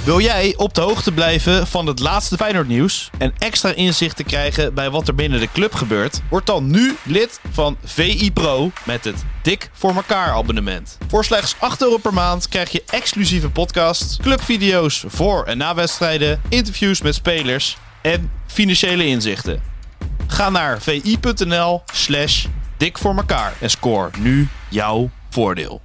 Wil jij op de hoogte blijven van het laatste Feyenoord nieuws en extra inzicht te krijgen bij wat er binnen de club gebeurt? Word dan nu lid van VI Pro met het Dik voor elkaar abonnement. Voor slechts €8 per maand krijg je exclusieve podcasts, clubvideo's voor en na wedstrijden, interviews met spelers en financiële inzichten. Ga naar vi.nl/dik voor elkaar en score nu jouw voordeel.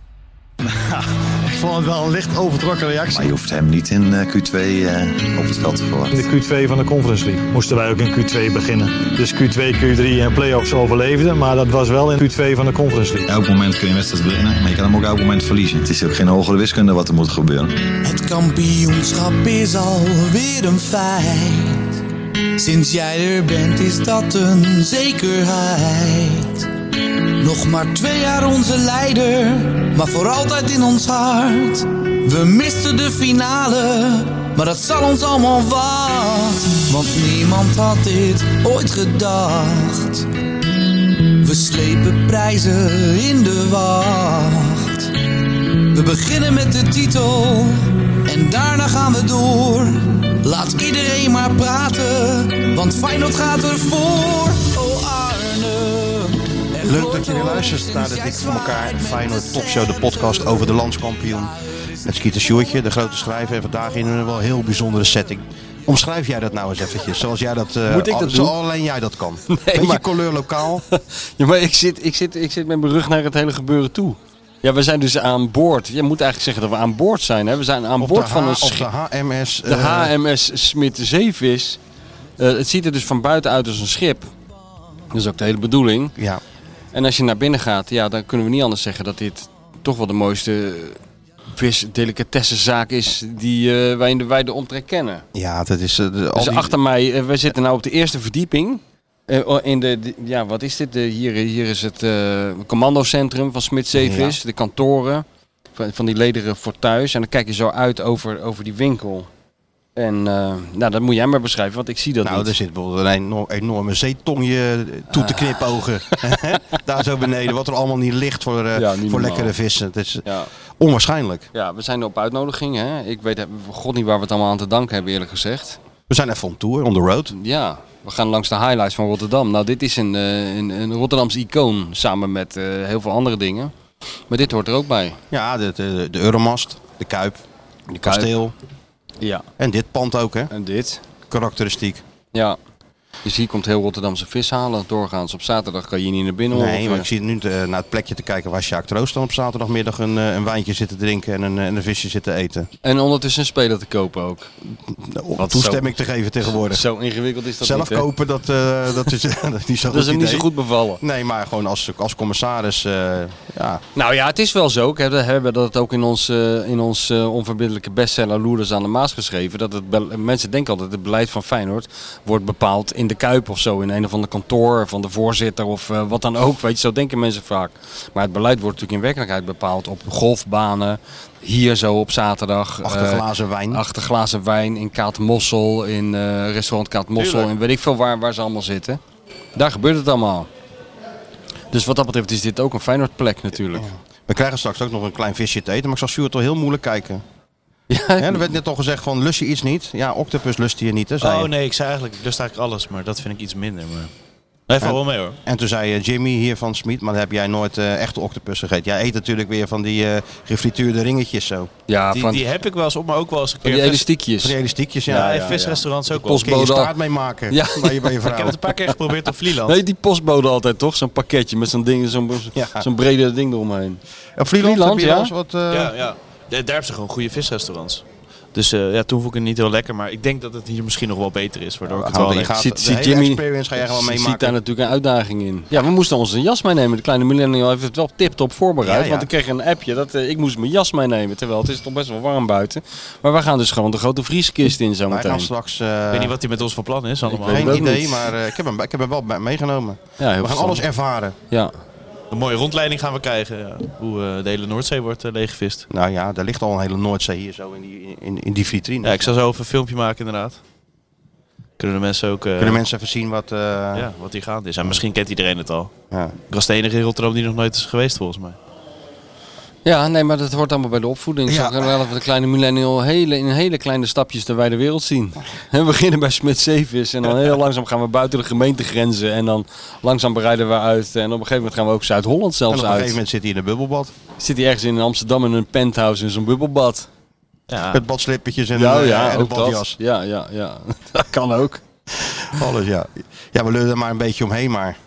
Ik vond het wel een licht overtrokken reactie. Maar je hoeft hem niet in Q2 op het veld te verwachten. In de Q2 van de Conference League moesten wij ook in Q2 beginnen. Dus Q2, Q3 en play-offs overleefden. Maar dat was wel in Q2 van de Conference League. Elk moment kun je een wedstrijd winnen, maar je kan hem ook elk moment verliezen. Het is ook geen hogere wiskunde wat er moet gebeuren. Het kampioenschap is alweer een feit. Sinds jij er bent is dat een zekerheid. Nog maar 2 jaar onze leider, maar voor altijd in ons hart. We misten de finale, maar dat zal ons allemaal wat. Want niemand had dit ooit gedacht. We slepen prijzen in de wacht. We beginnen met de titel en daarna gaan we door. Laat iedereen maar praten, want Feyenoord gaat ervoor. Oh Arne. Leuk dat je weer luistert naar de Dik voor elkaar Feyenoord Topshow, de podcast over de landskampioen. Met Skeeter Sjoertje, de grote schrijver, en vandaag in een wel heel bijzondere setting. Omschrijf jij dat nou eens eventjes, zoals jij dat, Moet ik dat zo doen? alleen jij dat kan. Nee, Beetje maar- couleur lokaal. Ja, maar ik zit met mijn rug naar het hele gebeuren toe. Ja, we zijn dus aan boord. Je moet eigenlijk zeggen dat we aan boord zijn. Hè? We zijn aan boord van een Of de schip. HMS. De HMS Smit Zeevis. Het ziet er dus van buiten uit als een schip. Dat is ook de hele bedoeling. Ja. En als je naar binnen gaat, ja, dan kunnen we niet anders zeggen dat dit toch wel de mooiste visdelicatessenzaak is die wij in de wijde omtrek kennen. Ja, dat is... Dus achter mij, we zitten nou op de eerste verdieping. Ja, wat is dit? Hier is het commandocentrum van Smit Zeevis, de kantoren van die lederen fortuis. En dan kijk je zo uit over die winkel. En nou, dat moet jij maar beschrijven, want ik zie dat Nou, niet. er zit bijvoorbeeld een enorme zeetong je toe te knipogen. Daar zo beneden, wat er allemaal niet ligt voor niet voor normaal. lekkere vissen. Het is Ja. onwaarschijnlijk. Ja, we zijn op uitnodiging. Hè? Ik weet god niet waar we het allemaal aan te danken hebben, eerlijk gezegd. We zijn even on tour, on the road. Ja, we gaan langs de highlights van Rotterdam. Nou, dit is een Rotterdamse icoon, samen met heel veel andere dingen. Maar dit hoort er ook bij. Ja, de Euromast, de Kuip, de Kasteel. Ja. En dit pand ook, hè? En dit. Karakteristiek. Ja. Dus hier komt heel Rotterdamse vis halen. Doorgaans op zaterdag kan je niet naar binnen. Nee, maar ik zie nu naar het plekje te kijken waar Sjaak Troost dan op zaterdagmiddag een wijntje zit te drinken en een visje zit te eten. En ondertussen een speler te kopen ook. Om toestemming te geven tegenwoordig. Zo ingewikkeld is dat Zelf niet, hè? kopen, dat is niet zo Dat goed is hem idee. niet zo goed bevallen. Nee, maar gewoon als commissaris, ja. Nou ja, het is wel zo. We hebben dat ook in ons onverbiddelijke bestseller Loerders aan de Maas geschreven. Dat mensen denken altijd dat het beleid van Feyenoord wordt bepaald in de Kuip of zo. In een of ander kantoor van de voorzitter of wat dan ook. Weet je, zo denken mensen vaak. Maar het beleid wordt natuurlijk in werkelijkheid bepaald op golfbanen. Hier zo op zaterdag. Achter glazen wijn. Achter glazen wijn in Kaatmossel. In restaurant Kaatmossel. Tuurlijk. En weet ik veel waar ze allemaal zitten. Daar gebeurt het allemaal. Dus wat dat betreft is dit ook een Feyenoordplek natuurlijk. We krijgen straks ook nog een klein visje te eten, maar ik zal Sjoerd wel heel moeilijk kijken. Ja, Ja, er werd net al gezegd van, lust je iets niet? Ja, octopus lust je niet, hè, zei Oh je. nee, ik zei eigenlijk, ik lust eigenlijk alles, maar dat vind ik iets minder. Maar... Nee, valt wel mee hoor. En toen zei Jimmy hier van Smit, maar dan heb jij nooit echte octopus gegeten. Jij eet natuurlijk weer van die gefrituurde ringetjes zo. ja Die heb ik wel eens op, maar ook wel eens een van keer... die elastiekjes. Van die elastiekjes, Ja, ja. in visrestaurants ook wel. Post- Kun je Postbode. staart mee maken Ja. bij je Ik vrouw. heb het een paar keer geprobeerd op Vlieland. Nee, die postbode altijd toch? Zo'n pakketje met zo'n ding, Ja. zo'n brede ding eromheen. Op Vlieland heb je ja? wel eens wat... Ja. Daar hebben ze gewoon goede visrestaurants. Dus ja, toen vond ik het niet heel lekker. Maar ik denk dat het hier misschien nog wel beter is. Waardoor ik het wel je echt... gaat, Ziet- de ziet hele Jimmy- experience ga je gewoon Je ziet meemaken. daar natuurlijk een uitdaging in. Ja, we moesten onze jas meenemen. De kleine millennial heeft het wel tip-top voorbereid. Ja, ja. Want ik kreeg een appje dat ik moest mijn jas meenemen. Terwijl het is toch best wel warm buiten. Maar we gaan dus gewoon de grote vrieskist in Wij zometeen. gaan straks... Ik weet niet wat hij met ons van plan is allemaal. weet het Geen ook idee, niet. maar ik heb hem wel meegenomen. Ja, heel We gaan verstandig. alles ervaren. Ja. Een mooie rondleiding gaan we krijgen. Ja. Hoe de hele Noordzee wordt leeggevist. Nou ja, daar ligt al een hele Noordzee hier zo in die vitrine. Ja, ik zal zo even een filmpje maken inderdaad. Kunnen de mensen ook... Kunnen mensen even zien wat... Ja, wat hier gaande is. En misschien kent iedereen het al. ja. Ik was de enige in Rotterdam die nog nooit is geweest volgens mij. Ja, nee, maar dat hoort allemaal bij de opvoeding. Ja. Zo gaan we de kleine millennial in hele kleine stapjes de wijde wereld zien. We beginnen bij Smit Zeevis en dan heel langzaam gaan we buiten de gemeentegrenzen. En dan langzaam breiden we uit. En op een gegeven moment gaan we ook Zuid-Holland En zelfs op een uit. gegeven moment zit hij in een bubbelbad. Zit hij ergens in Amsterdam in een penthouse in zo'n bubbelbad. Ja. Met badslippertjes en, Ja, en een ook dat. badjas. Ja. Dat kan ook. Alles, ja. Ja, we lullen er maar een beetje omheen, maar...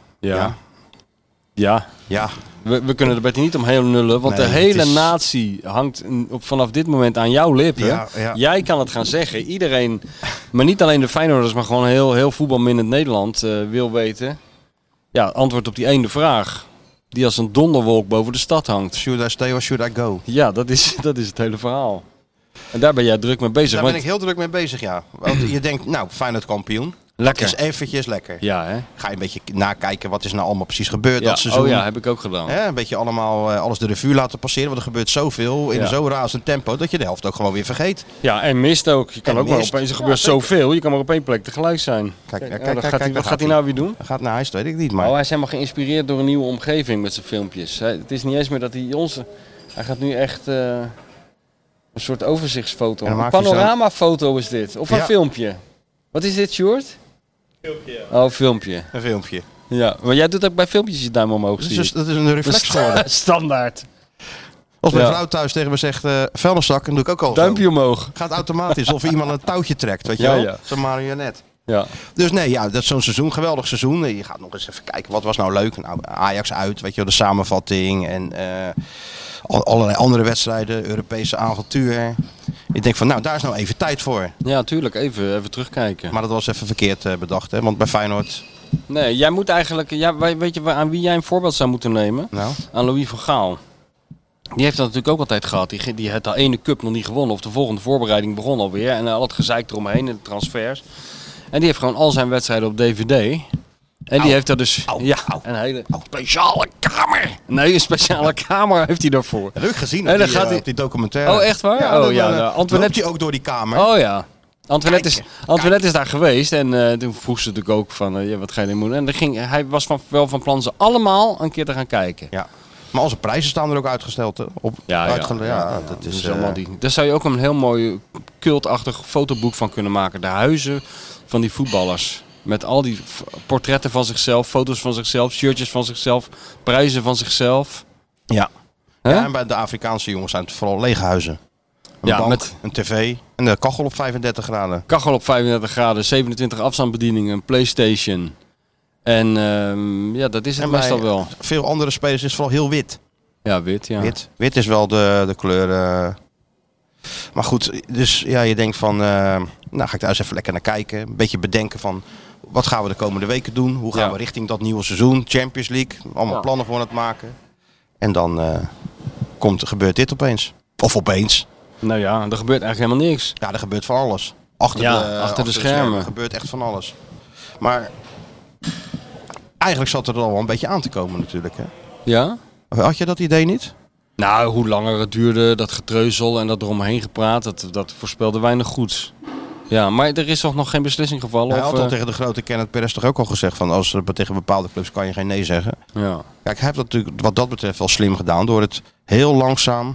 Ja. Ja. We kunnen er beter niet omheen nullen, want Nee, de hele het is- natie hangt vanaf dit moment aan jouw lippen. Ja. Jij kan het gaan zeggen. Iedereen, maar niet alleen de Feyenoorders, maar gewoon heel voetbalminnend Nederland wil weten. Ja, antwoord op die ene vraag. Die als een donderwolk boven de stad hangt. Should I stay or should I go? Ja, dat is het hele verhaal. En daar ben jij druk mee bezig. Daar want- ben ik heel druk mee bezig, ja. Want je denkt, nou, Feyenoord kampioen. Lekker. Dat is eventjes lekker. Ja, hè? Ga je een beetje nakijken, wat is nou allemaal precies gebeurd Ja. dat seizoen. Oh ja, heb ik ook gedaan. Hè, een beetje allemaal alles de revue laten passeren. Want er gebeurt zoveel in Ja. zo'n razend tempo dat je de helft ook gewoon weer vergeet. Ja, en mist ook. Je kan En ook maar mist. opeens, er gebeurt zoveel. Je kan maar op één plek tegelijk zijn. Kijk, Wat gaat hij nou weer doen? Gaat naar huis, weet ik niet. Maar Oh, hij is helemaal geïnspireerd door een nieuwe omgeving met zijn filmpjes. Het is niet eens meer dat hij onze... Hij gaat nu echt een soort overzichtsfoto. En dan Een maakt hij zo- panoramafoto is dit. Of een Ja. filmpje. Wat is dit, Sjoerd? Filmpje. Oh, filmpje. een filmpje. Ja, maar jij doet ook bij filmpjes je duim omhoog. zie ik. Dat is een reflex geworden. Standaard. Als mijn Ja. vrouw thuis tegen me zegt, vuilniszak, dan doe ik ook al Duimpje zo. omhoog. Gaat automatisch, of iemand een touwtje trekt, weet je Ja, wel. ja. Zo'n marionet. Ja. Dus nee, ja, dat is zo'n seizoen, geweldig seizoen. Je gaat nog eens even kijken, wat was nou leuk? Nou, Ajax uit, weet je wel, de samenvatting en allerlei andere wedstrijden, Europese avontuur. Ik denk van, nou, daar is nou even tijd voor. Ja, tuurlijk. Even terugkijken. Maar dat was even verkeerd bedacht, hè? Want bij Feyenoord, Nee, jij moet eigenlijk... Ja, weet je aan wie jij een voorbeeld zou moeten nemen? nou, Aan Louis van Gaal. Die heeft dat natuurlijk ook altijd gehad. Die had de ene cup nog niet gewonnen. Of de volgende voorbereiding begon alweer. En al het gezeik eromheen in de transfers. En die heeft gewoon al zijn wedstrijden op DVD. En die heeft er dus een hele speciale kamer. Nee, een speciale kamer heeft hij daarvoor. leuk gezien En op dan die, gaat hij- op die documentaire. Oh, echt waar? Ja, Oh, ja, nou, Antoinette hij ook door die kamer. Oh ja. Antoinette is daar geweest. En toen vroeg ze natuurlijk ook van, ja, wat ga je nu doen? En hij was wel van plan ze allemaal een keer te gaan kijken. Ja. Maar onze prijzen staan er ook uitgesteld. Hè? Dat is... Dus allemaal daar zou je ook een heel mooi cultachtig fotoboek van kunnen maken. De huizen van die voetballers. Met al die portretten van zichzelf, foto's van zichzelf, shirtjes van zichzelf, prijzen van zichzelf. Ja. Hè? Ja, en bij de Afrikaanse jongens zijn het vooral lege huizen. Een Ja, bank, met- een tv en de kachel op 35 graden. Kachel op 35 graden, 27 afstandsbedieningen, een PlayStation. En ja, dat is het En bij meestal wel. veel andere spelers is het vooral heel wit. Ja, wit, ja. Wit is wel de kleur. Maar goed, dus ja, je denkt van, nou ga ik daar eens even lekker naar kijken. Een beetje bedenken van, wat gaan we de komende weken doen? Hoe gaan Ja. we richting dat nieuwe seizoen? Champions League, allemaal Ja. plannen voor aan het maken. En dan gebeurt dit opeens. Of opeens. Nou ja, er gebeurt eigenlijk helemaal niks. Ja, er gebeurt van alles. Achter de schermen. Er gebeurt echt van alles. Maar eigenlijk zat er al wel een beetje aan te komen natuurlijk. Hè? Ja? Had je dat idee niet? Nou, hoe langer het duurde, dat getreuzel en dat eromheen gepraat, dat voorspelde weinig goeds. Ja, maar er is toch nog geen beslissing gevallen? Hij Of, had al tegen de grote Kenneth Perez toch ook al gezegd van als er tegen bepaalde clubs kan je geen nee zeggen. ja. Kijk, hij heeft dat natuurlijk wat dat betreft wel slim gedaan door het heel langzaam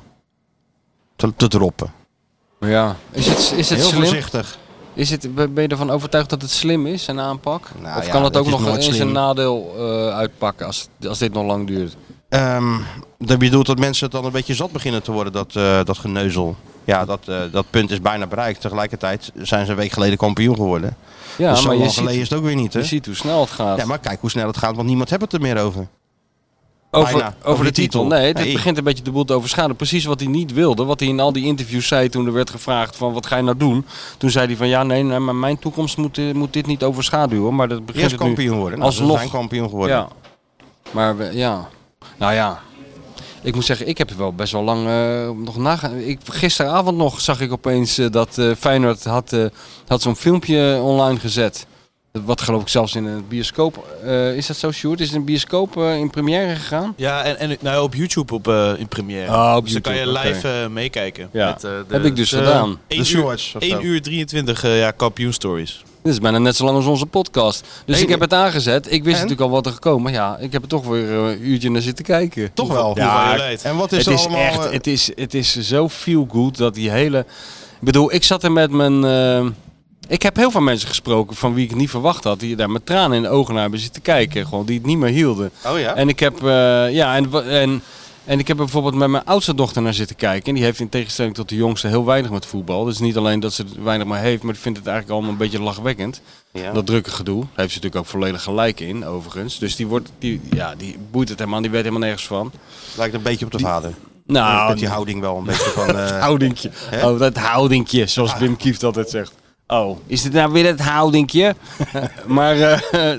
te droppen. Ja. Is het Heel slim? voorzichtig. Ben je ervan overtuigd dat het slim is, zijn aanpak? Nou Of ja, kan het ook is nog nooit in zijn slim. nadeel uitpakken als dit nog lang duurt? Dat bedoelt dat mensen het dan een beetje zat beginnen te worden, dat geneuzel. Ja, dat punt is bijna bereikt. Tegelijkertijd zijn ze een week geleden kampioen geworden. Ja, dus zo maar je lang geleden ziet, is het ook weer niet, hè? je ziet hoe snel het gaat. Ja, maar kijk hoe snel het gaat, want niemand heeft het er meer over. Over bijna. de titel. Nee, dit Nee. begint een beetje de boel te overschaduwen. Precies wat hij niet wilde. Wat hij in al die interviews zei toen er werd gevraagd van wat ga je nou doen. Toen zei hij van ja, nee, maar mijn toekomst moet dit niet overschaduwen. Maar dat begint Eerst het nu kampioen worden. Nou, alsnog. ze zijn kampioen geworden. Ja. Maar ja. Nou ja. Ik moet zeggen, ik heb er wel best wel lang nog nagaan. Gisteravond nog zag ik opeens dat Feyenoord had zo'n filmpje online gezet. Wat geloof ik zelfs in een bioscoop. Is dat zo, Sjoerd? Is het een bioscoop in première gegaan? Ja, en nou, op YouTube in première. Oh, op dus dan kan je YouTube, live meekijken. Ja. Met, Heb ik dus gedaan. De shorts of zo. 1 uur 23 kampioenstories. Dit is bijna net zo lang als onze podcast. Dus Nee, ik heb het aangezet. Ik wist en? natuurlijk al wat er gekomen. Ja, ik heb er toch weer een uurtje naar zitten kijken. Toch wel. Ja, En wat is het er is allemaal... echt, het is zo feel good dat die hele... Ik bedoel, ik zat er met mijn... Ik heb heel veel mensen gesproken van wie ik niet verwacht had. Die daar met tranen in de ogen naar hebben zitten kijken. Gewoon, die het niet meer hielden. Oh ja? En ik heb... En ik heb er bijvoorbeeld met mijn oudste dochter naar zitten kijken. En die heeft in tegenstelling tot de jongste heel weinig met voetbal. Dus niet alleen dat ze het weinig meer heeft, maar die vindt het eigenlijk allemaal een beetje lachwekkend. Ja. Dat drukke gedoe. Daar heeft ze natuurlijk ook volledig gelijk in, overigens. Dus die boeit het helemaal, die weet helemaal nergens van. Lijkt een beetje op de vader. Nou, Met die houding wel een beetje van... houdingje. Hè? Oh, dat houdingje, zoals Wim Kieft altijd zegt. Oh, is dit nou weer het houdingje? Maar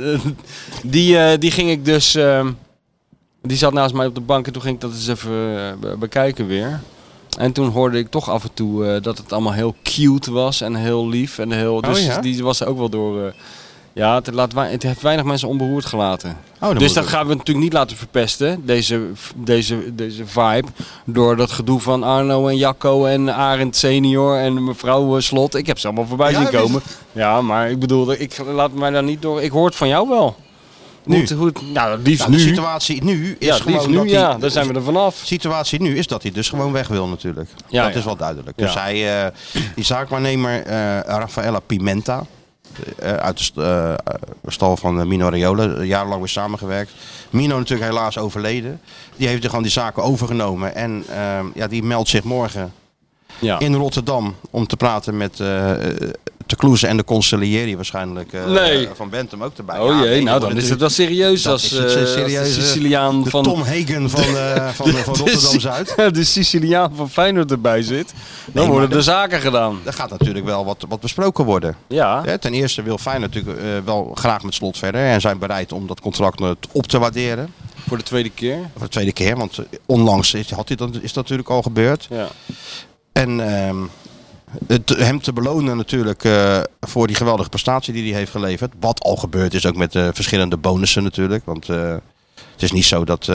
die ging ik dus... Die zat naast mij op de bank en toen ging ik dat eens even bekijken weer. En toen hoorde ik toch af en toe dat het allemaal heel cute was en heel lief. En heel, dus ja? die was er ook wel door... het heeft weinig mensen onberoerd gelaten. dan Dus moet dat het- gaan we natuurlijk niet laten verpesten, deze vibe. Door dat gedoe van Arno en Jacco en Arend senior en mevrouw Slot. Ik heb ze allemaal voorbij Ja, zien heb je komen. Ja, maar ik bedoel, ik laat mij daar niet door... Ik hoor het van jou wel. Nu? Nou, het liefst Nou, de nu. situatie nu is Ja, het liefst gewoon nu, dat ja. hij... Daar zijn we er vanaf. De situatie nu is dat hij dus gewoon weg wil natuurlijk. Ja, dat ja. is wel duidelijk. Ja. Dus hij, die zaakwaarnemer Rafaela Pimenta, uit de stal van Mino Raiola, jarenlang weer samengewerkt. Mino natuurlijk helaas overleden. Die heeft er gewoon die zaken overgenomen. En die meldt zich morgen Ja. in Rotterdam om te praten met de Kloeze en de Consiglieri waarschijnlijk Nee. van Bentham ook erbij. Oh Ja, jee, nee, nou dat dan is wordt het wel serieus dat als, is het, als de serieuze- Siciliaan de van... Tom Hagen van Rotterdam-Zuid. de Siciliaan van Feyenoord erbij zit. Dan Nee, worden maar de zaken gedaan. Er gaat natuurlijk wel wat besproken worden. Ja. Ja, ten eerste wil Feyenoord natuurlijk wel graag met Slot verder. En zijn bereid om dat contract op te waarderen. Voor de tweede keer. Voor de tweede keer, want onlangs is dat natuurlijk al gebeurd. Ja. En hem te belonen natuurlijk voor die geweldige prestatie die hij heeft geleverd. Wat al gebeurd is ook met verschillende bonussen natuurlijk. Want het is niet zo dat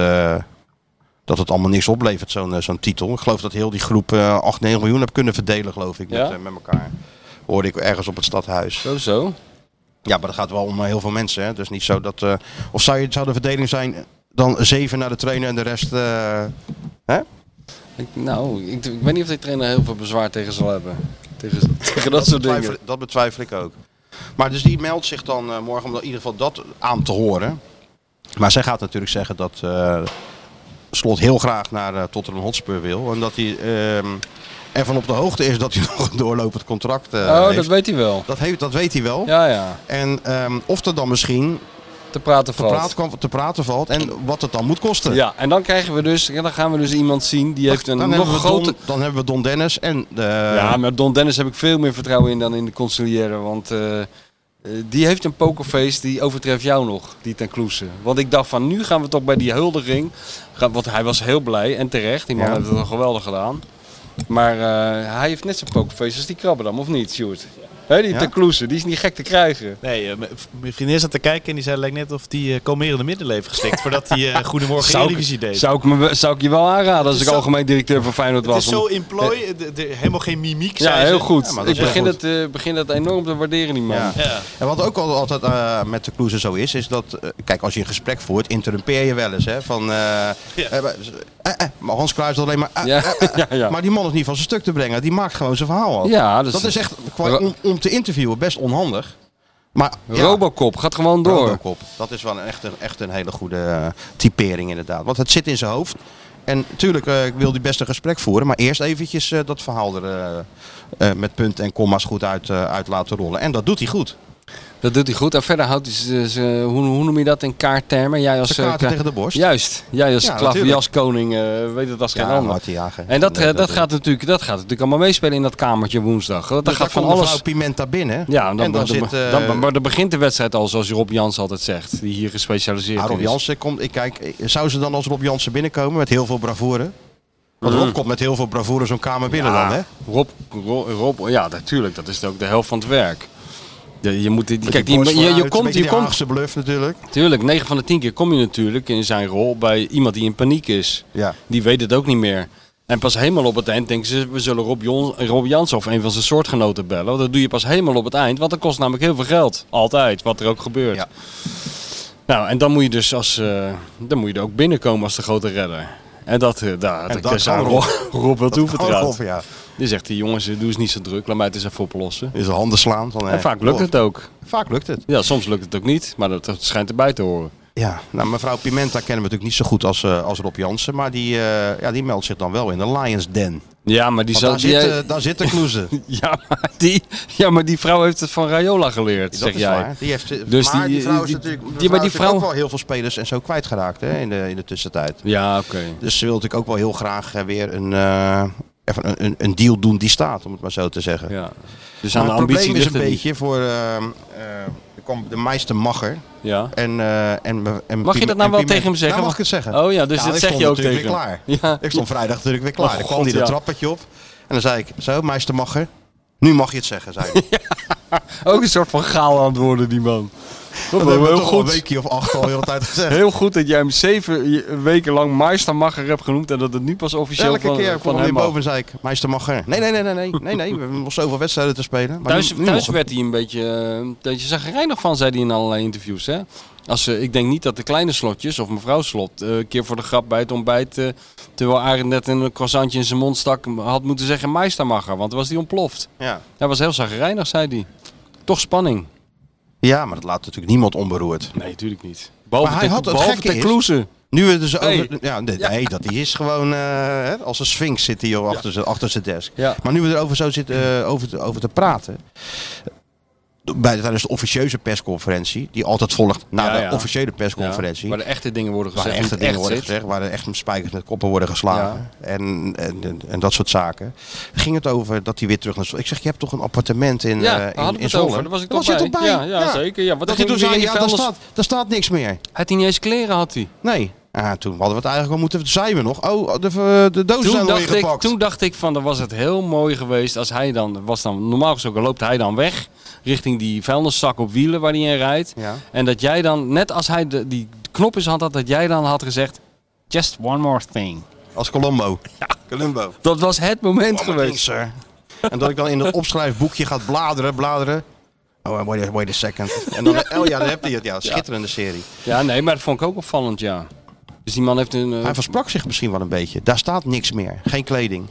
het allemaal niks oplevert, zo'n titel. Ik geloof dat heel die groep 8-9 miljoen heb kunnen verdelen, geloof ik, Ja? met elkaar. Hoorde ik ergens op het stadhuis. Zo. Ja, maar dat gaat wel om heel veel mensen. Hè? Dus niet zo dat... of zou de verdeling zijn dan 7 naar de trainer en de rest... hè? Ik weet niet of die trainer heel veel bezwaar tegen zal hebben. Tegen dat soort dingen. Dat betwijfel ik ook. Maar dus die meldt zich dan morgen om in ieder geval dat aan te horen. Maar zij gaat natuurlijk zeggen dat Slot heel graag naar Tottenham Hotspur wil. En dat hij ervan op de hoogte is dat hij nog een doorlopend contract heeft. Dat weet hij wel. Dat weet hij wel. Ja. En of er dan misschien Te praten valt. te praten valt en wat het dan moet kosten. Ja, en dan gaan we dus iemand zien die heeft een nog groter... Dan hebben we Don Dennis en de... Ja, maar Don Dennis heb ik veel meer vertrouwen in dan in de Consigliere. Want die heeft een pokerface die overtreft jou nog, die ten Kloese. Want ik dacht van nu gaan we toch bij die huldiging. Want hij was heel blij en terecht. Die man Ja. heeft het al geweldig gedaan. Maar hij heeft net zo'n pokerface als die Krabberdam, of niet, Sjoerd? Hè, die Ja? ten Kloese, die is niet gek te krijgen. Nee, mijn vriendin zat te kijken en die zei lijkt net of die kalmerende middelen heeft geslikt voordat hij Goedemorgen Zou ik- Eredivisie deed. Zou ik je wel aanraden als is ik zo- algemeen directeur van Feyenoord Het was. is zo in plooi, helemaal geen mimiek. Ja, zei heel ze. goed. Ja, maar dat Ik is heel begin dat enorm te waarderen, die man. Ja. Ja. En wat ook altijd met de Kloeze zo is dat... kijk, als je een gesprek voert, interrumpeer je wel eens. Hè, van, maar Hans Kruijs alleen maar... Ja. Maar die man is niet van zijn stuk te brengen. Die maakt gewoon zijn verhaal af. Ja, Dat is echt, om te interviewen, best onhandig. Maar ja, Robocop gaat gewoon door. Robocop. Dat is wel echt een hele goede typering inderdaad. Want het zit in zijn hoofd. En natuurlijk wil hij best een gesprek voeren. Maar eerst eventjes dat verhaal er met punten en komma's goed uit laten rollen. En dat doet hij goed. Dat doet hij goed. En verder houdt hij hoe noem je dat in kaarttermen? Jij als Zijn kaarten tegen de borst. Juist. Jij als Ja, klaverjaskoning weet het als geen Ja, ander. Martin Jager. En dat gaat natuurlijk allemaal meespelen in dat kamertje woensdag. Dat Dan gaat van komt alles. mevrouw Pimenta binnen. Ja, en dan zit... maar dan begint de wedstrijd al zoals Rob Jans altijd zegt. Die hier gespecialiseerd Rob is. Jansen komt... Zou ze dan als Rob Jansen binnenkomen met heel veel bravoure? Want Rob komt met heel veel bravoure zo'n kamer binnen dan, hè? Rob, ja, natuurlijk. Dat is ook de helft van het werk. Je moet, kijk, Die borst vooruit, je een komt, beetje die Haagse bluff natuurlijk. tuurlijk, 9 van de 10 keer kom je natuurlijk in zijn rol bij iemand die in paniek is. Ja. Die weet het ook niet meer. En pas helemaal op het eind denken ze, we zullen Rob Jansen of een van zijn soortgenoten bellen. Want dat doe je pas helemaal op het eind, want dat kost namelijk heel veel geld. Altijd, wat er ook gebeurt. Ja. Nou, en dan moet je dus dan moet je er ook binnenkomen als de grote redder. En dat had ik dus aan Rob wel toevertrouwd. Ja. Die zegt, die jongens, doe eens niet zo druk, laat mij het eens even oplossen. In zijn handen slaan. En vaak lukt het ook. Vaak lukt het. Ja, soms lukt het ook niet, maar dat schijnt erbij te horen. Ja, nou, mevrouw Pimenta kennen we natuurlijk niet zo goed als Rob Jansen. Maar die meldt zich dan wel in de Lions Den. Ja, maar Daar zit de kloeze. maar die vrouw heeft het van Raiola geleerd, Dat zeg is jij. waar. Die vrouw is natuurlijk ook wel heel veel spelers en zo kwijtgeraakt hè, in de tussentijd. Ja, oké. Dus ze wil natuurlijk ook wel heel graag weer een deal doen die staat, om het maar zo te zeggen. Ja. Dus Maar aan de het ambitie probleem is ligt een het beetje voor er kwam de meester Magger. Ja. En Mag je dat nou wel tegen hem zeggen? Nou, mag ik het zeggen? Oh ja, dus dat zeg je ook tegen weer klaar. Ja. Ik stond vrijdag natuurlijk weer klaar. Oh, Dan kwam God, hij de ja. trappetje op. En dan zei ik, zo, meester Magger, nu mag je het zeggen, zei hij. Ook een soort van gaal aan het worden, die man. Dat hebben we heel toch al een goed. weekje of 8 al de hele tijd gezegd. Heel goed dat jij hem 7 weken lang Meistermacher hebt genoemd en dat het nu pas officieel Elke keer van kwam hij hem boven mag. en zei ik, meester Magger. Nee, we hebben nog zoveel wedstrijden te spelen. Maar Thuis nu mag het. werd hij een beetje zagrijnig van, zei hij in allerlei interviews. Hè? Ik denk niet dat de kleine slotjes, of mevrouw Slot, een keer voor de grap bij het ontbijt, terwijl Arend net een croissantje in zijn mond stak, had moeten zeggen Meistermacher, want dan was hij ontploft. Ja. Hij was heel zagrijnig, zei hij. Toch spanning. Ja, maar dat laat natuurlijk niemand onberoerd. Nee, natuurlijk niet. Maar hij had het behalve gekke ten is- Kloeze. Nu we dus Hey. over... Ja, nee, dat die is gewoon... als een sphinx zit hij achter zijn desk. Ja. Maar nu we erover zo zitten over te praten... Tijdens de officieuze persconferentie... die altijd volgt na de officiële persconferentie... Waar de echte dingen worden gezegd. waar de echte hoe het dingen worden echt gezegd... waar de echt spijkers met koppen worden geslagen... En dat soort zaken... ging het over dat hij weer terug naar... Ik zeg, je hebt toch een appartement in Ja, daar hadden we in het Zwolle? over. Daar was ik Daar toch je bij. toch bij? Ja, zeker. Ja, wat Dat ging hij toen hij zei, weer in die ja, vuilnis- daar staat niks meer. Had hij niet eens kleren, had hij. Nee. Toen hadden we het eigenlijk wel moeten... Toen zeiden we nog, de dozen zijn alweer gepakt. Toen dacht ik van, dan was het heel mooi geweest als hij normaal gesproken loopt hij dan weg richting die vuilniszak op wielen waar hij in rijdt. Ja. En dat jij dan, net als hij die knop in zijn hand had, dat jij dan had gezegd, just one more thing. Als Columbo. Ja, Columbo. Dat was het moment geweest. Sir. En dat ik dan in het opschrijfboekje ga bladeren. Oh, wait a second. En dan, dan heb je het. Ja, schitterende serie. Ja, nee, maar dat vond ik ook opvallend, ja. Dus die man heeft een... Hij versprak zich misschien wel een beetje. Daar staat niks meer. Geen kleding.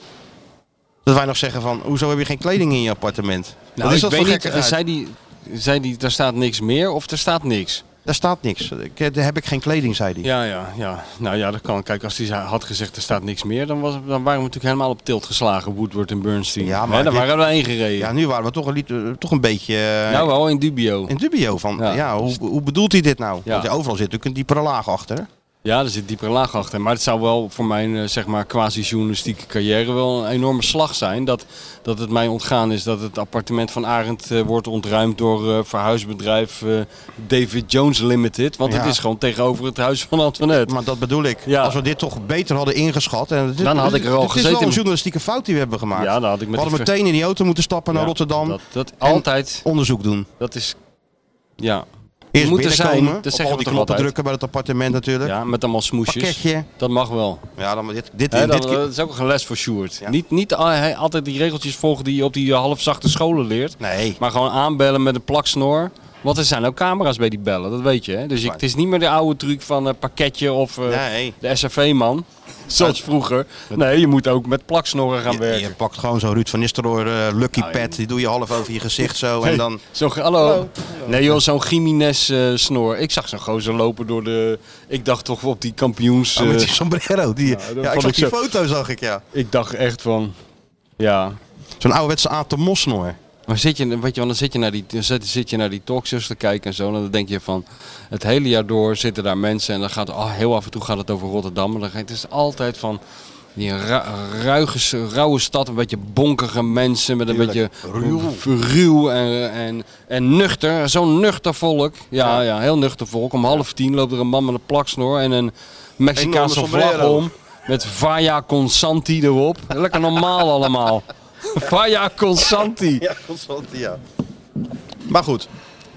Dat wij nog zeggen van, hoezo heb je geen kleding in je appartement? nou, Wat is ik dat voor weet niet, gekkigheid? zei die, daar staat niks meer of er staat niks? Daar staat niks. Daar heb ik geen kleding, zei hij. Ja. Nou ja, dat kan. Kijk, als hij had gezegd er staat niks meer, dan waren we natuurlijk helemaal op tilt geslagen, Woodward en Bernstein. Ja, maar dan waren we heen gereden. Ja, nu waren we toch een beetje... nou, wel in dubio. in dubio van, Ja. hoe bedoelt hij dit nou? Ja. Want overal zit natuurlijk een diepere laag achter. Ja, er zit dieper laag achter. Maar het zou wel voor mijn zeg maar quasi-journalistieke carrière wel een enorme slag zijn. Dat het mij ontgaan is dat het appartement van Arend wordt ontruimd door verhuisbedrijf David Jones Limited. Want het is gewoon tegenover het huis van Antoinette. Maar dat bedoel ik. Ja. Als we dit toch beter hadden ingeschat. En Dan had ik er al Het is gezeten. wel een journalistieke fout die we hebben gemaakt. Ja, dan had ik we met hadden die meteen in die auto moeten stappen naar Ja, Rotterdam. Dat En altijd, onderzoek doen. dat is, ja. Eerst moet er zijn, binnenkomen, dat op zeggen al we die toch knoppen altijd. drukken bij het appartement natuurlijk. Ja, met allemaal smoesjes. Pakketje. Dat mag wel. Ja, dan maar dit Hè, keer. dat is ook een les voor Sjoerd. Ja. Niet altijd die regeltjes volgen die je op die halfzachte scholen leert. Nee. Maar gewoon aanbellen met een plaksnor. Want er zijn ook camera's bij die bellen, dat weet je. Hè? Dus het is niet meer de oude truc van pakketje of Nee. de SRV-man. Zoals vroeger. Nee, je moet ook met plaksnorren gaan werken. Je pakt gewoon zo'n Ruud van Nistelrooy Lucky Pad. Die doe je half over je gezicht zo. En dan... Hallo. Nee joh, zo'n Jiménez snor. Ik zag zo'n gozer lopen door de... Ik dacht toch op die kampioens... met die sombrero. dat ik vond zag ik die zo- foto, zag ik, ja. Ik dacht echt van... Ja... Zo'n ouderwetse Atomos-snor. Maar weet je, want dan zit je naar die talkshows te kijken en zo. En dan denk je van, het hele jaar door zitten daar mensen. En dan gaat heel af en toe gaat het over Rotterdam. Maar het is altijd van die rauwe stad. Een beetje bonkige mensen met een beetje ruw en nuchter. Zo'n nuchter volk. Ja, heel nuchter volk. Om 9:30 loopt er een man met een plaksnor en een Mexicaanse Enorme vlag sombrero. om. Met Vaya Consanti erop. Lekker normaal allemaal. Vaya Consanti. Ja, constant, ja. Maar goed.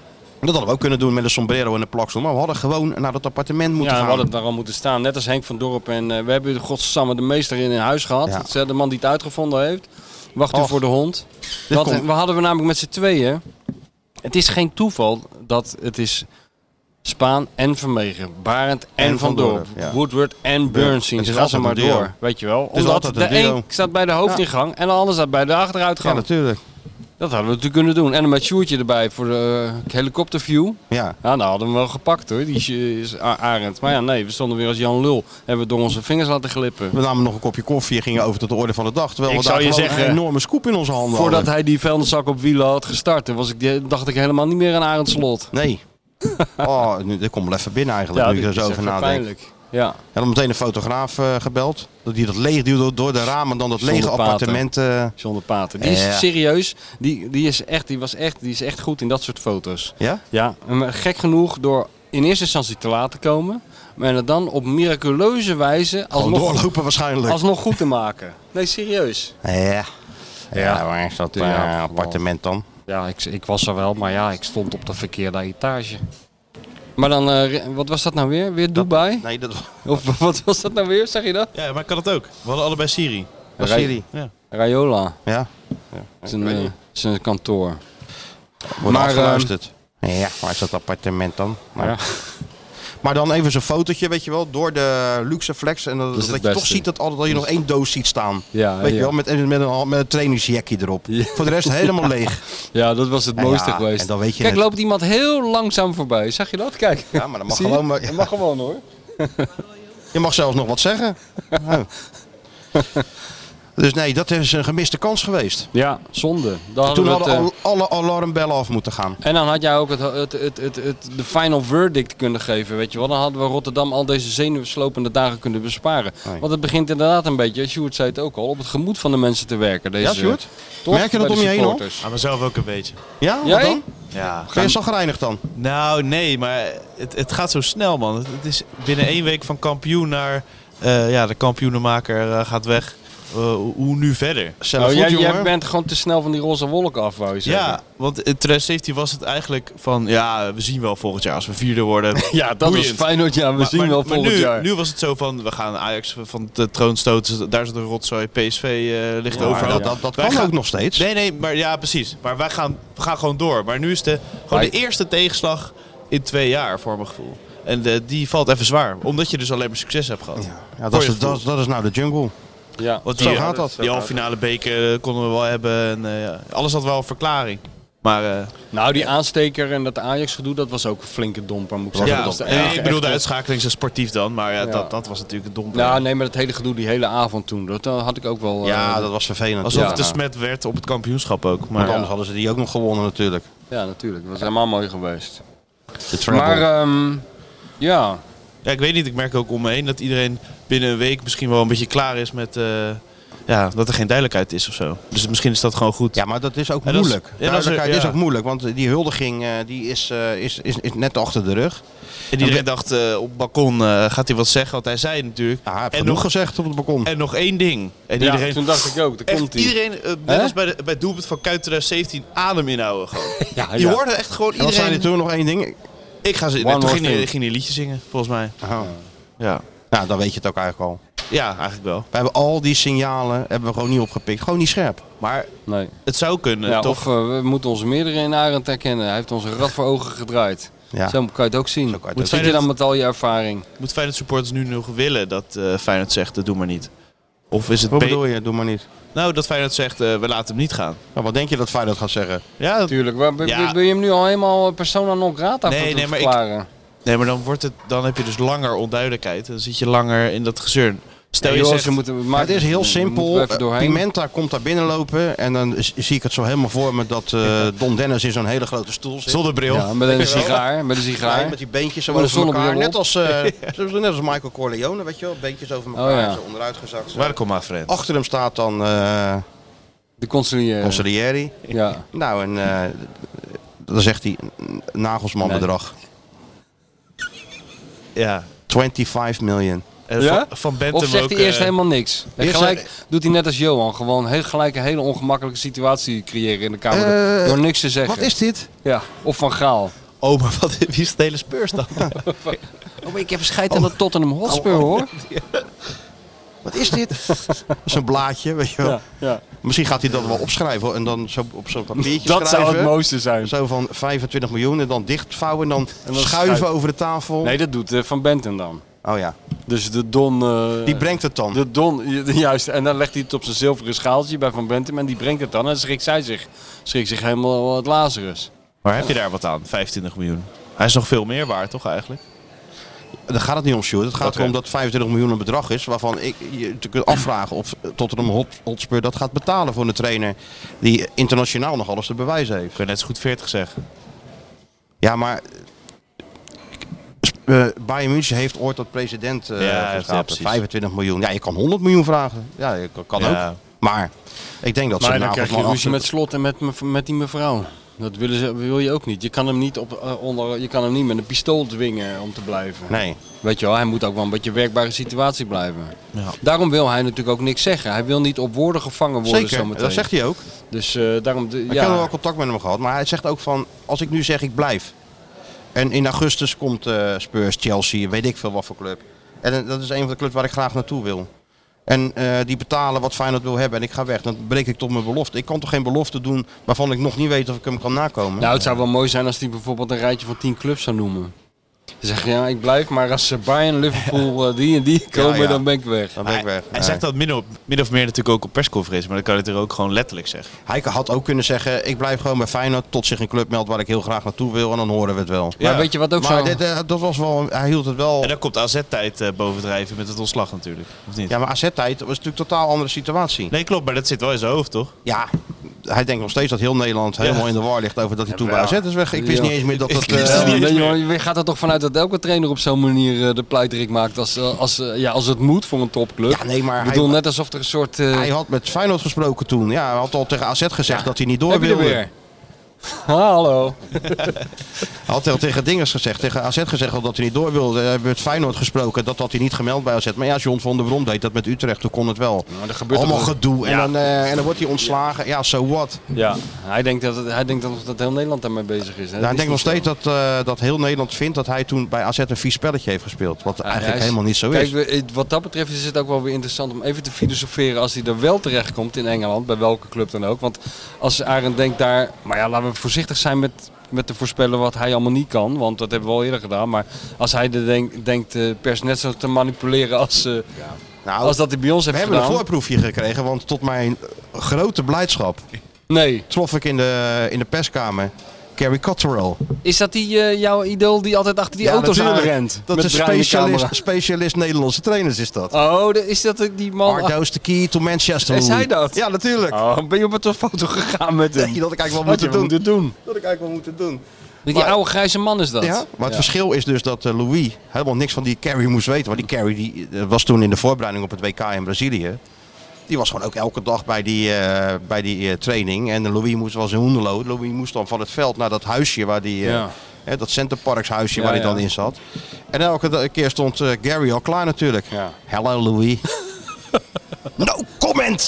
Dat hadden we ook kunnen doen met een sombrero en een plakstoel. Maar we hadden gewoon naar dat appartement moeten Ja, we gaan. hadden daar al moeten staan. Net als Henk van Dorp. En we hebben godsamme de meester in huis gehad. Ja. Dat is de man die het uitgevonden heeft. Wacht u Och. voor de hond. komt- We hadden we namelijk met z'n tweeën. Het is geen toeval dat het is Spaan en Vermegen. Barend en Van Dorp. Ja. Woodward en Bernstein. Het is Ga ze altijd maar een duo. door. Weet je wel. is Omdat altijd de een duo. een staat bij de hoofdingang en de ander staat bij de Ja, achteruitgang. natuurlijk. Dat hadden we natuurlijk kunnen doen. En een met Sjoerdje erbij voor de helikopterview. Ja. Ja, nou hadden we hem wel gepakt hoor, die is Arend. Maar ja, nee, we stonden weer als Jan Lul. Hebben we door onze vingers laten glippen. We namen nog een kopje koffie en gingen over tot de orde van de dag. Terwijl Ik we daar zou je gewoon zeggen, een enorme scoop in onze handen Voordat hadden. hij die vuilniszak op wielen had gestart, dacht ik helemaal niet meer aan Arend Slot. Nee. Oh, dit komt wel even binnen eigenlijk, nu ik er zo over nadenk. pijnlijk. Ja, En dan meteen een fotograaf gebeld. Dat die dat leeg duwde door de ramen. Dan dat lege Zonder paten. appartement. John de Pater. Die is Ja. serieus, die is echt goed in dat soort foto's. Ja? Ja, maar gek genoeg door in eerste instantie te laten komen. Maar het dan op miraculeuze wijze Gewoon alsnog, doorlopen waarschijnlijk. alsnog goed te maken. Nee, serieus. Ja. Ja. Waar is dat Ja, appartement dan? Ja, ik was er wel, maar ja, ik stond op de verkeerde etage. Maar dan, wat was dat nou weer? Weer Dubai? Nee, dat Of wat was dat nou weer? Zeg je dat? Ja, maar ik kan het ook. We hadden allebei Siri. was Siri. Rayola. Ja. Zijn kantoor. Wordt Maar, afgeluisterd. Ja, waar is dat appartement dan? Nou, Ja. Maar dan even zo'n fotootje, weet je wel, door de luxe flex. En dat is het je toch beste. ziet dat je nog één doos ziet staan. Ja, Weet je ja. wel, met een trainingsjackie erop. Ja. Voor de rest helemaal leeg. Ja, dat was het Ja, mooiste ja, geweest. en dan weet je Kijk, het. loopt iemand heel langzaam voorbij. Zag je dat? Kijk. Ja, maar dat mag Zie je? gewoon. Maar, Dat mag gewoon hoor. je mag zelfs nog wat zeggen. Nou. Dus nee, dat is een gemiste kans geweest. Ja, zonde. Dan Toen we hadden het, alle alarmbellen af moeten gaan. En dan had jij ook de final verdict kunnen geven, weet je wel. Dan hadden we Rotterdam al deze zenuwslopende dagen kunnen besparen. Nee. Want het begint inderdaad een beetje, Sjoerd zei het ook al, op het gemoed van de mensen te werken. Deze, Ja, Sjoerd? toch? Merk je dat Bij om de je heen, hoor? supporters. Aan mezelf ook een beetje. Ja, wat Jij? dan? Ja. Ben je zagrijnig dan? Nou, nee, maar het gaat zo snel, man. Het is binnen 1 week van kampioen naar... de kampioenenmaker gaat weg. Hoe nu verder? Zelf Oh, goed, jij jongen. bent gewoon te snel van die roze wolken af, wou je zeggen. Ja, want in 2017 was het eigenlijk van... Ja, we zien wel volgend jaar als we 4e worden. Ja, dat Boeiend. is Feyenoord, ja, we zien wel volgend nu, jaar. Nu was het zo van, we gaan Ajax van de troon stoten. Daar zit een rotzooi. PSV ligt Ja, overal. Maar dat Wij kan gaan- ook nog steeds. Nee, maar ja, precies. Maar we gaan gewoon door. Maar nu is gewoon de eerste tegenslag in 2 jaar, voor mijn gevoel. En die valt even zwaar. Omdat je dus alleen maar succes hebt gehad. Ja, dat is nou de jungle. Ja. Want Zo die, gaat dat. Die halve finale beker konden we wel hebben. En, alles had wel een verklaring. Maar Nou, die aansteker en dat Ajax-gedoe, dat was ook een flinke domper, moet ik zeggen. ja, Dat was ik bedoel de uitschakeling is sportief dan. Maar Ja. dat was natuurlijk een domper. Nou, nee, maar dat hele gedoe, die hele avond toen, dat had ik ook wel... Ja, dat was vervelend. Alsof Ja. het een smet werd op het kampioenschap ook. Want Maar anders hadden ze die ook nog gewonnen natuurlijk. Ja, natuurlijk. Dat was helemaal mooi geweest. De treble. Maar, ja... ja, ik weet niet. Ik merk ook om me heen dat iedereen binnen een week misschien wel een beetje klaar is met... dat er geen duidelijkheid is of zo. Dus misschien is dat gewoon goed. Ja, maar dat is ook En dat is- moeilijk. ja, dat is- Duidelijkheid is ja. ook moeilijk, want die huldiging die is net achter de rug. En iedereen dacht op het balkon, gaat hij wat zeggen? Want hij zei natuurlijk... Ja, hij heeft En genoeg nog- gezegd op het balkon. En nog 1 ding. En Ja, iedereen... toen dacht ik ook, daar Echt, komt hij. iedereen, net Hè? als bij het doelpunt van Kuit 2017, adem inhouden gewoon. Ja, Je hoorde echt gewoon En wat zei iedereen... hij toen nog één ding? Ik ga One toen more ging hij thing. een liedje zingen, volgens mij. Oh. Ja. Nou, dan weet je het ook eigenlijk al. Ja, eigenlijk wel. We hebben al die signalen hebben we gewoon niet opgepikt. Gewoon niet scherp. Maar Nee. het zou kunnen, Ja, toch? of we moeten onze meerdere in Arend herkennen. Hij heeft ons een rad voor ogen gedraaid. Ja. Zo kan je het ook zien. Zo kan je het Wat ook zit je zien. dan met al je ervaring? Moet Feyenoord supporters nu nog willen dat Feyenoord zegt, dat doe maar niet? Of is het Wat bedoel je? Doe maar niet. Nou, dat Feyenoord zegt, we laten hem niet gaan. Nou, wat denk je dat Feyenoord gaat zeggen? Ja, Natuurlijk. Ja. Wil je hem nu al helemaal persona non grata Nee, nee, maar ik- verklaren? nee, maar dan heb je dus langer onduidelijkheid. Dan zit je langer in dat gezeur. Stel Nee, je joh, zegt... ze moeten, Maar het is heel moeten we simpel. even doorheen. Pimenta komt daar binnenlopen en dan zie ik het zo helemaal voor me dat Don Dennis in zo'n hele grote stoel zit. Zonder bril. Ja, met een sigaar. Met een Ja, sigaar. met die beentjes zo Met een over elkaar. zonnebril Net als Michael Corleone, weet je wel. Beentjes over elkaar, Oh, ja. zo onderuit gezakt. Zo. Welkom maar, vriend. Achter hem staat dan De conciliëren. Consiglieri. Ja. Nou, en dan zegt hij Nagelsman Nee. bedrag. Ja. 25 miljoen. En Ja? van Bentham Of zegt ook, hij eerst helemaal niks? En eerst gelijk zeg- doet hij net als Johan. Gewoon gelijk een hele ongemakkelijke situatie creëren in de Kamer. Door niks te zeggen. Wat is dit? Ja. Of Van Gaal. Oh, maar wie is het hele Spurs dan? Oh, maar ik heb een scheid aan de Tottenham Hotspur, hoor. Wat is dit? Zo'n blaadje, weet je wel. Ja. Misschien gaat hij dat wel opschrijven en dan zo op zo'n papiertje Dat schrijven. zou het mooiste zijn. Zo van 25 miljoen en dan dichtvouwen en dan schuiven schuiven. over de tafel. Nee, dat doet Van Benten dan. Oh ja, Dus de Don... die brengt het dan. De Don, juist. En dan legt hij het op zijn zilveren schaaltje bij Van Benten. En die brengt het dan. En dan schrikt zich helemaal het Lazarus. Maar heb je daar wat aan? 25 miljoen. Hij is nog veel meer waard, toch eigenlijk? Daar gaat het niet om, Sjoerd. Het gaat erom dat 25 miljoen een bedrag is waarvan je kunt afvragen of Tottenham Hotspur dat gaat betalen voor een trainer die internationaal nog alles te bewijzen heeft. Ik kan net zo goed 40 zeggen. Ja, maar Bayern München heeft ooit tot president geschapen. 25 miljoen. Ja, je kan 100 miljoen vragen. Ja, je kan ook. Maar ik denk dat ze... Maar dan krijg je ruzie met Slot en met die mevrouw. Dat wil je ook niet. Je kan hem niet, je kan hem niet met een pistool dwingen om te blijven. Nee. Weet je wel, hij moet ook wel een beetje een werkbare situatie blijven. Ja. Daarom wil hij natuurlijk ook niks zeggen. Hij wil niet op woorden gevangen worden. Zeker, zometeen. dat zegt hij ook. Dus daarom... Ik heb wel contact met hem gehad. Maar hij zegt ook van, als ik nu zeg ik blijf. En in augustus komt Spurs, Chelsea, weet ik veel wat voor club. En dat is een van de clubs waar ik graag naartoe wil. En die betalen wat Feyenoord wil hebben en ik ga weg. Dan breek ik toch mijn belofte. Ik kan toch geen belofte doen waarvan ik nog niet weet of ik hem kan nakomen. Nou, het zou wel mooi zijn als hij bijvoorbeeld een rijtje van 10 clubs zou noemen. Dan zeg je, ja, ik blijf, maar als Bayern, Liverpool, die en die komen, dan ben ik weg. Dan ben ik weg. Hij zegt dat min of meer natuurlijk ook op persconferentie, maar dan kan hij het er ook gewoon letterlijk zeggen. Hij had ook kunnen zeggen, ik blijf gewoon bij Feyenoord tot zich een club meldt waar ik heel graag naartoe wil en dan horen we het wel. Maar weet je wat ook Maar zo... dat was wel, hij hield het wel... En dan komt AZ-tijd bovendrijven met het ontslag natuurlijk, of niet? Ja, maar AZ-tijd was natuurlijk een totaal andere situatie. Nee, klopt, maar dat zit wel in zijn hoofd, toch? Ja, hij denkt nog steeds dat heel Nederland helemaal in de war ligt over dat hij toen bij AZ is weg. Ik wist niet eens meer dat dat... Je gaat er toch vanuit dat elke trainer op zo'n manier de pleitrik maakt als het moet voor een topclub. Ja, nee, maar ik bedoel, net alsof er een soort... Hij had met Feyenoord gesproken toen. Ja, hij had al tegen AZ gezegd dat hij niet door Heb je er wilde. weer? Hallo. Hij had al tegen Dingers gezegd, tegen AZ gezegd dat hij niet door wilde. Hij heeft met Feyenoord gesproken, dat had hij niet gemeld bij AZ. Maar ja, John van der Brom deed dat met Utrecht, toen kon het wel. Nou, er gebeurt allemaal toch... gedoe Ja. en dan wordt hij ontslagen. Ja, so what? Ja, hij denkt dat heel Nederland daarmee bezig is. Hè? Hij denkt nog steeds dat heel Nederland vindt dat hij toen bij AZ een vies spelletje heeft gespeeld. Wat eigenlijk helemaal niet zo is. Kijk, wat dat betreft is het ook wel weer interessant om even te filosoferen als hij er wel terecht komt in Engeland, bij welke club dan ook. Want als Arend denkt daar, maar ja, laten we voorzichtig zijn met te voorspellen wat hij allemaal niet kan, want dat hebben we al eerder gedaan. Maar als hij denkt pers net zo te manipuleren als dat hij bij ons heeft we gedaan. hebben een voorproefje gekregen, want tot mijn grote blijdschap trof ik in de perskamer Gary Cotterill. Is dat jouw idool die altijd achter die auto's aanrent? Dat is specialist Nederlandse trainers is dat. Oh, is dat die man? Ardo's the key to Manchester. Is hij dat? Ja, natuurlijk. Oh, ben je op een foto gegaan met hem? Nee, dat ik eigenlijk wel moeten doen. Dat ik eigenlijk wel moeten doen. Die oude grijze man is dat. Ja, maar het verschil is dus dat Louis helemaal niks van die Gary moest weten. Want die Gary die was toen in de voorbereiding op het WK in Brazilië. Die was gewoon ook elke dag bij die training. En Louis was in Hoenderloo. Louis moest dan van het veld naar dat huisje waar die... dat Centerparks huisje waar hij dan in zat. En elke keer stond Gary al klaar natuurlijk. Ja. Hello Louis. No comment!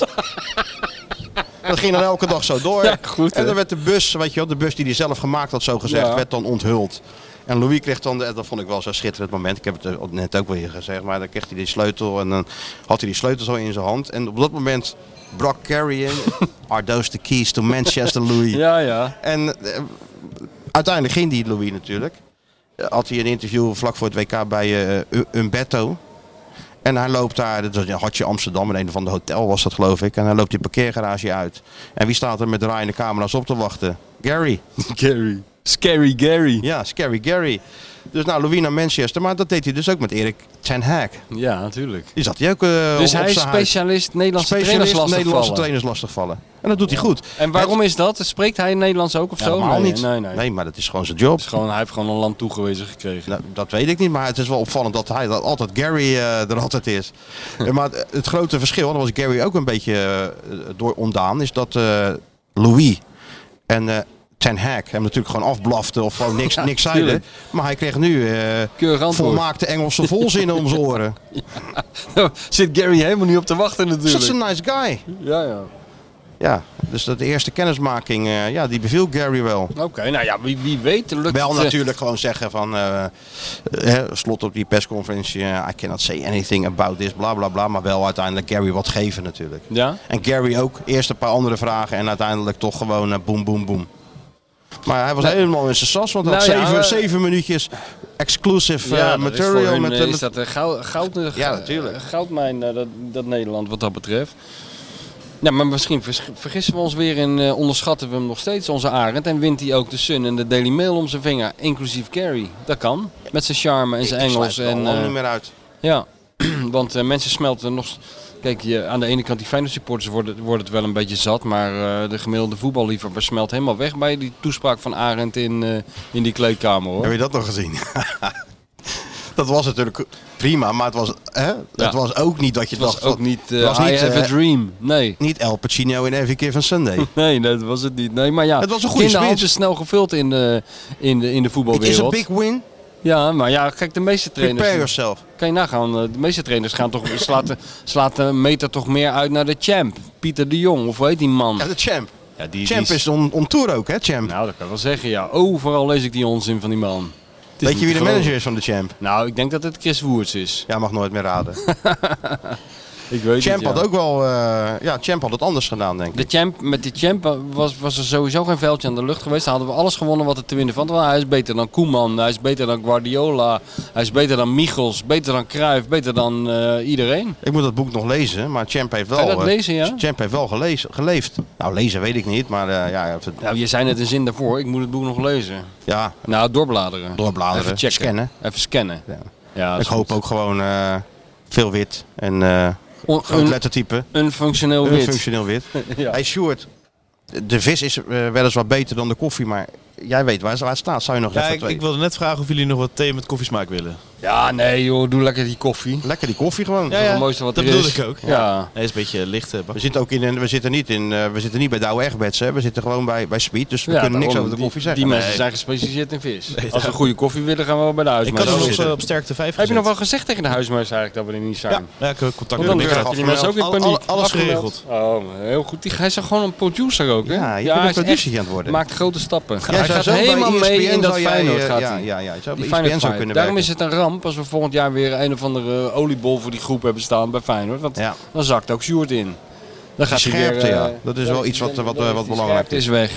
Dat ging dan elke dag zo door. Ja, goed, en dan werd de bus, weet je wel, de bus die hij zelf gemaakt had zo gezegd, werd dan onthuld. En Louis kreeg dan, dat vond ik wel zo'n schitterend moment. Ik heb het net ook wel hier gezegd, maar dan kreeg hij die sleutel en dan had hij die sleutel zo in zijn hand. En op dat moment brak Gary in. Are those the keys to Manchester, Louis? Ja. En uiteindelijk ging die Louis natuurlijk. Had hij een interview vlak voor het WK bij Umberto. En hij loopt daar, dat had je Amsterdam, in een van de hotel was dat geloof ik. En hij loopt die parkeergarage uit. En wie staat er met draaiende camera's op te wachten? Gary. Scary Gary. Ja, Scary Gary. Dus nou, Louis naar Manchester, maar dat deed hij dus ook met Erik ten Hag. Ja, natuurlijk. Die zat hij ook dus hij is specialist Nederlandse trainers lastigvallen. En dat doet hij goed. En waarom is dat? Spreekt hij Nederlands ook of zo? Helemaal niet. Nee, maar dat is gewoon zijn job. Hij heeft gewoon een land toegewezen gekregen. Nou, dat weet ik niet, maar het is wel opvallend dat altijd Gary er altijd is. Maar het grote verschil, daar was Gary ook een beetje door ontdaan, is dat Louis en ten Hag hem natuurlijk gewoon afblafte of gewoon niks zeiden. Maar hij kreeg nu volmaakte Engelse volzinnen om zijn oren. Ja. Zit Gary helemaal niet op te wachten natuurlijk. Dat is een nice guy. Ja. Ja, Dus dat de eerste kennismaking, die beviel Gary wel. Oké, nou ja, wie weet lukt Wel het. natuurlijk gewoon zeggen van, slot op die persconferentie, I cannot say anything about this, bla bla bla. Maar wel uiteindelijk Gary wat geven natuurlijk. Ja? En Gary ook, eerst een paar andere vragen en uiteindelijk toch gewoon boem boem boem. Maar hij was helemaal in zijn sas, want hij had 7 minuutjes exclusive material. Is dat goud, ja, natuurlijk. Goudmijn, dat Nederland wat dat betreft. Ja, maar misschien vergissen we ons weer en onderschatten we hem nog steeds, onze Arend. En wint hij ook de Sun en de Daily Mail om zijn vinger, inclusief Gary. Dat kan, met zijn charme en zijn Engels. Ik sluit er al niet meer uit. Ja, want mensen smelten nog... Kijk, aan de ene kant die Feyenoord supporters wordt het wel een beetje zat. Maar de gemiddelde voetballiefhebber smelt helemaal weg bij die toespraak van Arend in die kleedkamer, hoor. Heb je dat nog gezien? Dat was natuurlijk prima, maar het was ook niet dat je dacht... Het was ook niet I have a dream, nee. Niet El Pacino in Every Given Sunday. Nee, dat was het niet. Nee, maar ja, het was een goede kinderhand is snel gevuld in de voetbalwereld. Het is een big win. Ja, maar ja, kijk, de meeste trainers... Prepare yourself. Kan je nagaan, de meeste trainers gaan toch, slaat de meter toch meer uit naar de champ. Pieter de Jong, of hoe heet die man? Ja, de champ. Ja, die champ is on tour ook, hè, champ? Nou, dat kan ik wel zeggen, ja. Overal lees ik die onzin van die man. Weet je wie de manager is van de champ? Nou, ik denk dat het Chris Woerts is. Ja, mag nooit meer raden. Ik weet Champ het, ja. had ook wel... Champ had het anders gedaan, denk ik. Met de Champ was er sowieso geen veldje aan de lucht geweest. Dan hadden we alles gewonnen wat er te winnen valt. Want hij is beter dan Koeman, hij is beter dan Guardiola, hij is beter dan Michels, beter dan Cruijff, beter dan iedereen. Ik moet dat boek nog lezen, maar Champ heeft wel... Ga je dat lezen, ja? Champ heeft wel geleefd. Nou, lezen weet ik niet, maar Nou, je zei net een zin daarvoor, ik moet het boek nog lezen. Ja. Nou, doorbladeren. Even checken. Scannen. Even scannen. Ja, ik hoop ook gewoon veel wit en... groot lettertype. Een functioneel wit. Functioneel wit. Ja. Hey Sjoerd, de vis is weliswaar beter dan de koffie, maar jij weet waar het staat. Zou je nog even ik wilde net vragen of jullie nog wat thee met koffiesmaak willen. Ja, nee joh, doe lekker die koffie. Lekker die koffie gewoon. Dat is het mooiste wat dat er is. Dat bedoel ik ook. Ja. Hij is een beetje licht. We zitten niet bij Douwe Egberts, hè. We zitten gewoon bij Speed, dus we kunnen niks over de koffie zeggen. Die mensen zijn gespecialiseerd in vis. Als we goede koffie willen, gaan we wel bij de huismeester. Ik had hem op sterkte 5 gezet. Heb je nog wel gezegd tegen de huismeester eigenlijk dat we er niet zijn? Ja, ik heb contact met hem. Dan die mensen ook in paniek. Alles geregeld. Oh, heel goed. Hij is gewoon een producer ook, hè? Ja, je bent een producer aan het worden. Maakt grote stappen. Hij gaat helemaal mee in dat Feyenoord gaat hij. Ja, je zou bij Feyenoord ESPN zo kunnen Daarom werken. is het een ramp als we volgend jaar weer een of andere oliebol voor die groep hebben staan bij Feyenoord. Want dan zakt ook Sjoerd in. Dan gaat scherpte, ja. Dat is wel iets wat belangrijk is. Is weg.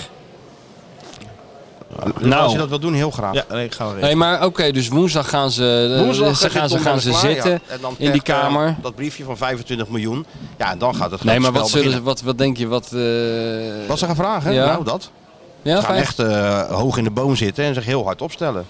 Nou, als je dat wil doen, heel graag. Ja, nee, gaan we regelen. Nee, maar oké, dus woensdag gaan ze zitten in die kamer. Dat briefje van 25 miljoen. Ja, en dan gaat het Nee, maar wat denk je? Wat ze gaan vragen? Ja. Nou, dat. Ja, ze gaan echt hoog in de boom zitten en zich heel hard opstellen.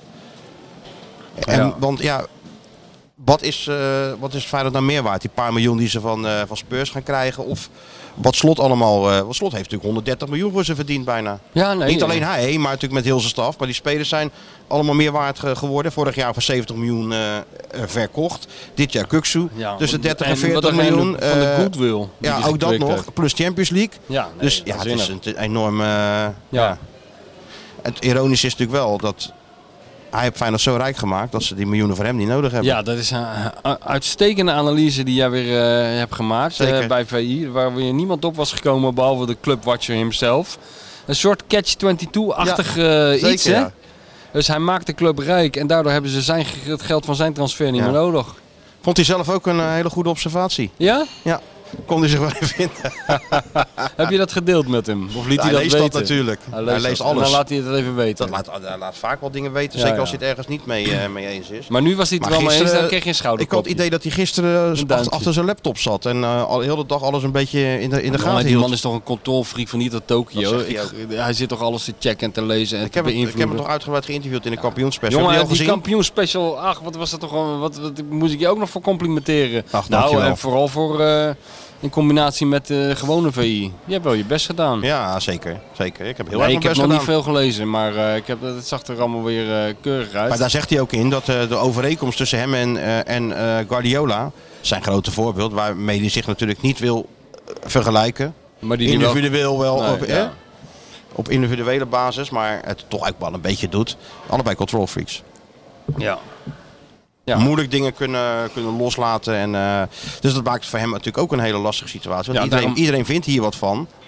En, want ja, wat is Feyenoord nou meer waard? Die paar miljoen die ze van Spurs gaan krijgen? Of wat Slot allemaal... Slot heeft natuurlijk 130 miljoen voor ze verdiend bijna. Ja, nee, niet alleen hij, maar natuurlijk met heel zijn staf. Maar die spelers zijn allemaal meer waard geworden. Vorig jaar voor 70 miljoen verkocht. Dit jaar Kuksu. Ja, tussen 30 en 40 miljoen. Van de goodwill. Ja, ook dat nog. Heeft. Plus Champions League. Ja, nee, dus ja, het is een enorm... ja. Het ironische is natuurlijk wel dat... Hij heeft Feyenoord zo rijk gemaakt dat ze die miljoenen voor hem niet nodig hebben. Ja, dat is een uitstekende analyse die jij weer hebt gemaakt bij VI. Waar weer niemand op was gekomen behalve de clubwatcher himself. Een soort catch-22-achtig iets, hè? Ja. Dus hij maakt de club rijk en daardoor hebben ze het geld van zijn transfer niet meer nodig. Vond hij zelf ook een hele goede observatie. Ja? Ja. Kon hij zich wel even vinden. Heb je dat gedeeld met hem? Of liet hij dat weten? Hij leest dat natuurlijk. Hij leest alles. En dan laat hij het even weten. Dat laat vaak wel dingen weten. Zeker als hij het ergens niet mee eens is. Maar nu was hij het wel mee eens, dan kreeg je een schouderklopje. Ik had het idee dat hij gisteren achter zijn laptop zat. En de hele dag alles een beetje in de gaten hield. Die man is toch een controlfreak van niet tot Tokio. Hij zit toch alles te checken en te lezen en te beïnvloeden. Ik heb hem toch uitgebreid geïnterviewd in de kampioenspecial. Jongen, die kampioenspecial, ach, wat was dat toch gewoon, wat moest ik je ook nog voor complimenteren. Ach, nou, en vooral voor... in combinatie met de gewone VI. Je hebt wel je best gedaan. Ja, zeker. Zeker. Ik heb heel erg mijn best gedaan. Ik heb nog niet veel gelezen, maar het zag er allemaal weer keurig uit. Maar daar zegt hij ook in dat de overeenkomst tussen hem en Guardiola, zijn grote voorbeeld, waarmee hij zich natuurlijk niet wil vergelijken. Maar die individueel wel op individuele basis, maar het toch eigenlijk wel een beetje doet. Allebei control freaks. Ja. Ja. Moeilijk dingen kunnen loslaten. Dus dat maakt het voor hem natuurlijk ook een hele lastige situatie. Want iedereen vindt hier wat van.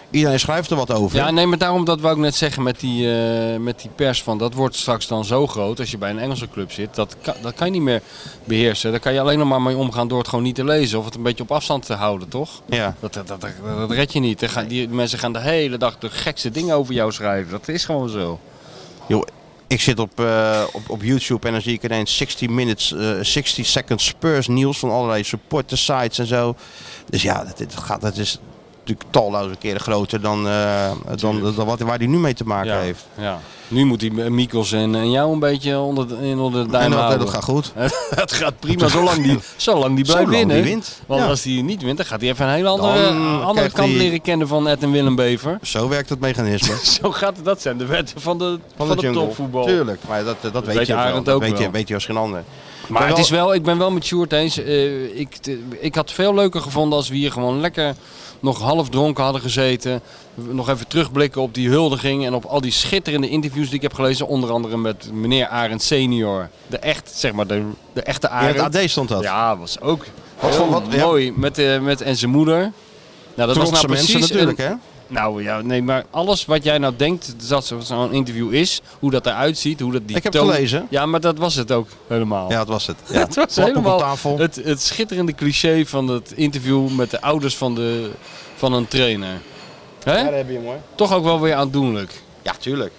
Iedereen schrijft er wat over. Ja, nee, maar daarom dat wou ik net zeggen met die pers van dat wordt straks dan zo groot als je bij een Engelse club zit. Dat kan je niet meer beheersen. Daar kan je alleen nog maar mee omgaan door het gewoon niet te lezen of het een beetje op afstand te houden, toch? Ja. Dat red je niet. Die mensen gaan de hele dag de gekste dingen over jou schrijven. Dat is gewoon zo. Joh, ik zit op YouTube en dan zie ik ineens 60 seconds Spurs nieuws van allerlei supporter sites en zo. Dus ja, dat is natuurlijk talloze keren groter dan waar hij nu mee te maken heeft. Ja. Nu moet hij Mikkels en jou een beetje onder de duim houden. Dat gaat goed. Het gaat prima, zolang die blijft winnen. Wint. Want als hij niet wint, dan gaat hij even een hele andere kant leren kennen van Ed en Willem Bever. Zo werkt het mechanisme. Zo gaat het, dat zijn de wetten van de topvoetbal. Tuurlijk, maar dat weet je wel. Dat weet je als geen ander. Maar ik ben wel met Sjoerd eens. Ik had het veel leuker gevonden als we hier gewoon lekker nog half dronken hadden gezeten. Nog even terugblikken op die huldiging en op al die schitterende interviews die ik heb gelezen. Onder andere met meneer Arend senior. De echte Arend. In het AD stond dat? Ja, was ook wat mooi. Met en zijn moeder. Nou, dat was nou precies mensen natuurlijk, hè? Nou ja, nee, maar alles wat jij nou denkt dat zo'n interview is, hoe dat eruit ziet, hoe dat die ik heb het gelezen. Ja, maar dat was het ook helemaal. Ja, dat was het. Ja. Het was helemaal het schitterende cliché van het interview met de ouders van een trainer. Hè? Ja, daar heb je hem, hoor. Toch ook wel weer aandoenlijk. Ja, tuurlijk.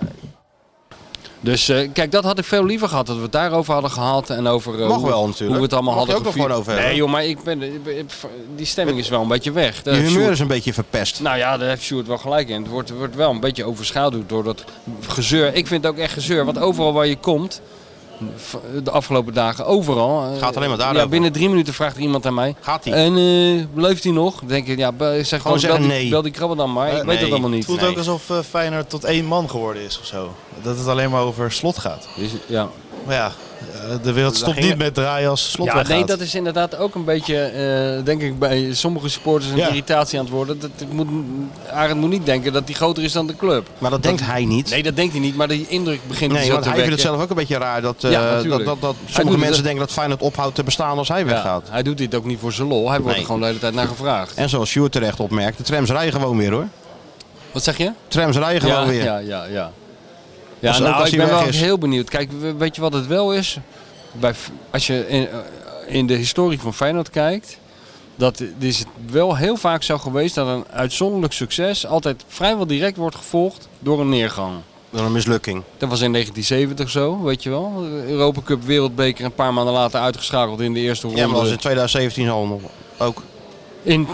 Dus kijk, dat had ik veel liever gehad, dat we het daarover hadden gehad en over Mag wel, natuurlijk. hoe we het allemaal Mag je hadden ook nog gewoon over hebben. Nee joh, maar die stemming is wel een beetje weg. Je humeur is een beetje verpest. Nou ja, daar heeft Sjoerd wel gelijk in. Het wordt wel een beetje overschaduwd door dat gezeur. Ik vind het ook echt gezeur, want overal waar je komt, de afgelopen dagen, overal. Gaat alleen maar daarover. Ja, binnen 3 minuten vraagt er iemand aan mij. Gaat hij? En leeft hij nog? Dan denk ik, ja, zeg gewoon zeggen nee. Bel die krabben dan maar. Ik weet het allemaal niet. Het voelt ook alsof Feyenoord tot 1 man geworden is of zo. Dat het alleen maar over Slot gaat. Ja. Maar ja, de wereld stopt niet met draaien als Slot weggaat. Nee, dat is inderdaad ook een beetje, denk ik, bij sommige supporters een irritatie aan het worden. Arend moet niet denken dat hij groter is dan de club. Maar dat denkt hij niet. Nee, dat denkt hij niet, maar die indruk begint te wekken. Nee, want hij vindt het zelf ook een beetje raar dat sommige mensen denken dat Feyenoord ophoudt te bestaan als hij weggaat. Hij doet dit ook niet voor zijn lol, hij wordt er gewoon de hele tijd naar gevraagd. En zoals Sjoerd terecht opmerkt, de trams rijden gewoon weer, hoor. Wat zeg je? Trams rijden gewoon weer. Ja, nou, ik ben wel heel benieuwd. Kijk, weet je wat het wel is? Als je in de historie van Feyenoord kijkt, dat is het wel heel vaak zo geweest dat een uitzonderlijk succes altijd vrijwel direct wordt gevolgd door een neergang. Door een mislukking. Dat was in 1970 zo, weet je wel. De Europa Cup Wereldbeker een paar maanden later uitgeschakeld in de eerste ronde. Ja, maar dat was in 2017 al nog ook. In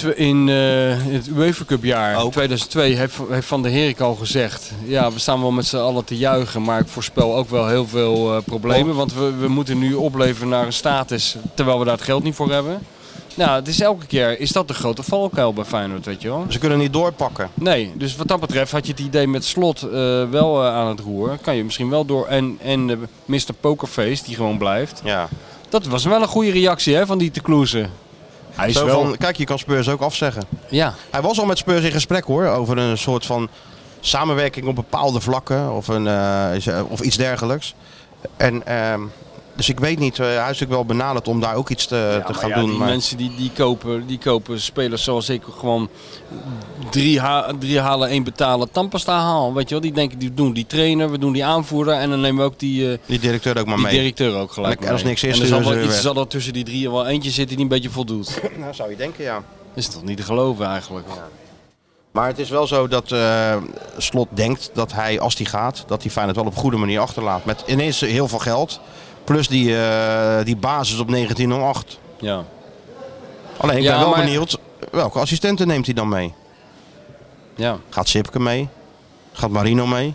het UEFA Cup jaar 2002 heeft Van der Herik al gezegd, ja, we staan wel met z'n allen te juichen, maar ik voorspel ook wel heel veel problemen. Want we moeten nu opleveren naar een status terwijl we daar het geld niet voor hebben. Nou, het is elke keer, is dat de grote valkuil bij Feyenoord, weet je wel. Ze kunnen niet doorpakken. Nee, dus wat dat betreft had je het idee met Slot wel aan het roer. Kan je misschien wel door en Mr. Pokerface, die gewoon blijft. Ja. Dat was wel een goede reactie hè, van die te Kloeze. Hij is zo wel... van, kijk, je kan Spurs ook afzeggen. Ja. Hij was al met Spurs in gesprek hoor, over een soort van samenwerking op bepaalde vlakken of iets dergelijks. En dus ik weet niet, hij is natuurlijk wel benaderd om daar ook iets te gaan doen. Die mensen die kopen spelers zoals ik gewoon 3 halen, 1 betalen, tandpasta haal. Weet je wel, die denken die doen die trainer, we doen die aanvoerder en dan nemen we ook die directeur ook maar die mee. directeur ook gelijk. En als niks is, en er zal er tussen die 3 wel eentje zitten die een beetje voldoet. Nou, zou je denken, ja. Is toch niet te geloven eigenlijk. Ja. Maar het is wel zo dat Slot denkt dat hij, als hij gaat, dat hij Feyenoord wel op goede manier achterlaat. Met ineens heel veel geld. Plus die basis op 1908. Ja. Alleen ik ben wel benieuwd, welke assistenten neemt hij dan mee? Ja. Gaat Sipke mee? Gaat Marino mee?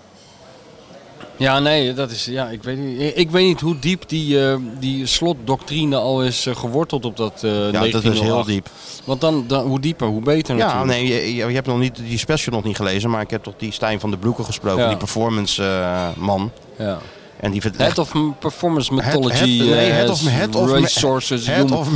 Ja, nee, dat is, ja, ik weet niet hoe diep die Slotdoctrine al is geworteld op dat 1908. Ja, dat is heel diep. Want dan hoe dieper, hoe beter natuurlijk. Ja, nee, je hebt nog niet die special nog niet gelezen, maar ik heb toch die Stijn van der Broeke gesproken, die performance man. Ja. En die Head of Performance Methodology, Head of Resources, Head of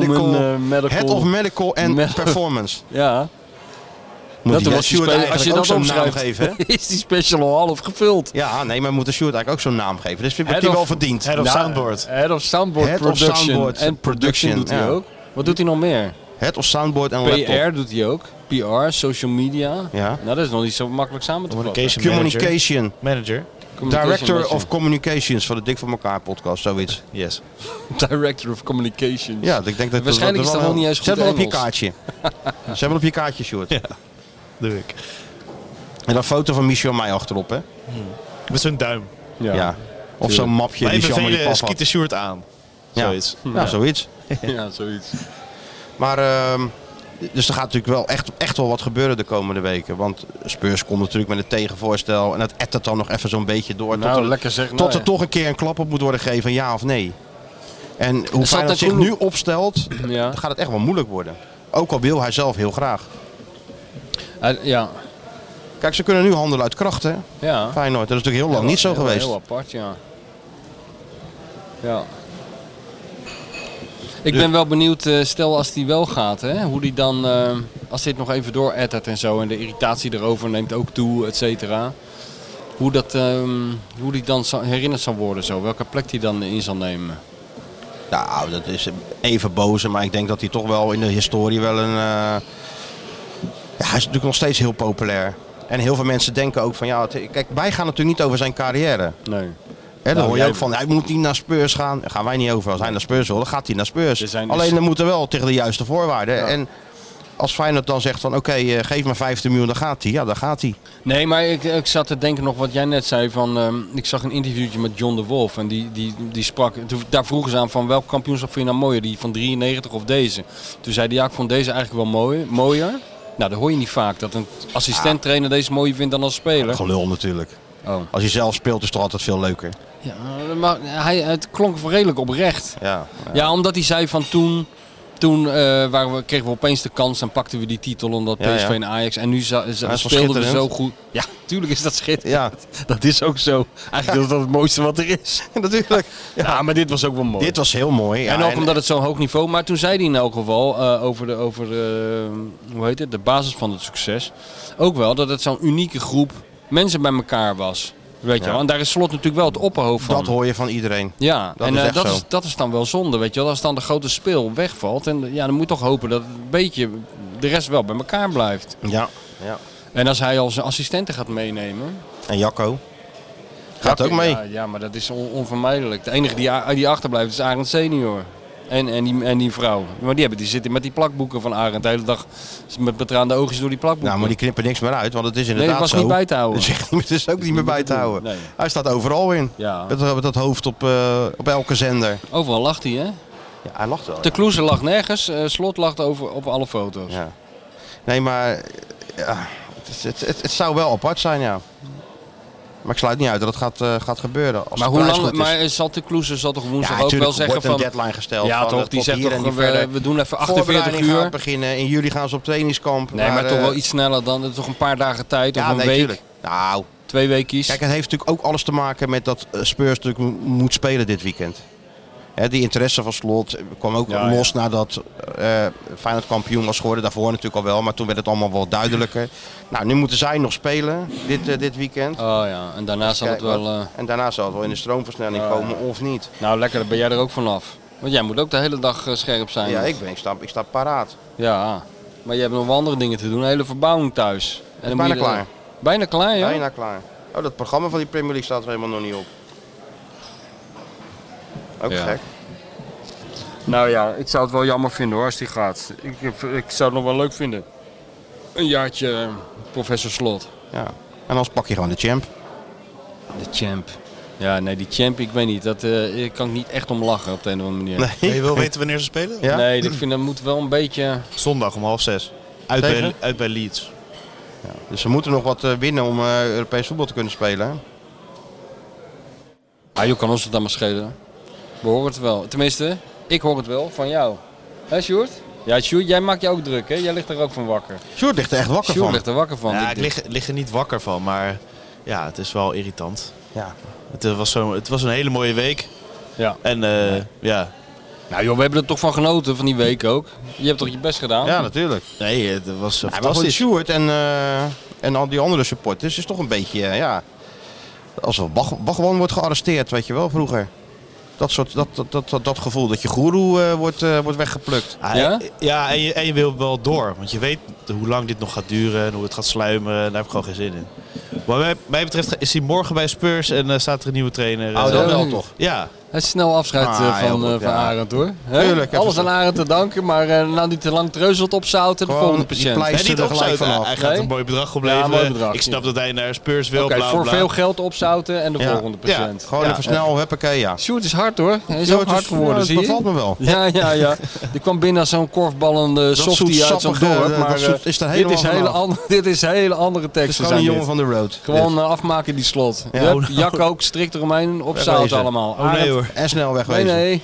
Medical and Medical. Performance. Ja. Moet dat Sjoerd eigenlijk ook zo'n naam geven? Is die special al half gevuld? Ja, nee, maar we moeten Sjoerd eigenlijk ook zo'n naam geven. Dus heeft hij wel verdiend. Head of Soundboard. Head of Soundboard Production. En Production doet hij ook. Wat doet hij nog meer? Head of Soundboard en laptop. PR doet hij ook. PR, social media. Ja. Nou, dat is nog niet zo makkelijk samen te vatten. Communication. Manager. Director of Communications voor de Dik voor elkaar podcast, zoiets. Yes. Director of Communications. Ja, ik denk dat waarschijnlijk is dat wel niet eens goed Zet hem op je Engels. kaartje. Zet hem op je kaartje, Sjoerd. Ja, doe ik. En dan foto van Michel en mij achterop, hè? Met zo'n duim. Ja. Of zo'n mapje Wij die Jean-Marie bevelen Paf had. Skeeter Sjoerd aan. Ja. Zoiets. Ja, zoiets. Ja, zoiets. Maar, dus er gaat natuurlijk wel echt wel wat gebeuren de komende weken. Want Spurs komt natuurlijk met een tegenvoorstel. En dat ettert dan nog even zo'n beetje door. Nou, lekker zeg. Tot er toch een keer een klap op moet worden gegeven, ja of nee. En hoe Feyenoord zich nu opstelt, dan gaat het echt wel moeilijk worden. Ook al wil hij zelf heel graag. Ja. Kijk, ze kunnen nu handelen uit kracht, hè? Ja. Feyenoord, dat is natuurlijk heel lang niet zo geweest. Heel apart, ja. Ja. Ik ben wel benieuwd, stel als die wel gaat, hè, hoe die dan, als dit nog even doorettert en zo, en de irritatie erover neemt ook toe, et cetera. Hoe die dan herinnerd zal worden, zo, welke plek die dan in zal nemen. Nou, dat is even boze, maar ik denk dat hij toch wel in de historie wel een... Ja, hij is natuurlijk nog steeds heel populair. En heel veel mensen denken ook van, ja, kijk, wij gaan natuurlijk niet over zijn carrière. Nee. Dan hoor je ook van, hij moet niet naar Spurs gaan. Daar gaan wij niet over. Als hij naar Spurs wil, dan gaat hij naar Spurs. Alleen dan moet er wel tegen de juiste voorwaarden. Ja. En als Feyenoord dan zegt van, oké, geef maar 15 miljoen, dan gaat hij. Ja, dan gaat hij. Nee, maar ik zat te denken nog wat jij net zei van, ik zag een interviewtje met John de Wolf en die sprak, daar vroegen ze aan van welk kampioenschap vind je nou mooier, die van 93 of deze? Toen zei hij, ja, ik vond deze eigenlijk wel mooier. Nou, dat hoor je niet vaak, dat een assistent-trainer deze mooier vindt dan als speler. Gelul natuurlijk. Oh. Als je zelf speelt is het toch altijd veel leuker. Ja, maar het klonk redelijk oprecht. Ja, omdat hij zei van toen kregen we opeens de kans en pakten we die titel omdat PSV en Ajax. En nu speelden we zo goed. Ja, tuurlijk is dat schitterend. Ja. Dat is ook zo. Eigenlijk is dat het mooiste wat er is. Natuurlijk. Ja, maar dit was ook wel mooi. Dit was heel mooi. Ja, en ook omdat het zo'n hoog niveau. Maar toen zei hij in elk geval over hoe heet het, de basis van het succes. Ook wel dat het zo'n unieke groep mensen bij elkaar was. Weet je wel? En daar is Slot natuurlijk wel het opperhoofd van. Dat hoor je van iedereen. Ja, dat is dan wel zonde, weet je wel. Als dan de grote speel wegvalt, en ja, dan moet je toch hopen dat een beetje de rest wel bij elkaar blijft. Ja. En als hij al zijn assistenten gaat meenemen. En Jacco gaat ook mee. Ja, maar dat is onvermijdelijk. De enige die achterblijft is Arend senior. En die vrouw. Maar die zitten met die plakboeken van Arend de hele dag met betraande oogjes door die plakboeken. Nou, maar die knippen niks meer uit, want het is inderdaad zo. Nee, het was niet bij te houden. Het is ook niet meer bij te houden. Nee. Hij staat overal in. Ja. Met dat hoofd op elke zender. Overal lacht hij, hè? Ja, hij lacht wel. De Kloeze lacht nergens, Slot lacht op alle foto's. Ja. Nee, maar ja, het zou wel apart zijn, ja. Maar ik sluit niet uit dat het gaat gebeuren. Als maar hoe lang? Maar zal de Kloeze toch woensdag ook wel zeggen van... een deadline gesteld. Ja, toch? Die zegt toch, we doen even 48 uur. Gaat beginnen. In juli gaan ze op trainingskamp. Nee, maar toch wel iets sneller dan. Toch een paar dagen tijd of een week. Tuurlijk. Nou, 2 weekjes. Kijk, het heeft natuurlijk ook alles te maken met dat Spurs natuurlijk moet spelen dit weekend. Die interesse van Slot kwam ook los nadat Feyenoord kampioen was geworden. Daarvoor natuurlijk al wel, maar toen werd het allemaal wel duidelijker. Nou, nu moeten zij nog spelen dit weekend. Oh ja, en daarna zal het wel... En daarna zal het wel in de stroomversnelling komen of niet. Nou, lekker, daar ben jij er ook vanaf. Want jij moet ook de hele dag scherp zijn. Ja, ik sta paraat. Ja, maar je hebt nog wel andere dingen te doen. Een hele verbouwing thuis. En bijna klaar. Bijna klaar, ja? Bijna klaar. Oh, dat programma van die Premier League staat er helemaal nog niet op. Ook gek. Nou ja, ik zou het wel jammer vinden hoor als die gaat. Ik zou het nog wel leuk vinden. Een jaartje professor Slot. Ja, en anders pak je gewoon de champ. De champ. Ja, nee, die champ, ik weet niet. Dat kan ik niet echt om lachen op de een of andere manier. Nee. Je wil weten wanneer ze spelen? Ja? Nee, ik vind dat moet wel een beetje... Zondag om 5:30. Uit bij Leeds. Ja, dus ze moeten nog wat winnen om Europees voetbal te kunnen spelen. Hè? Ah, je kan ons het dan maar schelen. We horen het wel. Tenminste, ik hoor het wel van jou. Hé, Sjoerd? Ja, Sjoerd, jij maakt je ook druk, hè? Jij ligt er ook van wakker. Sjoerd ligt er echt wakker Sjoerd van. ligt er wakker van. Ja, ik lig er niet wakker van, maar ja, het is wel irritant. Ja. Het was een hele mooie week. Ja. En ja. Nou joh, we hebben er toch van genoten van die week ook. Je hebt toch je best gedaan? Ja, natuurlijk. Nee, het was fantastisch. Maar voor Sjoerd en al die andere supporters is toch een beetje, als er gewoon wordt gearresteerd, weet je wel, vroeger. Dat gevoel dat je goeroe wordt weggeplukt. Ja, en je wil wel door. Want je weet hoe lang dit nog gaat duren en hoe het gaat sluimeren. Daar heb ik gewoon geen zin in. Wat mij betreft is hij morgen bij Spurs en staat er een nieuwe trainer. Oh, dat wel toch? Ja. Hij is snel afscheid van Arend hoor. Tuurlijk. Alles aan Arend te danken, maar nou niet te lang treuzelt opzouten de volgende patiënt. Nee, niet opzouten. Hij gaat een mooi bedrag opleveren. Ja, mooi bedrag. Ik snap dat hij naar Spurs wil. Okay, voor veel geld opzouten en de volgende patiënt. Gewoon even snel, huppakee, ja. Sjoerd is hard hoor. Hij is ook hard geworden, zie je? Dat bevalt me wel. Ja. Die kwam binnen als zo'n korfballende softie uit zo'n dorp. Maar dit is hele andere teksten. Het is gewoon een jongen van de road. Gewoon afmaken die slot. Jak ook, strikt eromheen, opzouten allemaal. Oh nee hoor. En snel wegwezen. Nee.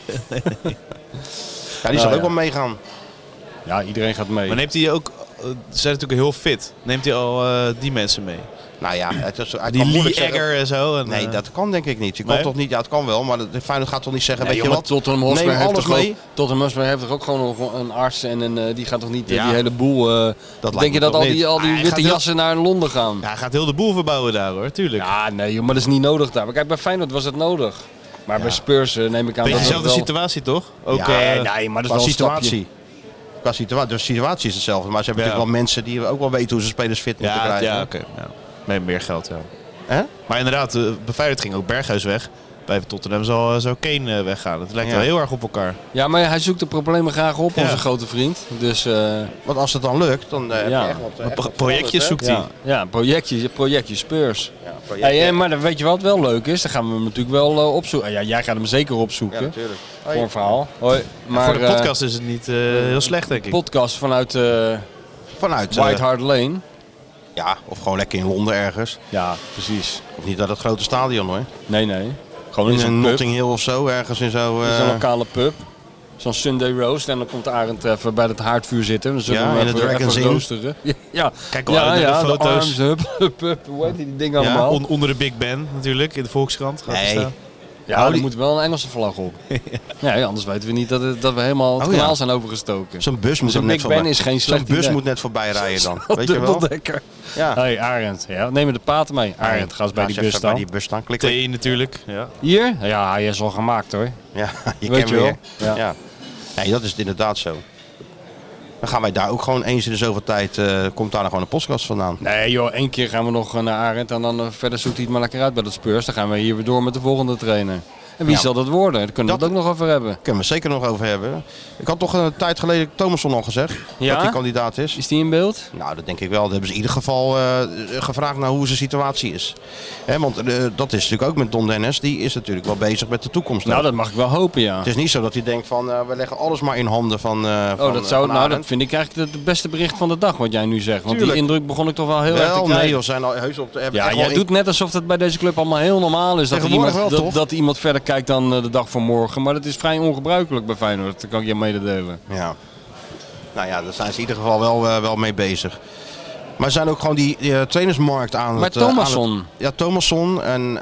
Ja, die zal ook wel meegaan. Ja, iedereen gaat mee. Maar neemt hij ook... Ze zijn natuurlijk heel fit. Neemt hij al die mensen mee? Nou ja, die Lee Egger en zo. En, nee, dat kan denk ik niet. Je kan toch niet. Ja, het kan wel, maar Feyenoord gaat toch niet zeggen. Weet je wat? Tottenham Hotspur heeft toch ook gewoon een arts en die gaat toch niet die hele boel. Denk je dat al die witte jassen naar Londen gaan? Ja, hij gaat heel de boel verbouwen daar hoor, tuurlijk. Ja, nee, maar dat is niet nodig daar. Maar kijk, bij Feyenoord was het nodig. Maar bij Spurs neem ik aan dat dezelfde situatie toch? Ook, nee, maar dat is wel situatie. De situatie is hetzelfde, maar ze hebben natuurlijk wel mensen die ook wel weten hoe ze spelers fit moeten krijgen. Ja, oké. Nee, meer geld, ja. Maar inderdaad, bij Feyenoord ging ook Berghuis weg. Bij Tottenham zou Kane weggaan. Het lijkt wel heel erg op elkaar. Ja, maar hij zoekt de problemen graag op, onze grote vriend. Dus, want als het dan lukt, dan heb je echt wat... projectjes zoekt hij. Ja, projectje Spurs. Ja, maar dan weet je wat wel leuk is? Dan gaan we hem natuurlijk wel opzoeken. Ja, jij gaat hem zeker opzoeken. Ja, natuurlijk. Voor een verhaal. Hoi. Maar, voor de podcast is het niet heel slecht, denk ik. Podcast vanuit White Hart Lane. Ja, of gewoon lekker in Londen ergens. Ja, precies. Of niet naar dat grote stadion hoor. Nee. Gewoon in een Notting Hill of zo, ergens in zo'n lokale pub. Zo'n Sunday roast. En dan komt Arend even bij het haardvuur zitten. Dan zullen we in de Dragons Inn roosteren. Ja. Kijk wel de foto's. De Arms pub. Hoe heet die dingen allemaal? Onder de Big Ben natuurlijk, in de Volkskrant. Ja, er moet wel een Engelse vlag op. Nee, anders weten we niet dat we helemaal het kanaal zijn overgestoken. Zo'n bus moet net voorbij. Is geen Zo'n bus moet net voorbij rijden dan. Weet je wel? Ja. Hey Arend, neem de paten mee. Arend, ga eens bij die bus staan. Bij die bus staan, klikken. Thee natuurlijk. Ja. Hier? Ja, hij is al gemaakt hoor. Ja, je weet kent je wel. Ja. Nee, dat is inderdaad zo. Dan gaan wij daar ook gewoon eens in de zoveel tijd, komt daar dan gewoon een podcast vandaan. Nee joh, 1 keer gaan we nog naar Arend en dan verder zoekt hij het maar lekker uit bij de Spurs. Dan gaan we hier weer door met de volgende trainer. En wie zal dat worden? Daar kunnen we het ook nog over hebben. Daar kunnen we zeker nog over hebben. Ik had toch een tijd geleden Thomasson al gezegd dat hij kandidaat is. Is die in beeld? Nou, dat denk ik wel. Dat hebben ze in ieder geval gevraagd naar hoe zijn situatie is. Want dat is natuurlijk ook met Don Dennis. Die is natuurlijk wel bezig met de toekomst. Nou, dat mag ik wel hopen, ja. Het is niet zo dat hij denkt van we leggen alles maar in handen van dat vind ik eigenlijk het beste bericht van de dag wat jij nu zegt. Want die indruk begon ik toch wel heel erg te krijgen. Nee, we zijn al heus op te jij doet net alsof het bij deze club allemaal heel normaal is. Dat iemand verder kijkt dan de dag van morgen. Maar dat is vrij ongebruikelijk bij Feyenoord. Dat kan ik je mededelen. Ja. Nou ja, daar zijn ze in ieder geval wel mee bezig. Maar zijn ook gewoon die trainersmarkt aan maar Thomasson. Thomasson. En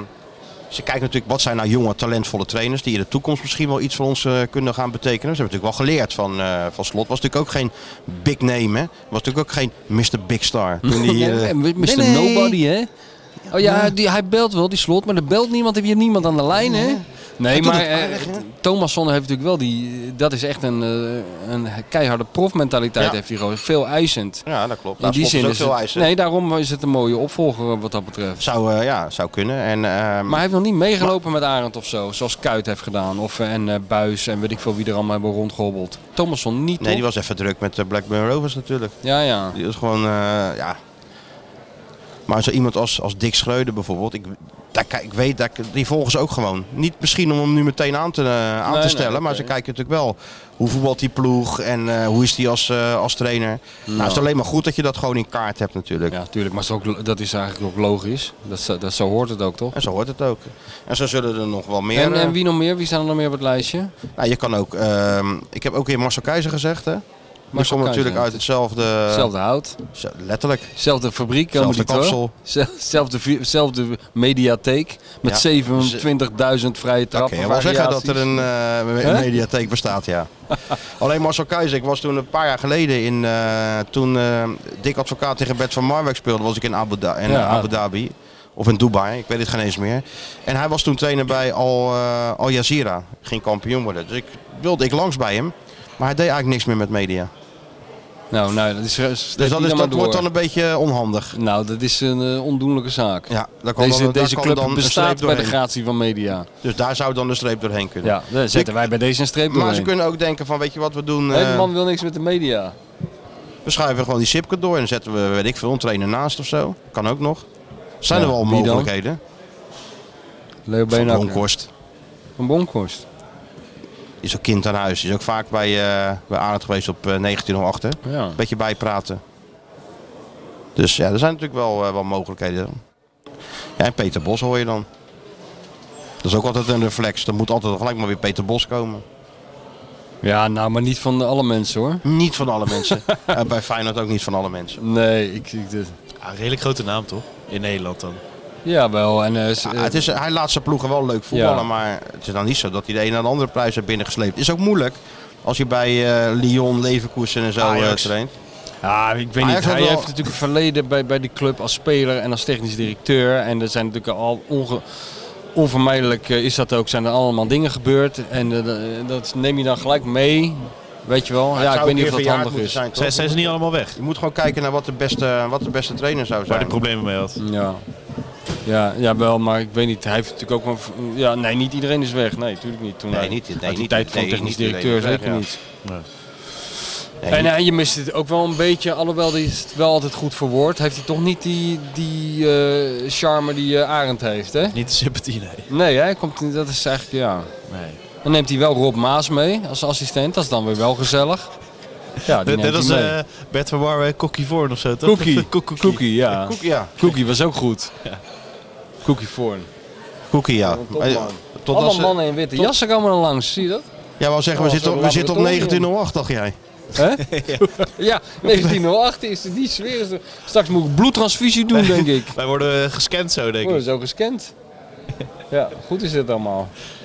ze kijken natuurlijk wat zijn nou jonge, talentvolle trainers die in de toekomst misschien wel iets voor ons kunnen gaan betekenen. Ze hebben natuurlijk wel geleerd van Slot. Was natuurlijk ook geen big name, hè. Was natuurlijk ook geen Mr. Big Star. Toen Mr. Nobody, hè. Oh ja, hij belt wel, die Slot, maar er belt niemand. Heb je niemand aan de lijn, hè? Nee, maar Thomasson heeft natuurlijk wel dat is echt een keiharde profmentaliteit heeft hij gewoon. Veel eisend. Ja, dat klopt. In die zin is veel eisend. Nee, daarom is het een mooie opvolger wat dat betreft. Zou kunnen. Maar hij heeft nog niet meegelopen met Arend of zo, zoals Kuyt heeft gedaan. En Buis en weet ik veel wie er allemaal hebben rondgehobbeld. Thomasson niet, Nee, die was even druk met Blackburn Rovers natuurlijk. Ja. Die was gewoon, Maar zo iemand als Dick Schreuder bijvoorbeeld, ik weet dat die volgen ze ook gewoon. Niet misschien om hem nu meteen aan te stellen, maar ze kijken natuurlijk wel hoe voetbalt die ploeg en hoe is die als trainer. Nou, het is alleen maar goed dat je dat gewoon in kaart hebt natuurlijk. Ja, natuurlijk, maar dat is eigenlijk ook logisch. Zo hoort het ook, toch? En zo hoort het ook. En zo zullen er nog wel meer. En wie nog meer? Wie staan er nog meer op het lijstje? Nou, je kan ook. Ik heb ook weer Marcel Keizer gezegd, hè. Die komt natuurlijk uit hetzelfde hout. Letterlijk. Zelfde fabriek. Zelfde kapsel. Zelfde mediatheek. Met 27.000 vrije trappen. Oké, je wil zeggen dat er een mediatheek bestaat, ja. Alleen Marcel Keizer, ik was toen een paar jaar geleden toen Dick Advocaat tegen Bert van Marwijk speelde, was ik in Abu Dhabi. Of in Dubai, ik weet het geen eens meer. En hij was toen trainer bij Al Jazeera. Ging kampioen worden. Dus ik wilde langs bij hem. Maar hij deed eigenlijk niks meer met media. Nou, dat is... Dus dat wordt dan een beetje onhandig. Nou, dat is een ondoenlijke zaak. Ja, Deze club dan bestaat bij de gratie van media. Dus daar zou dan de streep doorheen kunnen. Ja, daar zetten wij bij deze een streep doorheen. Maar ze kunnen ook denken van, weet je wat we doen? De man wil niks met de media. We schuiven gewoon die Sipke door en dan zetten we, weet ik veel, een trainer naast of zo. Kan ook nog. Zijn er wel mogelijkheden? Leo Van Beenhakker. Bronkhorst. Van Bronkhorst. Is ook kind aan huis. Is ook vaak bij Arend geweest op 1908. Ja. Beetje bijpraten. Dus ja, er zijn natuurlijk wel mogelijkheden. Ja, en Peter Bos hoor je dan. Dat is ook altijd een reflex. Er moet altijd gelijk maar weer Peter Bos komen. Ja, nou, maar niet van alle mensen hoor. Niet van alle mensen. Bij Feyenoord ook niet van alle mensen. Nee, Ja, redelijk grote naam toch? In Nederland dan. Ja, wel. En, Hij laat zijn ploegen wel leuk voetballen. Ja. Maar het is dan niet zo dat hij de een en de andere prijs heeft binnengesleept. Het is ook moeilijk als je bij Lyon, Leverkusen en zo traint. Ja, ik weet niet. Hij heeft natuurlijk een verleden bij die club als speler en als technisch directeur. En er zijn natuurlijk al onvermijdelijk is dat ook. Zijn er allemaal dingen gebeurd. En dat neem je dan gelijk mee. Weet je wel? Ja, ik weet niet of dat handig is. Zijn ze niet allemaal weg? Je moet gewoon kijken naar wat de beste trainer zou zijn. Waar hij problemen mee had. Ja, wel, maar ik weet niet. Hij heeft natuurlijk ook wel... Ja, nee, niet iedereen is weg. Nee, natuurlijk niet. Toen uit die tijd van technisch directeur zeker niet. Nee. En je mist het ook wel een beetje, alhoewel hij het wel altijd goed verwoordt, heeft hij toch niet die charme die Arend heeft, hè? Niet de sympathie, nee. Nee, hè? Dat is eigenlijk, ja... Nee. Dan neemt hij wel Rob Maas mee als assistent, dat is dan weer wel gezellig. Ja, Net als Bert van Marwijk, Kokkie Voorn of zo, toch? Cookie, ja. Cookie was ook goed. Ja. Cookie Voorn. Cookie, ja. Allemaal mannen in witte jassen komen er langs, zie je dat? Ja, wel zeggen, we zitten op 1908, dacht jij? Hè? Ja, 1908 is het niet sfeer. Straks moet ik bloedtransfusie doen, denk ik. Wij worden gescand zo, denk ik. Worden zo gescand. Ja, goed is dit allemaal.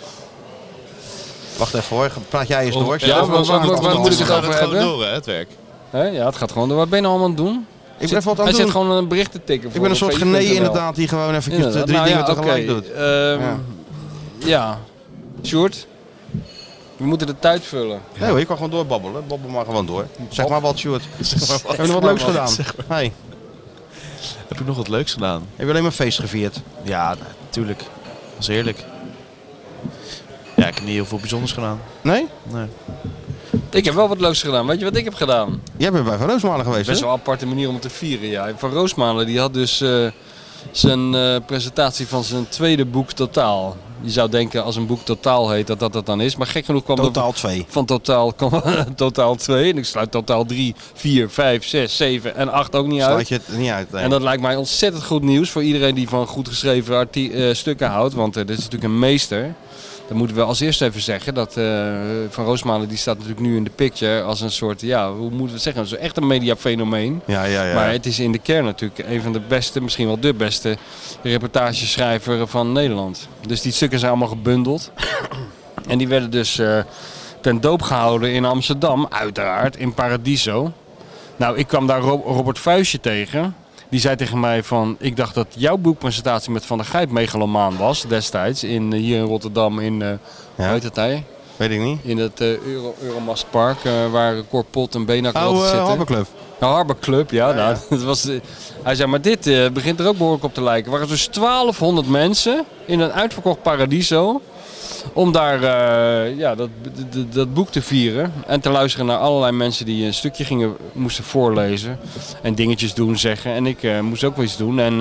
Wacht even hoor, praat jij eens door. Ja, waar moet ik het over hebben? Door, hè, het werk. Ja, het gaat gewoon door. Wat ben je nou allemaal aan het doen? Ik ben even wat aan Hij het zit doen. gewoon een bericht te tikken. Ik ben een soort Gené inderdaad, die gewoon even drie dingen tegelijk doet. Ja, Sjoerd. We moeten de tijd vullen. Nee hoor, je kan gewoon doorbabbelen. Babbel maar gewoon door. Zeg maar wat, Sjoerd. Heb je nog wat leuks gedaan? Hey. Heb ik nog wat leuks gedaan? Heb je alleen maar feest gevierd? Ja, natuurlijk. Dat was heerlijk. Ja, ik heb niet heel veel bijzonders gedaan. Nee? Nee. Ik heb wel wat leuks gedaan. Weet je wat ik heb gedaan? Jij bent bij Van Roosmalen geweest, Best hè? wel een aparte manier om het te vieren, ja. Van Roosmalen die had dus zijn presentatie van zijn tweede boek Totaal. Je zou denken als een boek Totaal heet dat dat dan is. Maar gek genoeg kwam Totaal 2. Van Totaal kwam Totaal 2. En ik sluit Totaal 3, 4, 5, 6, 7 en 8 ook niet uit. Sluit je het niet uit? Nee. En dat lijkt mij ontzettend goed nieuws voor iedereen die van goed geschreven stukken houdt. Want dit is natuurlijk een meester. Dan moeten we als eerste even zeggen dat Van Roosmalen die staat natuurlijk nu in de picture als een soort, ja, hoe moeten we het zeggen, zo echt een mediafenomeen. Ja. Maar het is in de kern natuurlijk een van de beste, misschien wel de beste reportageschrijver van Nederland. Dus die stukken zijn allemaal gebundeld. En die werden dus ten doop gehouden in Amsterdam, uiteraard, in Paradiso. Nou, ik kwam daar Robert Vuijsje tegen. Die zei tegen mij van, ik dacht dat jouw boekpresentatie met Van der Gijp megalomaan was destijds. Hier in Rotterdam in, hoe heet het hij? Weet ik niet. In het Euromast Park, waar Cor Pot en Beenhakker altijd zitten. Harbor Club. Harbor Club, ja. Nou, dat was, hij zei, maar dit begint er ook behoorlijk op te lijken. Er waren dus 1200 mensen in een uitverkocht Paradiso. Om daar dat boek te vieren en te luisteren naar allerlei mensen die een stukje moesten voorlezen. En dingetjes doen, zeggen. En ik moest ook wel iets doen. En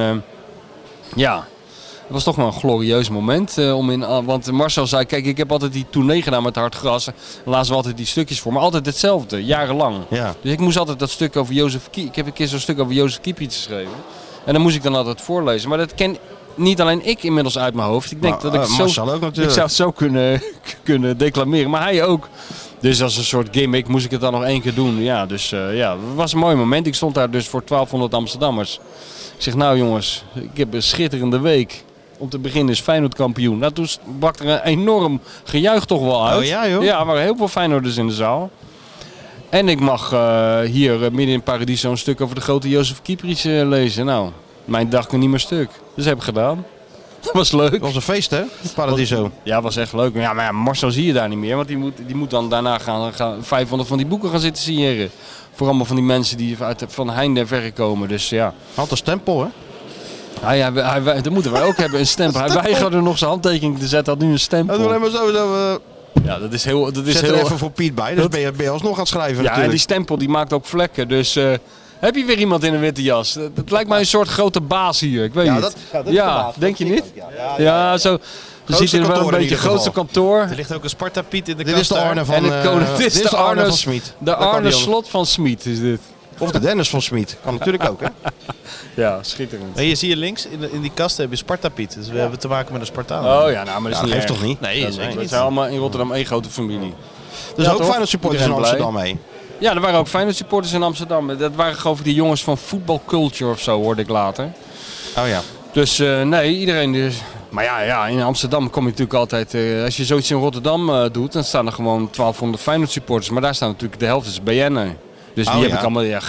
het was toch wel een glorieus moment. Want Marcel zei, kijk, ik heb altijd die tournee gedaan met Hard Gras. Lazen we altijd die stukjes voor, maar altijd hetzelfde, jarenlang. Ja. Dus ik moest altijd dat stuk over Jozef Kieprits. Ik heb een keer zo'n stuk over Jozef Kieprits geschreven. En dan moest ik dan altijd voorlezen. Maar dat ken niet alleen ik inmiddels uit mijn hoofd. Ik denk dat ik zou het zo kunnen declameren. Maar hij ook. Dus als een soort gimmick moest ik het dan nog 1 keer doen. Ja, dus het was een mooi moment. Ik stond daar dus voor 1200 Amsterdammers. Ik zeg, nou jongens, ik heb een schitterende week. Om te beginnen is Feyenoord kampioen. Nou, toen brak er een enorm gejuich toch wel uit. Oh ja, joh? Ja, er waren heel veel Feyenoorders in de zaal. En ik mag hier midden in Paradiso een stuk over de grote Jozef Kieprits lezen. Nou, Mijn dag kon niet meer stuk. Dus heb ik gedaan. Dat was leuk. Het was een feest, hè? Paradiso. Ja, was echt leuk. Maar ja, Marcel zie je daar niet meer. Want die moet dan daarna gaan 500 van die boeken gaan zitten signeren. Voor allemaal van die mensen die van heinde en verre komen. Dus ja. Had een stempel, hè? Dat moeten wij ook hebben, een stempel. Hij weigerde nog zijn handtekening te zetten, had nu een stempel. Doe alleen maar zo. Ja, dat is heel... Zet er even voor Piet bij, dus ben je alsnog aan het schrijven Ja, natuurlijk. en die stempel die maakt ook vlekken. Dus heb je weer iemand in een witte jas? Dat lijkt mij een soort grote baas hier. Ik weet niet. Dat is de baas. Denk je niet? Ja, zo... Dan ziet er wel een beetje grootste kantoor. Er ligt ook een Sparta-Piet in de Dit is de Arne van, dit is de Arne van Smit. De Arne Slot van Smit is dit. Of de Dennis van Smit. Kan natuurlijk ook, hè? Ja, schitterend. En hier zie je links, in die kast heb je Sparta-Piet. Dus we hebben te maken met een Spartaan. Oh ja, nou, maar dat is niet geeft erg. toch niet? Nee, Ja, zeker we niet. zijn allemaal in Rotterdam één grote familie. Dus Ja, ook toch? Feyenoord supporters in Iedereen blij. Amsterdam mee. Ja, er waren ook Feyenoord supporters in Amsterdam. Dat waren geloof ik die jongens van Football Culture of zo, hoorde ik later. Oh ja. Dus nee, iedereen dus. Maar ja, in Amsterdam kom je natuurlijk altijd... als je zoiets in Rotterdam doet, dan staan er gewoon 1200 Feyenoord supporters. Maar daar staan natuurlijk de helft is BN'er. Dus die heb ik allemaal... Ja,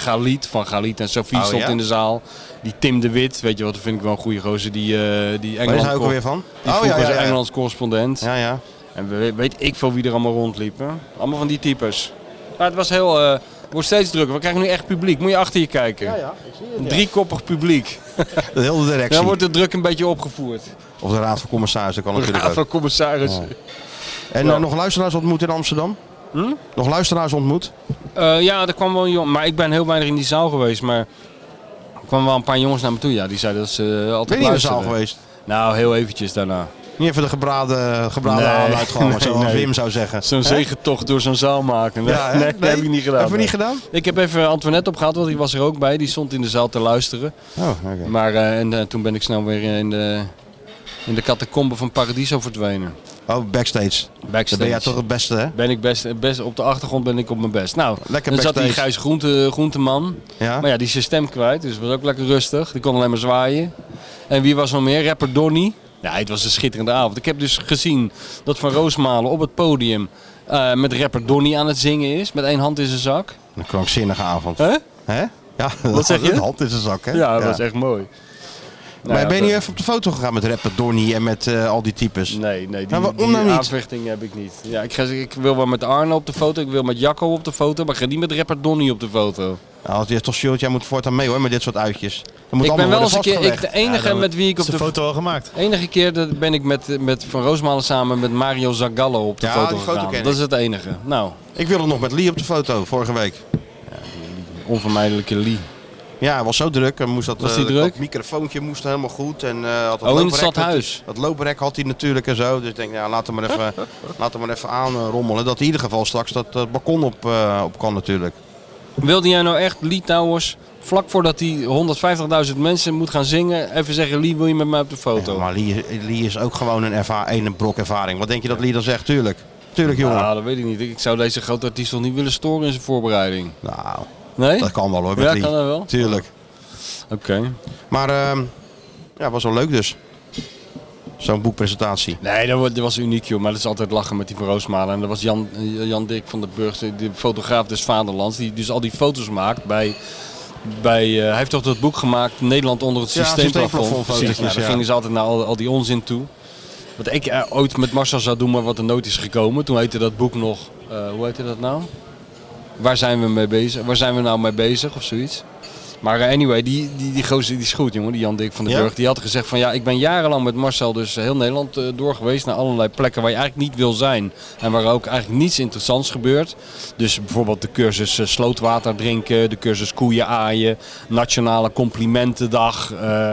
Galit en Sofie stond in de zaal. Die Tim de Wit, weet je wat, dat vind ik wel een goede gozer. Die Waar is hij ook alweer van? Die vroeger is Engelands correspondent. Ja. En weet ik veel wie er allemaal rondliepen. Allemaal van die types. Maar het was heel... het wordt steeds drukker. We krijgen nu echt publiek. Moet je achter je kijken. Ja, ik zie het. Een driekoppig publiek. De hele directie. Dan wordt de druk een beetje opgevoerd. Of de Raad van Commissarissen kan natuurlijk ook. Van commissarissen. Ja. En nog luisteraars ontmoet in Amsterdam? Nog luisteraars ontmoet? Ja, er kwam wel een jongen. Maar ik ben heel weinig in die zaal geweest. Maar er kwamen wel een paar jongens naar me toe. Ja, die zeiden dat ze altijd Ben je in de zaal luisterden. geweest? Nou, heel eventjes daarna. Niet even de gebraden aan uitgehangen, zoals Wim zou zeggen. Zo'n zegentocht door zo'n zaal maken. Nee, Ja, dat heb ik niet gedaan. Heb je niet gedaan? Ik heb even Antoinette opgehaald, want die was er ook bij. Die stond in de zaal te luisteren. Oh, oké. Maar toen ben ik snel weer in de catacombe van Paradiso verdwenen. Oh, backstage. Dan ben jij toch het beste, hè? Ben ik best op de achtergrond ben ik op mijn best. Nou, Lekker dan zat die backstage. Gijs Groenteman. Ja? Maar ja, die is zijn stem kwijt, dus het was ook lekker rustig. Die kon alleen maar zwaaien. En wie was nog meer? Rapper Donny. Ja, het was een schitterende avond. Ik heb dus gezien dat Van Roosmalen op het podium met rapper Donny aan het zingen is. Met één hand in zijn zak. Een krankzinnige avond. Hè? Hè? Ja, Wat zeg je? Een hand in zijn zak, hè? Ja, dat was echt mooi. Maar ben je niet even op de foto gegaan met rapper Donny en met al die types? Nee, die waarom nou niet? aanvechting heb ik niet. Ja, ik wil wel met Arno op de foto, ik wil met Jacco op de foto, maar ik ga niet met rapper Donny op de foto. Nou, als je toch shirt, jij moet voortaan mee hoor, met dit soort uitjes. Ik ben wel eens een keer, de enige met wie ik op de foto al gemaakt. enige keer ben ik met Van Roosmalen samen met Mario Zagallo op de foto die foto gegaan. ken ik. Dat is het enige. Nou, Ik wilde nog met Lee op de foto, vorige week. onvermijdelijke Lee. Ja, hij was zo druk. Hij moest Was hij druk? Dat microfoontje moest helemaal goed. En, had Oh, in het stadhuis. Dat looprek had hij natuurlijk en zo. Dus ik denk, ja, laat hem maar even aanrommelen. Dat hij in ieder geval straks dat balkon op kan natuurlijk. Wilde jij nou echt Lee Towers, vlak voordat hij 150.000 mensen moet gaan zingen, even zeggen, Lee, wil je met mij op de foto? Ja, maar Lee is ook gewoon een brok ervaring. Wat denk je dat Lee dan zegt? Tuurlijk, jongen. Nou, dat weet ik niet. Ik zou deze grote artiest toch niet willen storen in zijn voorbereiding. Nou, Nee? dat kan wel hoor, met Ja, Lee. kan dat wel? Tuurlijk. Oké. Maar ja, was wel leuk dus. Zo'n boekpresentatie. Nee, dat was uniek joh, maar dat is altijd lachen met die Van Roosmalen. En dat was Jan Dik van der Burg, de fotograaf des vaderlands, die dus al die foto's maakt bij hij heeft toch dat boek gemaakt, Nederland onder het systeemplafond. Precies, ja. Daar gingen ze altijd naar al die onzin toe. Wat ik ooit met Marcel zou doen, maar wat er nooit is gekomen. Toen heette dat boek nog, hoe heette dat nou? Waar zijn we mee bezig? Waar zijn we nou mee bezig of zoiets? Maar anyway, die gozer die is goed, jongen, die Jan Dik van den Burg. Die had gezegd van ja, ik ben jarenlang met Marcel dus heel Nederland door geweest naar allerlei plekken waar je eigenlijk niet wil zijn. En waar ook eigenlijk niets interessants gebeurt. Dus bijvoorbeeld de cursus slootwater drinken, de cursus koeien aaien, Nationale Complimentendag,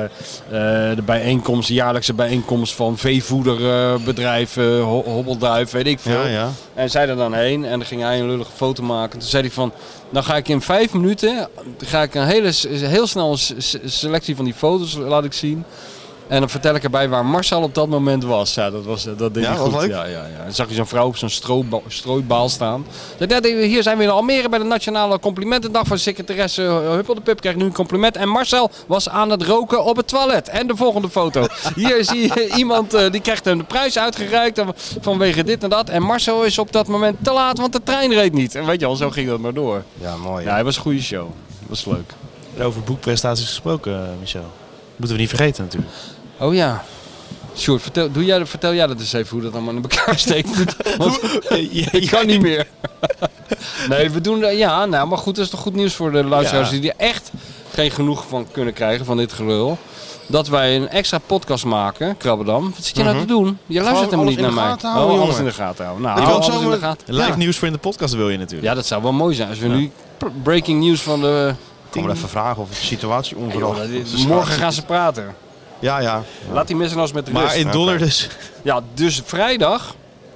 de jaarlijkse bijeenkomst van veevoederbedrijven, Hobbelduif, weet ik veel. Ja. En zij er dan heen en dan ging hij een lullige foto maken. Toen zei hij van, dan ga ik in 5 minuten heel snel een selectie van die foto's laat ik zien. En dan vertel ik erbij waar Marcel op dat moment was. Ja, dat deed hij goed. Leuk. Ja. Dan zag je zo'n vrouw op zo'n strooibaal staan. Hier zijn we in Almere bij de Nationale Complimentendag van secretaresse Huppel de Pip krijgt nu een compliment. En Marcel was aan het roken op het toilet. En de volgende foto. Hier zie je iemand die krijgt hem de prijs uitgereikt vanwege dit en dat. En Marcel is op dat moment te laat, want de trein reed niet. En weet je al, zo ging dat maar door. Ja, mooi. Ja, het was een goede show. Dat was leuk. En over boekprestaties gesproken, Michel. Moeten we niet vergeten natuurlijk. Oh ja. Sjoerd, vertel jij dat eens even hoe dat allemaal in elkaar steekt. Want ik kan niet meer. Nee, we doen... maar goed, dat is toch goed nieuws voor de luisteraars die er echt geen genoeg van kunnen krijgen, van dit gelul. Dat wij een extra podcast maken, Krabbedam. Wat zit je nou te doen? Je luistert helemaal niet naar mij. Alles in de gaten houden. Nou, alles in de gaten. Live nieuws voor in de podcast wil je natuurlijk. Ja, dat zou wel mooi zijn. Als we nu breaking news van de... Ik kan even vragen of de situatie onverwacht morgen gaan ze praten. Ja. Laat die mensen als met rust. Maar in dollar dus. Ja, dus vrijdag.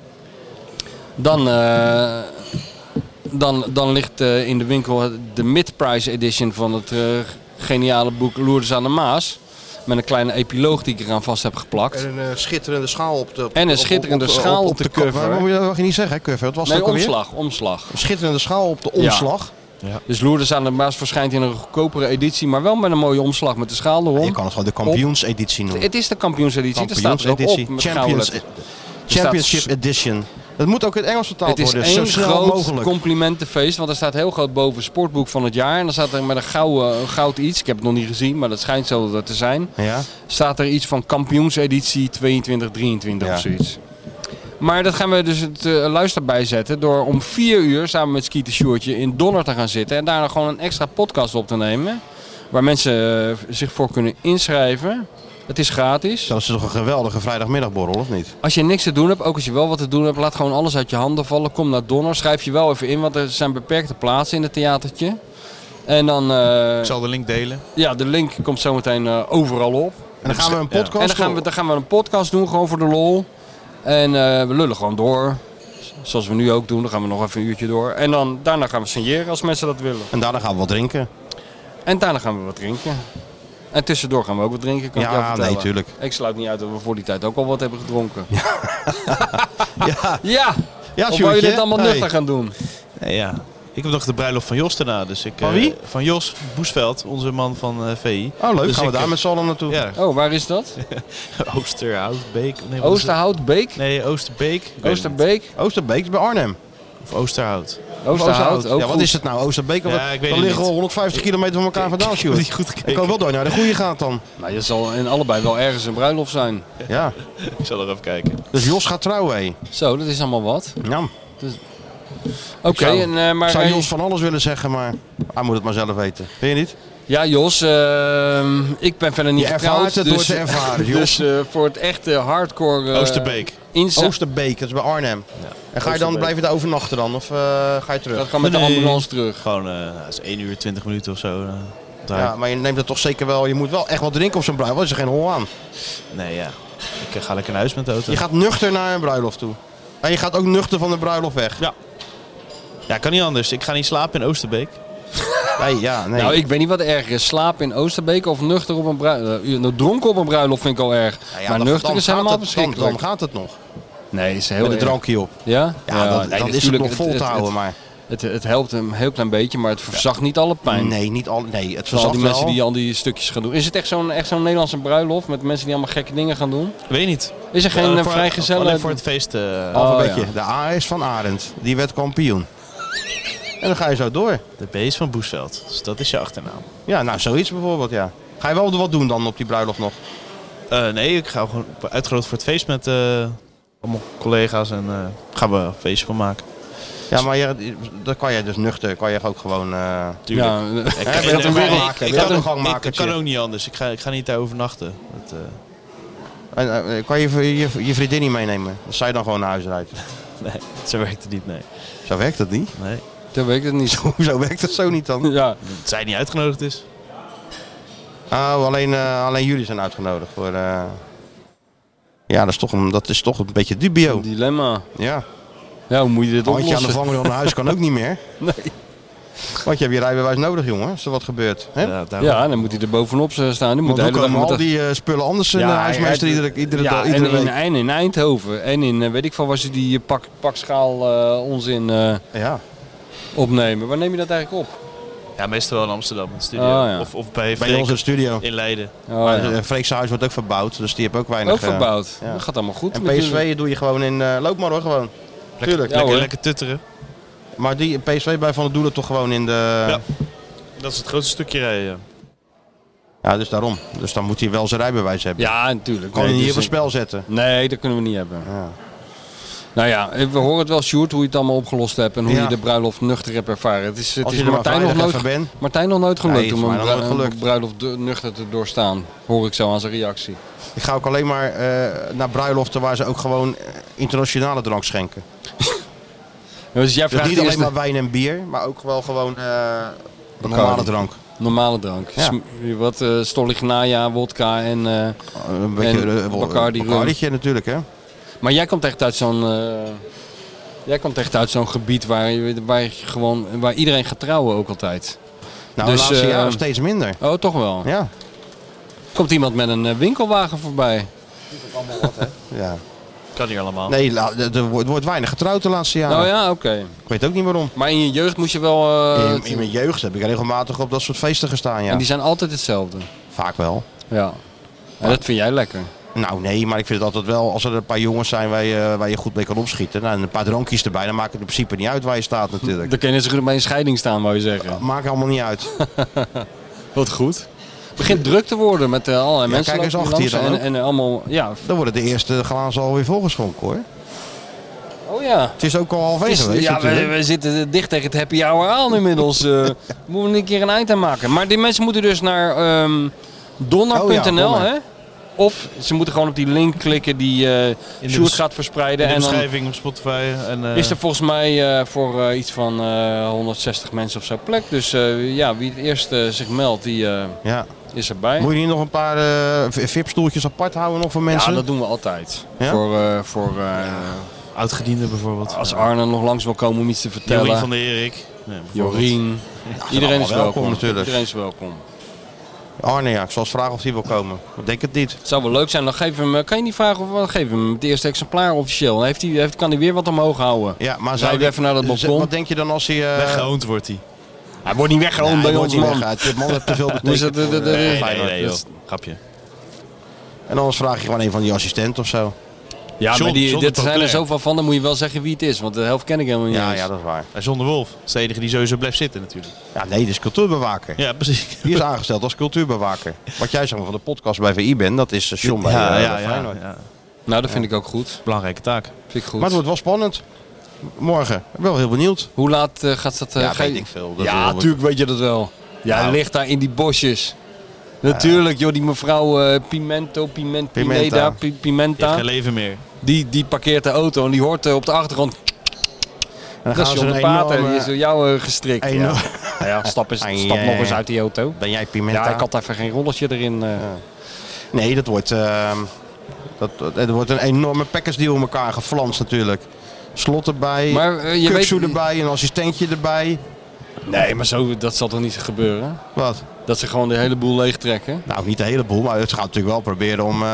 Dan ligt in de winkel de mid-price edition van het geniale boek Loerders aan de Maas. Met een kleine epiloog die ik eraan vast heb geplakt. En een schitterende schaal op de... En een schitterende schaal op de cover. Dat mag je niet zeggen, hè, cover. Wat was het ook alweer? Omslag. Een schitterende schaal op de omslag. Ja. Dus Loerders aan de Maas verschijnt in een goedkopere editie, maar wel met een mooie omslag met de schaal erom. Je kan het gewoon de kampioenseditie noemen. Het is de kampioenseditie, daar staat er ook op met Championship Edition. Dat moet ook in het Engels vertaald worden. Het is één zo snel groot mogelijk. complimentenfeest, want er staat heel groot boven sportboek van het jaar. En dan staat er met een goud iets, ik heb het nog niet gezien, maar dat schijnt zo te zijn. Ja. Staat er iets van kampioenseditie 22-23 of zoiets. Maar dat gaan we dus het luister bijzetten door om 4 uur samen met Skeeter Sjoerdje in Donner te gaan zitten. En daar gewoon een extra podcast op te nemen. Waar mensen zich voor kunnen inschrijven. Het is gratis. Dat is toch een geweldige vrijdagmiddagborrel, of niet? Als je niks te doen hebt, ook als je wel wat te doen hebt, laat gewoon alles uit je handen vallen. Kom naar Donner, schrijf je wel even in, want er zijn beperkte plaatsen in het theatertje. En dan... Ik zal de link delen. Ja, de link komt zometeen overal op. En dan gaan we een podcast En dan gaan we een podcast doen, gewoon voor de lol. En we lullen gewoon door. Zoals we nu ook doen, dan gaan we nog even een uurtje door. En dan daarna gaan we signeren als mensen dat willen. En daarna gaan we wat drinken. En daarna gaan we wat drinken. En tussendoor gaan we ook wat drinken, kan ik jou vertellen. Nee, tuurlijk. Ik sluit niet uit dat we voor die tijd ook al wat hebben gedronken. Ja, Of wou je dit allemaal nuchter gaan doen? Nee, ja. Ik heb nog de bruiloft van Jos daarna. Dus ik, Van wie? Van Jos Boesveld, onze man van VI. Oh, leuk. Dus gaan we daar met z'n allen naartoe. Ja, Oh, waar is dat? Oosterhoutbeek. Nee, wat is Oosterhoutbeek? Nee, Oosterbeek. Ik weet Oosterbeek? Oosterbeek is bij Arnhem. het. Of Oosterhout. Oosterhout, ook Ja, wat goed. is het nou? Oosterbeek? Ja, ik weet Dan het liggen we niet. 150 kilometer van elkaar vandaan, Ik heb Sjoerd. niet goed gekeken. Ik hoop wel dat je naar de goede gaat dan. Nou, je zal in allebei wel ergens een bruiloft zijn. Ja. Ik zal er even kijken. Dus Jos gaat trouwen, hé. Zo, dat is allemaal wat. Ja. Oké, maar... Ik zou Jos van alles willen zeggen, maar hij moet het maar zelf weten. Vind je niet? Ja, Jos, ik ben verder niet Je getrouwd. ervaart het door te ervaren, Jos. Dus voor het echte hardcore... Oosterbeek. Oosterbeek, dat is bij Arnhem. En ga je dan Oosterbeek. blijven daar overnachten dan? Of ga je terug? Dat gaan met de Nee. ambulance terug. Gewoon, dat is 1 uur 20 minuten of zo. Ja, maar je neemt het toch zeker wel. Je moet wel echt wat drinken op zo'n bruiloft. Er is er geen hol aan. Nee, ja. Ik ga lekker naar huis met de auto. Je gaat nuchter naar een bruiloft toe. En je gaat ook nuchter van de bruiloft weg. Ja. Ja, kan niet anders. Ik ga niet slapen in Oosterbeek. Nee. Nou, ik weet niet wat erger is. Slapen in Oosterbeek of nuchter op een bruiloft? Dronken op een bruiloft vind ik al erg. Nou ja, maar dan- nuchter dan is gaat helemaal het- verschrikkelijk. Dan gaat het nog. Nee, is heel Met een erg. drankje op. Ja? Ja, dan is het natuurlijk, nog vol te houden. Maar Het helpt een heel klein beetje, maar het verzacht niet alle pijn. nee, niet al. Nee, het Voor al verzacht die wel. mensen die al die stukjes gaan doen. Is het echt zo'n Nederlandse bruiloft met mensen die allemaal gekke dingen gaan doen? Weet niet. Is er geen Alleen vrijgezellen? voor het feest. Alfabetje. ja. De A is van Arend. Die werd kampioen. En dan ga je zo door. De B is van Boesveld. Dus dat is je achternaam. Ja, nou zoiets bijvoorbeeld, ja. Ga je wel wat doen dan op die bruiloft nog? Nee, ik ga gewoon uitgenodigd voor het feest met allemaal collega's. En gaan we een feestje van maken. Ja, maar dat kan je dus nuchter. Kan je ook gewoon... Tuurlijk. Ja, Hè, Ik wil je dat een gang maken? Wil je dat een gang ik maken? kan ook niet anders. Ik ga niet daar overnachten. Kan je vriendin niet meenemen? Dan zou je dan gewoon naar huis rijden. Nee, zo werkt het niet. Nee. Zo werkt dat niet. Nee. dat weet ik het niet. Hoezo werkt dat zo niet dan? Ja, Dat zij niet uitgenodigd is. Oh, alleen jullie zijn uitgenodigd voor... Ja, dat is toch een beetje dubio. een dilemma. Ja. Ja, hoe moet je dit Handje aan de oplossen? vangrail naar huis kan ook niet meer. Nee. Want je hebt je rijbewijs nodig, jongen, als er wat gebeurt. Hè? Ja, daarom. Ja, dan moet hij er bovenop staan. Die moet Want de hoe hele dag komen met al de- die spullen anders in de huismeester iedere week? en in Eindhoven. En in, weet ik van waar ze die pakschaal onzin Ja. opnemen. Waar neem je dat eigenlijk op? Ja, meestal wel in Amsterdam in de studio. Oh, ja. Of bij Bij ons in de studio. in Leiden. Oh, Maar ja. Freek's huis wordt ook verbouwd, dus die heeft ook weinig... Ook verbouwd. ja. Dat gaat allemaal goed. En natuurlijk. PSV doe je gewoon in... loop maar hoor, gewoon. Tuurlijk. Ja, hoor. Lekker tutteren. Maar die PSV bij Van der Doelen toch gewoon in de... Ja. Dat is het grootste stukje rijden. Ja. Ja, dus daarom. Dus dan moet hij wel zijn rijbewijs hebben. Ja, natuurlijk. Kan je Nee, niet dus op een spel zetten. Nee, dat kunnen we niet hebben. Ja. Nou ja, we horen het wel, Sjoerd, hoe je het allemaal opgelost hebt en hoe Ja. je de bruiloft nuchter hebt ervaren. Het is Als je er maar vrijdag even bent. Martijn nog nooit gelukt Nee, het is om mij nog nooit een gelukt. bruiloft nuchter te doorstaan. Hoor ik zo aan zijn reactie. Ik ga ook alleen maar naar bruiloften waar ze ook gewoon internationale drank schenken. Dus jij Dus vraagt niet alleen eerst maar wijn en bier, maar ook wel gewoon normale drank. normale drank. Ja. Wat Stolichnaya, wodka en... Een beetje En Bacardi rum. Bacardi'tje natuurlijk, hè? Maar jij komt echt uit zo'n gebied waar iedereen gaat trouwen ook altijd. Nou, Dus, de laatste jaren eh, steeds minder. Oh, toch wel? Ja. Komt iemand met een winkelwagen voorbij? Ja. Kan niet allemaal. Nee, er wordt weinig getrouwd de laatste jaren. Nou ja, oké. Ik weet ook niet waarom. Maar in je jeugd moest je wel... In mijn jeugd heb ik regelmatig op dat soort feesten gestaan, ja. En die zijn altijd hetzelfde. Vaak wel. Ja. En dat vind jij lekker. Nou nee, maar ik vind het altijd wel, als er een paar jongens zijn waar je goed mee kan opschieten. Nou, en een paar drankjes erbij, dan maakt het in principe niet uit waar je staat natuurlijk. Dan kun je net zo goed bij een scheiding staan, wou je zeggen. Maakt allemaal niet uit. Wat goed. Het begint druk te worden met allerlei mensen. kijk eens lopen achter je langs dan en allemaal, ja. Dan worden de eerste glazen alweer volgeschonken hoor. Oh ja. Het is ook al halfheen geweest Ja, natuurlijk. we zitten dicht tegen het happy hour aan inmiddels. Moeten we een keer een eind aan maken. Maar die mensen moeten dus naar donner.nl, Oh ja, Donner. hè? Of ze moeten gewoon op die link klikken die Sjoerd gaat verspreiden. In de En dan beschrijving op Spotify. En, is er volgens mij voor iets van 160 mensen of zo plek. Dus ja, wie het eerst zich meldt, die Ja. is erbij. Moet je niet nog een paar VIP-stoeltjes apart houden nog voor mensen? Ja, dat doen we altijd. Ja? Voor Oud-gediende bijvoorbeeld. als Arne nog langs wil komen om iets te vertellen. Jorien van der Erik. Nee, bijvoorbeeld. Jorien. Iedereen is allemaal welkom. welkom natuurlijk. Iedereen is welkom. Arne, ja, ik zal eens vragen of hij wil komen. Ik denk het niet. Het zou wel leuk zijn. Dan geef hem, kan je niet vragen of geef hem het eerste exemplaar officieel. Dan kan hij weer wat omhoog houden. Ja, maar Zou je even naar dat balkon? Wat denk je dan als hij... Weggehoond wordt hij. Hij wordt niet weggehoond bij ons, man. De man heeft te veel Dus betekend. dat- joh. Grapje. En anders vraag je gewoon een van die assistenten of zo. Ja, John- maar John de dit zijn er Populair. zoveel van. Dan moet je wel zeggen wie het is. Want de helft ken ik helemaal niet Ja, eens. ja, dat is waar. En John de Wolf. Dat is de enige die sowieso blijft zitten natuurlijk. Ja, nee, dit is cultuurbewaker. Ja, precies. Die is aangesteld als cultuurbewaker. Wat jij zeg maar van de podcast bij VI bent, dat is John bij Feyenoord. ja. Nou, dat vind ik ook goed. Belangrijke taak. Vind ik goed. Maar het wordt wel spannend. Morgen. Ik ben wel heel benieuwd. Hoe laat gaat dat? Ja, weet ik veel. Dat Ja, wil- natuurlijk weet je dat wel. Ja, hij Nou. ligt daar in die bosjes. Natuurlijk, joh, die mevrouw Pimenta. Die heeft geen leven meer. Die parkeert de auto en die hoort op de achtergrond. En Dat is John de Pater, die is door jou gestrikt. enorm- Nou ja, stap nog eens uit die auto. Ben jij Pimenta? Ja, ik had even geen rolletje erin. Nee, dat wordt een enorme packersdeal in elkaar geflanst natuurlijk. Slot erbij, Maar je Kuksu weet... erbij, een assistentje erbij. Nee, maar dat zal toch niet gebeuren? Wat? Dat ze gewoon de hele boel leegtrekken? Nou, niet de hele boel, maar het gaat natuurlijk wel proberen om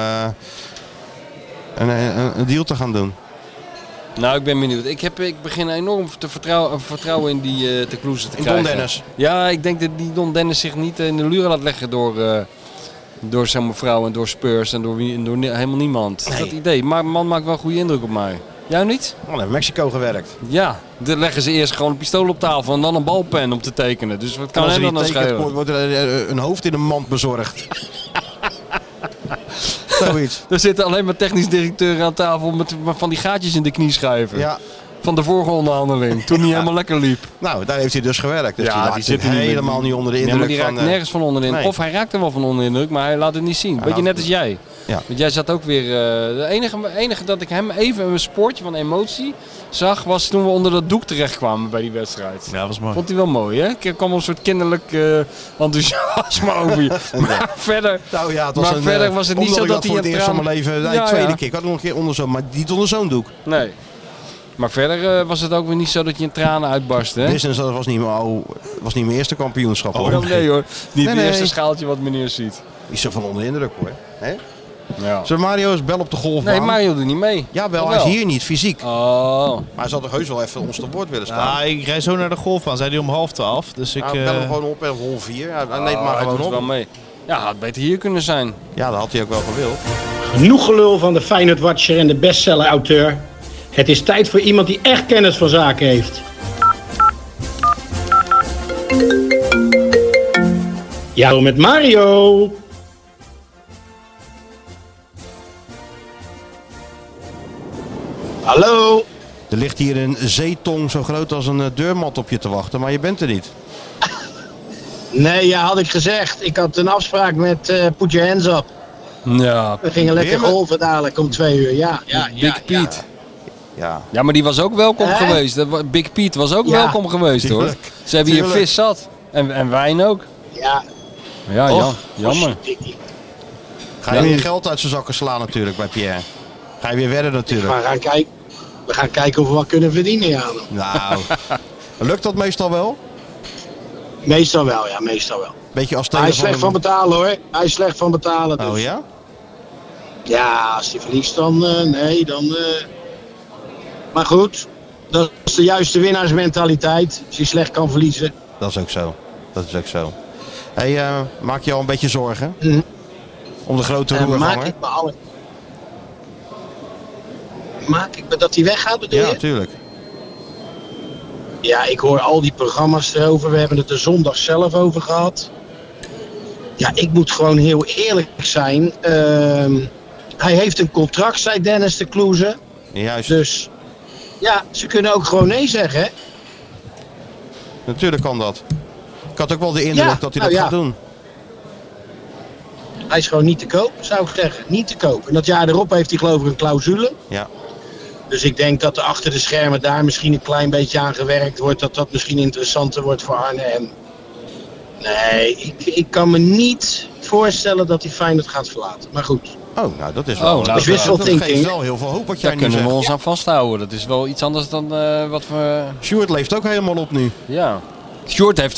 een deal te gaan doen. Nou, ik ben benieuwd. Ik begin enorm te vertrouwen in die Te Kloeze te In krijgen. Don Dennis. Ja, ik denk dat die Don Dennis zich niet in de luren laat leggen door zijn mevrouw en door Spurs en door helemaal niemand. Nee. Dat idee. Maar man maakt wel een goede indruk op mij. Jij niet? Man, heeft in Mexico gewerkt. Ja, dan leggen ze eerst gewoon een pistool op tafel en dan een balpen om te tekenen. Dus wat kan Als hem er dan niet nou tekent, schelen? wordt er een hoofd in een mand bezorgd. Zoiets. Er zitten alleen maar technisch directeuren aan tafel met van die gaatjes in de knie schuiven. Ja, Van de vorige onderhandeling, toen niet helemaal lekker liep. nou, daar heeft hij dus gewerkt. Dus Ja, die die laat zit zit er niet helemaal met- niet onder de Nee, indruk maar die raakt van... nergens van onder de indruk. nee. Of hij raakt er wel van onder de indruk, maar hij laat het niet zien. Beetje net als jij. Ja. Want jij zat ook weer... de enige dat ik hem even een spoortje van emotie zag, was toen we onder dat doek terechtkwamen bij die wedstrijd. Ja, dat was mooi. Vond hij wel mooi, hè? Er kwam een soort kinderlijk enthousiasme over je. Maar verder... Nou ja, het Maar een, verder was het niet omdat zo ik dat hij voor het een eerst van traan- mijn leven... Ja, de tweede ja. keer. Ik had het nog een keer onder zo'n... Maar niet onder zo'n doek. Nee. Maar verder was het ook weer niet zo dat je in tranen uitbarstte, hè? Business, dat was niet mijn eerste kampioenschap. hoor. Oh, nee hoor. Niet het Nee. eerste schaaltje wat meneer ziet. Niet zo van onder de indruk hoor. Hè? Ja. Zullen Mario eens bel op de golfbaan? Nee, Mario doet niet mee. Jawel, Oh, hij is wel. hier niet, fysiek. Oh. Maar hij zal toch heus wel even ons te woord willen staan. Ja, ik rij zo naar de golfbaan. Zei hij om 11:30. Dus ik... Nou, bel hem gewoon op en hol 4. Hij neemt maar hij gewoon doet op. wel mee. Ja, had beter hier kunnen zijn. Ja, dat had hij ook wel gewild. Genoeg gelul van de Feyenoord Watcher en de bestseller-auteur. Het is tijd voor iemand die echt kennis van zaken heeft. Ja, met Mario. Hallo. Er ligt hier een zeetong zo groot als een deurmat op je te wachten, maar je bent er niet. Nee, ja, had ik gezegd. Ik had een afspraak met Put Your Hands Up. Ja, We gingen lekker golven dadelijk om 2 uur. Ja, Big Piet. Ja. Ja, maar die was ook welkom Hè? geweest. Big Piet was ook Ja. welkom geweest, hoor. Tuurlijk. Ze hebben hier Tuurlijk. vis zat. En wijn ook. Ja. Ja, Och, jammer. poesdikkie. Ga je weer geld uit zijn zakken slaan natuurlijk bij Pierre. Ga je weer wedden natuurlijk. We gaan kijken of we wat kunnen verdienen, ja. Nou, lukt dat meestal wel? Meestal wel, ja, meestal wel. Beetje als Hij is slecht van betalen, hoor. Hij is slecht van betalen. Dus. Oh ja? Ja, als hij verliest, dan nee, dan... Maar goed, dat is de juiste winnaarsmentaliteit. Als je slecht kan verliezen. Dat is ook zo. Dat is ook zo. Hey, maak je al een beetje zorgen? Mhm. Om de grote Maak roerganger? ik me alle... Maak ik me dat hij weggaat, bedoel Ja, je? natuurlijk. Ja, ik hoor al die programma's erover. We hebben het er zondag zelf over gehad. Ja, ik moet gewoon heel eerlijk zijn. Hij heeft een contract, zei Dennis de Kloeze. Juist. Dus ja, ze kunnen ook gewoon nee zeggen, hè? Natuurlijk kan dat. Ik had ook wel de indruk Ja, dat hij nou dat ja. gaat doen. Hij is gewoon niet te koop, zou ik zeggen. Niet te koop. En dat jaar erop heeft hij geloof ik een clausule. Ja. Dus ik denk dat er achter de schermen daar misschien een klein beetje aan gewerkt wordt. Dat dat misschien interessanter wordt voor Arne. En nee, ik kan me niet voorstellen dat hij Feyenoord gaat verlaten. Maar goed. Oh, nou dat is wel... Oh, nou, is wishful dat thinking, geeft hè? wel heel veel hoop wat jij Daar nu kunnen we zegt. ons aan vasthouden. Dat is wel iets anders dan wat we... Sjoerd leeft ook helemaal op nu. Ja. Sjoerd heeft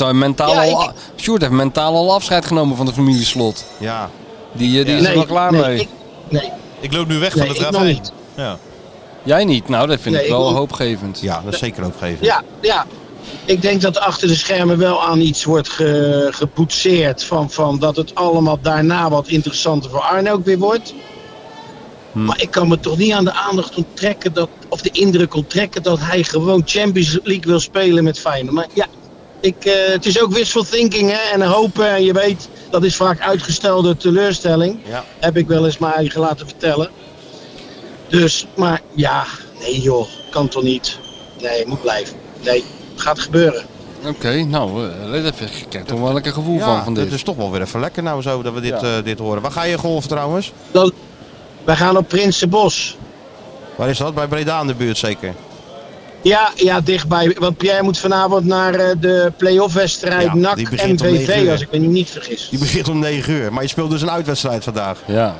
mentaal al afscheid genomen van de familie Slot. Ja. Die is er wel klaar mee. Ik loop nu weg Nee, van ik de nog ravijn. niet. Ja. Jij niet? Nou, dat vind Nee, ik wel ik niet. hoopgevend. Ja, dat is zeker ook geven. Ja. Ik denk dat achter de schermen wel aan iets wordt gepoetseerd. Van dat het allemaal daarna wat interessanter voor Arne ook weer wordt. Maar ik kan me toch niet aan de aandacht onttrekken of de indruk onttrekken dat hij gewoon Champions League wil spelen met Feyenoord. Maar ja, het is ook wishful thinking, hè? En hopen. En je weet, dat is vaak uitgestelde teleurstelling. Ja. Heb ik wel eens mijn eigen laten vertellen. Dus, maar ja, nee joh, kan toch niet. Nee, moet blijven. Nee, gaat gebeuren. Oké, nou, ik krijg toch wel lekker gevoel van dit. Het is toch wel weer even lekker nou zo dat we dit horen. Waar ga je golven trouwens? Wij gaan op Prinsenbos. Waar is dat? Bij Breda in de buurt zeker? Ja, dichtbij. Want Pierre moet vanavond naar de play-off wedstrijd Ja, NAC die begint om 9 MVV, uur. als ik me niet vergis. Die begint om 9 uur. Maar je speelt dus een uitwedstrijd vandaag. Ja.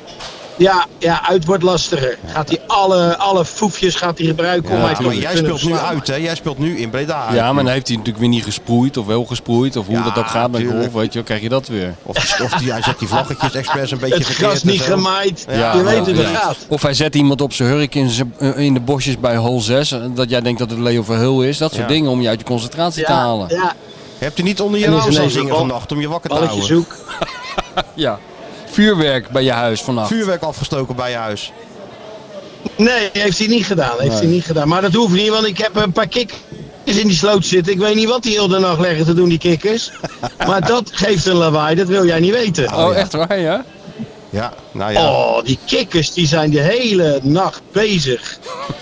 Ja, uit wordt lastiger. Gaat hij alle foefjes gebruiken om mij Ja, toch maar te jij kunnen speelt nu verslaan. uit, hè? Jij speelt nu in Breda uit. Ja, maar dan heeft hij natuurlijk weer niet gesproeid of wel gesproeid. Of hoe Ja, dat ook gaat met tuurlijk. golf, weet je, dan krijg je dat weer. Hij zet die vlaggetjes expres een beetje Het verkeerd. gras en niet zo. gemaaid. Ja, Je weet hoe het ja. gaat. Of hij zet iemand op zijn hurk in de bosjes bij hole 6. Dat jij denkt dat het Leo Verheul is. Dat soort Ja. dingen om je uit je concentratie te halen. Ja, Heb je niet onder je En is raam staan ineens zingen een bal- vannacht om je wakker te balletje houden? zoek. Ja. Vuurwerk bij je huis vannacht. Vuurwerk afgestoken bij je huis. Nee, heeft hij niet gedaan. Hij niet gedaan. Maar dat hoeft niet, want ik heb een paar kikkers in die sloot zitten. Ik weet niet wat die heel de nacht leggen te doen, die kikkers. Maar dat geeft een lawaai, dat wil jij niet weten. Oh, echt waar, ja? Ja, nou ja. Oh, die kikkers die zijn de hele nacht bezig.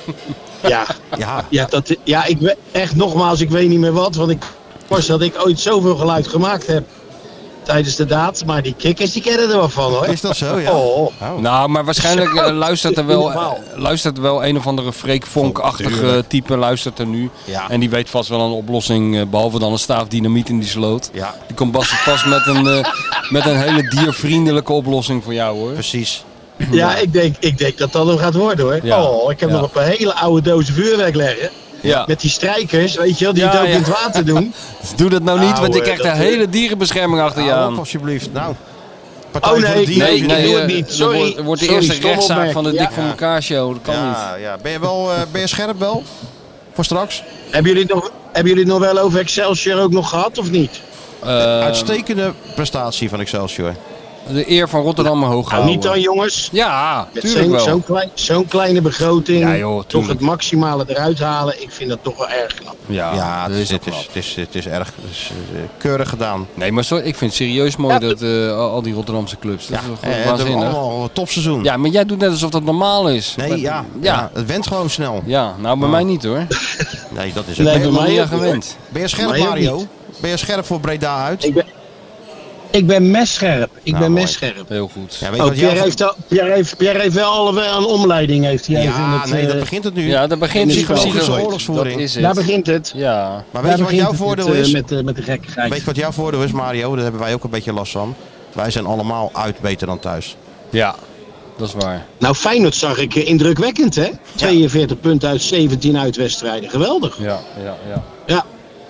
Ja, ik weet echt nogmaals, ik weet niet meer wat. Want ik was dat ik ooit zoveel geluid gemaakt heb tijdens de daad. Maar die kikkers die kennen er wel van, hoor. Is dat zo, ja? Oh. Nou, maar waarschijnlijk luistert er Normaal. wel een of andere Freek Vonk-achtige type luistert er nu. Ja. En die weet vast wel een oplossing, behalve dan een staaf dynamiet in die sloot. Ja. Die komt vast met een hele diervriendelijke oplossing voor jou, hoor. Precies. Ja, ik denk dat dat hem gaat worden, hoor. Ja. Oh, ik heb Ja. nog op een hele oude doos vuurwerk leggen. Ja. Met die strijkers, weet je wel, die het ook in het water doen. Doe dat nou niet, want je Nou, krijgt dat- een hele dierenbescherming achter je Hou aan. op alsjeblieft. Nou. Partij Oh, voor de nee, dieren. nee, doe het eh, niet. er Sorry. wordt de Sorry, eerste stomme rechtszaak van de opmerking. Dik voor elkaar show. Dat kan niet. Ja. Ben je scherp wel? Voor straks? Hebben jullie het nog wel over Excelsior ook nog gehad, of niet? Uitstekende prestatie van Excelsior. de eer van Rotterdam hoog Nou, houden. niet dan, jongens. Ja, Met tuurlijk wel. zo'n kleine begroting. Ja, joh, toch tuurlijk. het maximale eruit halen. Ik vind dat toch wel erg knap. Ja, dat is ook knap. Het is erg keurig gedaan. Nee, maar ik vind het serieus mooi dat al die Rotterdamse clubs. Dat is toch Het is waanzinnig. allemaal een topseizoen. Ja, maar jij doet net alsof dat normaal is. Nee, Maar- ja, het went gewoon snel. Ja, nou bij mij niet hoor. Nee, dat is Nee, het. Ik ben er nog mij niet aan ook niet, gewend. Ben je scherp, mij ook Mario? niet. Ben je scherp voor Breda uit? Ik ben messcherp. Ik ben mooi. messcherp. Heel goed. Ja, weet je Oh, wat jou- Pierre heeft wel alweer een omleiding. Heeft hij even Ja, in het, nee, dat begint het nu. Ja, daar begint het Psychologische wel. oorlogsvoering. Dat is het. Daar begint het. Ja. Maar weet je wat jouw voordeel is? Met de gekkigheid. Weet je wat jouw voordeel is, Mario? Daar hebben wij ook een beetje last van. Wij zijn allemaal uit beter dan thuis. Ja, dat is waar. Nou, Feyenoord zag ik indrukwekkend, hè? 42 punten uit 17 uitwedstrijden. Geweldig. Ja. Ja.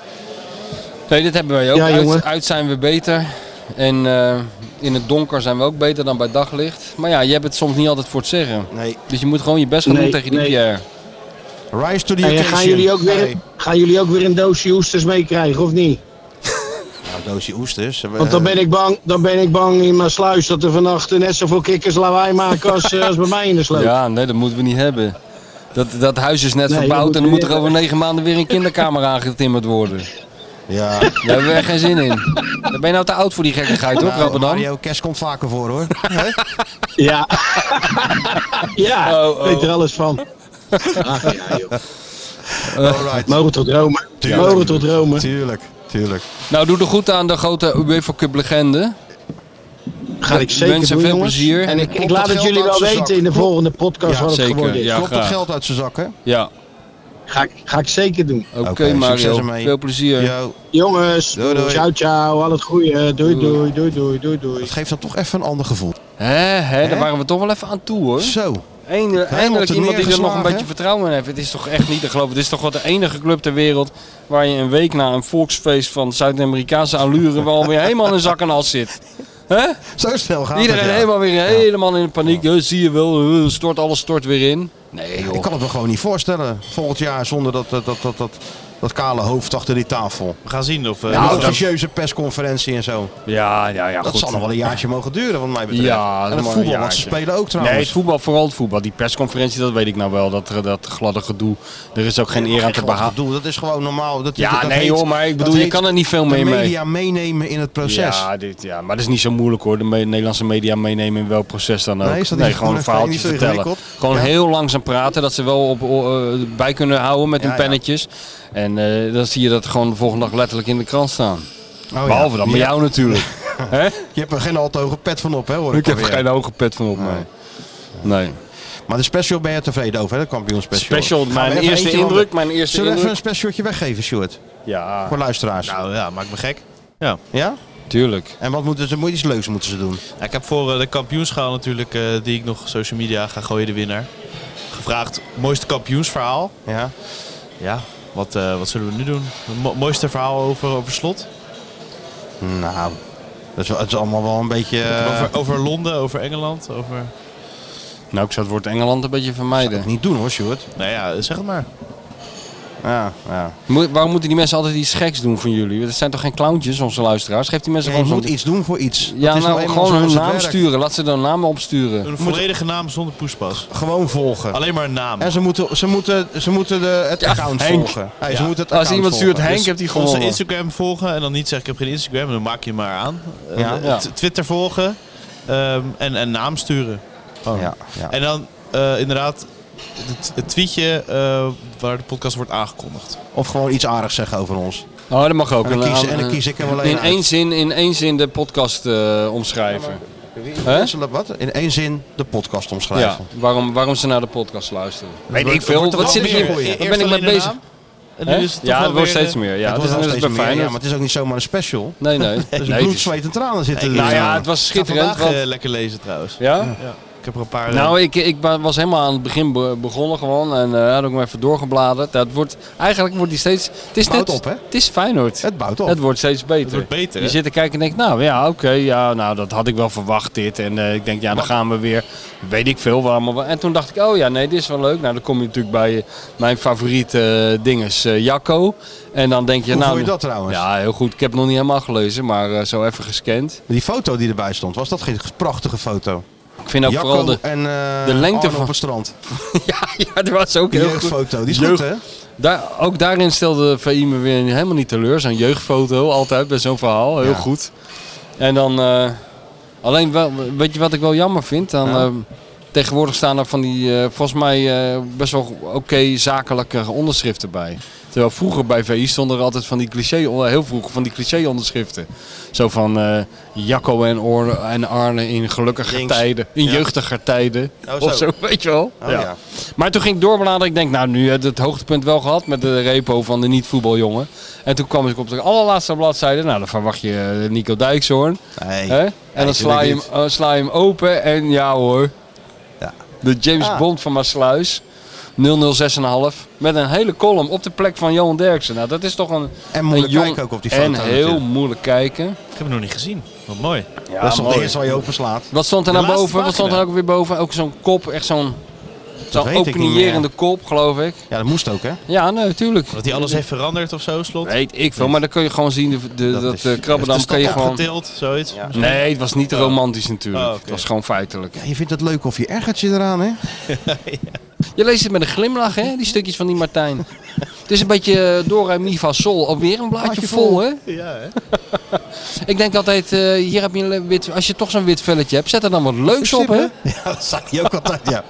Nee, dit hebben wij ook. Ja, jongen. Uit zijn we beter. En in het donker zijn we ook beter dan bij daglicht. Maar ja, je hebt het soms niet altijd voor het zeggen. Nee. Dus je moet gewoon je best gaan doen tegen die Pierre. Rise to the En occasion. gaan jullie ook weer een doosje oesters meekrijgen, of niet? Nou, doosje oesters. Want dan ben ik bang in mijn sluis dat er vannacht net zoveel kikkers lawaai maken als bij mij in de sloot. Ja, nee, dat moeten we niet hebben. Dat huis is net Nee, verbouwd dat en dan moet moeten er we over 9 maanden weer een kinderkamer aangetimmerd worden. Ja. Daar hebben we echt geen zin in. Dan ben je nou te oud voor die gekkigheid hoor, Nou, Krabberdam. Mario, kerst komt vaker voor hoor. Ja. Ja, Oh. weet er alles van. Ach ja, joh. Alright. Mogen toch dromen. Mogen toch dromen. Tuurlijk. Nou, doe er goed aan de grote UEFA Cup legende. Ga ik zeker Wensen doen, veel jongens. plezier. En ik Klopt laat dat het geld jullie uit wel zijn weten zak? in de volgende podcast Ja, wat het zeker. geworden is. Ja, Klopt het graag. geld uit zijn zakken? Ja, Ga ik zeker doen. oké Oké, Mario. succes ermee. Veel plezier. Yo. Jongens, Doei, doei. ciao, al het goede. Doei. Dat geeft dan toch even een ander gevoel. Daar waren we toch wel even aan toe hoor. Zo. Eindelijk te iemand die er nog een neergeslagen, beetje hè? vertrouwen in heeft. Het is toch echt niet te geloven. Het is toch wel de enige club ter wereld waar je een week na een volksfeest van Zuid-Amerikaanse allure wel weer helemaal in zak en as zit. Hè? Zo snel gaat Iedereen het. Ja. helemaal weer helemaal in paniek. Zie je wel, alles stort weer in. Nee joh. Ik kan het me gewoon niet voorstellen. Volgend jaar zonder dat kale hoofd achter die tafel. We gaan zien of... Een Nou, officieuze persconferentie en zo. Ja, Dat goed. zal nog wel een jaartje mogen duren wat mij betreft. Ja, dat en het mag voetbal een wat ze jaartje. spelen ook trouwens. Nee, het voetbal, vooral het voetbal. Die persconferentie, dat weet ik nou wel. Dat gladde gedoe. Er is ook geen eer aan te behalen. Dat is gewoon normaal. Ja, nee heet- joh, maar ik dat bedoel, je heet kan er niet veel de mee mee. media meenemen in het proces. Ja, maar dat is niet zo moeilijk hoor. De Nederlandse media meenemen in welk proces dan ook. Nee, is dat niet gewoon gewoon een verhaaltje niet zo vertellen. ingewikkeld? Gewoon Ja. heel langzaam praten, dat ze wel bij kunnen houden met hun Ja. pennetjes. En dan zie je dat gewoon de volgende dag letterlijk in de krant staan. Oh, Behalve dan bij Ja. jou natuurlijk. Hè? Je hebt er geen al te hoge pet van op, hè? Hoor Ik heb er alweer. geen hoge pet van op. Nee. Maar de special ben je tevreden over, hè? De kampioenspecial. Special, Gaan we mijn even eerste eentje indruk. Zullen we even een specialtje weggeven, Sjoerd? Ja, Voor luisteraars. Nou ja, maakt me gek. Ja? tuurlijk. En wat moeten ze? Iets leuks moeten ze doen. Ja, ik heb voor de kampioenschaal natuurlijk, die ik nog social media ga gooien, de winnaar, gevraagd, mooiste kampioensverhaal. Ja? Ja, wat zullen we nu doen? Het mooiste verhaal over Slot? Nou, het is allemaal wel een beetje... Over Londen, over Engeland, over... Nou, ik zou het woord Engeland een beetje vermijden. niet doen hoor, Sjoerd. Nou ja, zeg het maar. Ja. Waarom moeten die mensen altijd iets geks doen van jullie? Dat zijn toch geen clowntjes, onze luisteraars? Geef die mensen Ja, je gewoon moet zo'n... iets doen voor iets. Ja, Dat is nou eenmaal gewoon zoals hun het naam werkt. sturen. Laat ze dan namen opsturen. Een volledige naam zonder poespas. Gewoon volgen. Alleen maar een naam. En ze moeten het account Henk. volgen. Hey, ze Ja. moeten het Als account iemand stuurt volgen. Henk, heeft hij Onze gewonnen. Instagram volgen en dan niet zeggen ik heb geen Instagram, dan maak je hem maar aan. Ja. Twitter volgen en naam sturen. Ja. En dan inderdaad het tweetje waar de podcast wordt aangekondigd. Of gewoon iets aardigs zeggen over ons. Oh, dat mag ook. En dan kies ik er wel in een uit. één zin de podcast omschrijven. Hè? Wat? In één zin de podcast Ja, omschrijven. waarom ze naar de podcast luisteren. Weet wordt- ik veel. wordt er Wat wel zit ik meer. hier? Eerst Waar ben ik mee alleen de bezig? naam, en Hè? nu is het toch Ja, wel het wordt weer, steeds meer. Ja, het het is wordt net wel als bij steeds meer, ja, Feyenoord. maar het is ook niet zomaar een special. Nee. Het is Nee, bloed, het is- zweet en tranen zitten. Nee, Nou erin. ja, het was Ik ga schitterend. vandaag Want, lekker lezen trouwens. ja? Ik heb er een paar... Nou, ik was helemaal aan het begin begonnen gewoon. En had ook maar even doorgebladerd. Eigenlijk wordt die steeds... Het bouwt op, hè? Het is Feyenoord. Het bouwt op. Het wordt steeds beter. Het wordt beter, Je hè? zit te kijken en denkt, nou ja, oké, dat had ik wel verwacht dit. En ik denk, ja, dan gaan we weer, weet ik veel waar. En toen dacht ik, oh ja, nee, dit is wel leuk. Nou, dan kom je natuurlijk bij mijn favoriete dinges, Jacco. En dan denk je, Hoe nou... vond je dat trouwens? Ja, heel goed. Ik heb het nog niet helemaal gelezen, maar zo even gescand. Die foto die erbij stond, was dat geen prachtige foto? Ik vind ook Jacco vooral de lengte Arno van... op het strand. ja, dat was ook Die heel goed. jeugdfoto, die is goed, hè? Ook daarin stelde VI me weer helemaal niet teleur. Zo'n jeugdfoto, altijd bij zo'n verhaal. Heel goed. En dan... alleen, weet je wat ik wel jammer vind? Dan, tegenwoordig staan er van die, volgens mij, best wel oké zakelijke onderschriften bij. Terwijl vroeger bij VI stonden er altijd van die heel vroeger van die cliché-onderschriften. Zo van Jacco en Arne in gelukkige tijden, in jeugdiger tijden. Of zo, weet je wel. Ja. Maar toen ging ik doorbladeren. Ik denk, nou, nu het hoogtepunt wel gehad met de repo van de niet-voetbaljongen. En toen kwam ik op de allerlaatste bladzijde. Nou, dan verwacht je Nico Dijkshoorn. Nee. En dan sla je hem open en ja hoor. Ja. De James Bond van Maassluis. 006,5. Met een hele column op de plek van Johan Derksen. Nou, dat is toch en moeilijk kijken ook op die foto. En heel moeilijk kijken. Ik heb het nog niet gezien. Wat mooi. Ja, dat is toch de eerste waar je openslaat. Wat stond er nou boven? Wat stond er ook weer boven? Ook zo'n kop, echt zo'n opinierende kop, geloof ik. Ja, dat moest ook, hè? Ja, nee, natuurlijk. Dat hij alles heeft veranderd of zo, Slot? Weet ik veel, maar dan kun je gewoon zien, dat Krabbendam kan je gewoon... Gedeeld, zoiets? Ja. Nee, het was niet romantisch natuurlijk. Oh, okay. Het was gewoon feitelijk. Ja, je vindt het leuk of je ergert je eraan, hè? Je leest het met een glimlach, hè? Die stukjes van die Martijn. Het is een beetje do, re, mi, fa, sol. Alweer een blaadje vol, hè? Ja, hè? Ik denk altijd, hier heb je een wit... Als je toch zo'n wit velletje hebt, zet er dan wat leuks op, hè? Ja, dat zei hij ook altijd, ja.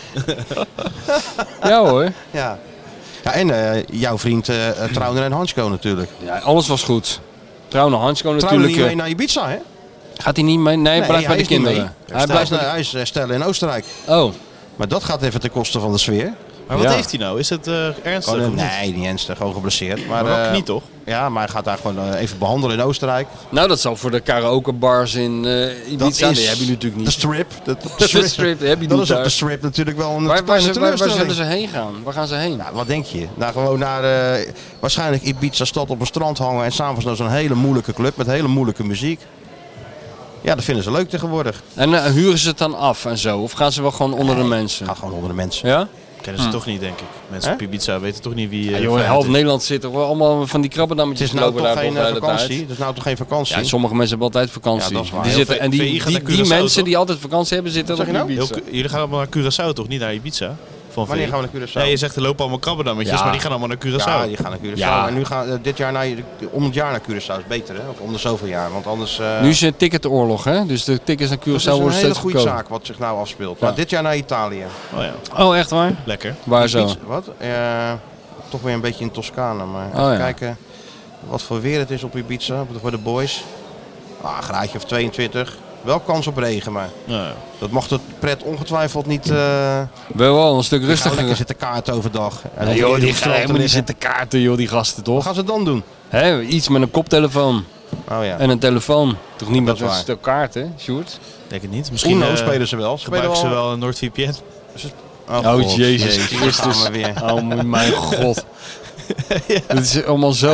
Ja hoor. Ja, en jouw vriend Trauner en Hansko natuurlijk. Ja, alles was goed. Trauner, Hansko natuurlijk. Trauner niet mee naar Ibiza, hè? Gaat hij niet mee? Nee, blijft bij de kinderen. Hij is stellen in Oostenrijk. Oh. Maar dat gaat even ten koste van de sfeer. Maar wat heeft hij nou? Is het ernstig? Gewoon, nee, niet ernstig. Gewoon geblesseerd. Maar wel knie toch? Ja, maar hij gaat daar gewoon even behandelen in Oostenrijk. Nou, dat zal voor de karaokebars in Ibiza. Die heb je natuurlijk niet. De strip. De strip heb je dat niet is op de strip natuurlijk wel een waar zullen ze heen gaan? Waar gaan ze heen? Nou, wat denk je? Nou, gewoon naar waarschijnlijk Ibiza stad op een strand hangen. En s'avonds naar zo'n hele moeilijke club met hele moeilijke muziek. Ja, dat vinden ze leuk tegenwoordig. En huren ze het dan af en zo? Of gaan ze wel gewoon onder de mensen? Ga gewoon onder de mensen. Ja? Kennen ze toch niet, denk ik. Mensen op Ibiza weten toch niet wie... joh, half Nederland zit er allemaal van die krabbendammetjes. Het is nou toch geen vakantie? Het is nou toch geen vakantie? Ja, sommige mensen hebben altijd vakantie. Ja, dat is waar. Die zitten, en die mensen die altijd vakantie hebben, zitten op Ibiza. Jullie gaan allemaal naar Curaçao toch? Niet naar Ibiza? Wanneer gaan we naar Curaçao? Nee, je zegt er lopen allemaal krabbendammetjes, maar die gaan allemaal naar Curaçao. Ja, die gaan naar Curaçao. Ja. En nu gaan dit jaar om het jaar naar Curaçao is beter, hè? Of om de zoveel jaar, want anders... Nu is een ticketoorlog, hè? Dus de tickets naar Curaçao worden steeds goedkoper. Dat is een hele goede goedkoper. zaak wat zich nou afspeelt. Ja. Maar dit jaar naar Italië. Oh ja. Oh, echt waar? Lekker. Waar zo? Wat? Toch weer een beetje in Toscane, maar Oh, even kijken wat voor weer het is op Ibiza voor de boys. Een graadje of 22. Wel kans op regen, maar dat mocht het pret ongetwijfeld niet... wel een stuk rustiger. Lekker zitten kaarten overdag. En Nee, joh, die gaan helemaal niet zitten kaarten, joh, die gasten toch? Wat gaan ze dan doen? Hè, iets met een koptelefoon. Oh ja. En een telefoon. Toch niet met een waar. stuk kaarten, Sjoerd? Denk het niet. Misschien Uno spelen ze wel. gebruiken ze wel een NordVPN. Oh, Jezus Christus. Oh mijn god. Het is allemaal zo...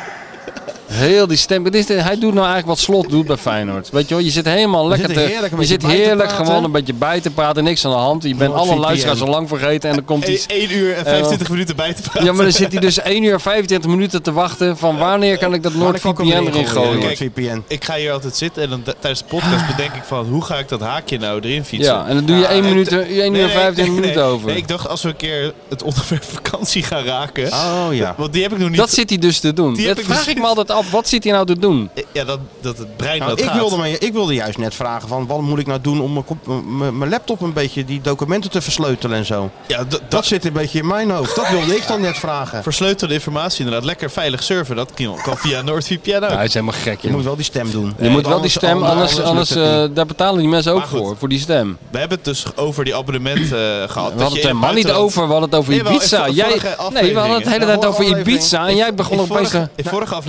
Heel die stem. Hij doet nou eigenlijk wat Slot doet bij Feyenoord. Weet je wel, je zit helemaal lekker je zit heerlijk gewoon een beetje bij te praten. Niks aan de hand. Je bent alle luisteraars al lang vergeten en dan komt iets... 1 uur en 25 minuten bij te praten. Ja, maar dan zit hij dus 1 uur en 25 minuten te wachten van wanneer kan ik dat NordVPN erin gooien. Ik ga hier altijd zitten en dan tijdens de podcast bedenk ik van hoe ga ik dat haakje nou erin fietsen. Ja, en dan doe je 1 uur en 25 minuten over. Nee, ik dacht als we een keer het onderwerp vakantie gaan raken. Oh ja. Want die heb ik nog niet... Dat zit hij dus te doen. Dat vraag ik me altijd af. Wat zit hij nou te doen? Ja, dat het brein nou, dat gaat. Ik wilde juist net vragen van wat moet ik nou doen om mijn laptop een beetje die documenten te versleutelen en zo. Ja, dat zit een beetje in mijn hoofd. Dat wilde ik dan net vragen. Versleutelde informatie inderdaad. Lekker veilig surfen. Dat kan via NordVPN ook. Ja, hij is helemaal gek. Je moet wel die stem doen. Je moet wel die stem, anders daar betalen die mensen ook voor die stem. We hebben het dus over die abonnementen gehad. We hadden het helemaal niet over, we hadden het over Ibiza. We hadden het de hele tijd over Ibiza en jij begon opeens... In vorige aflevering hebben we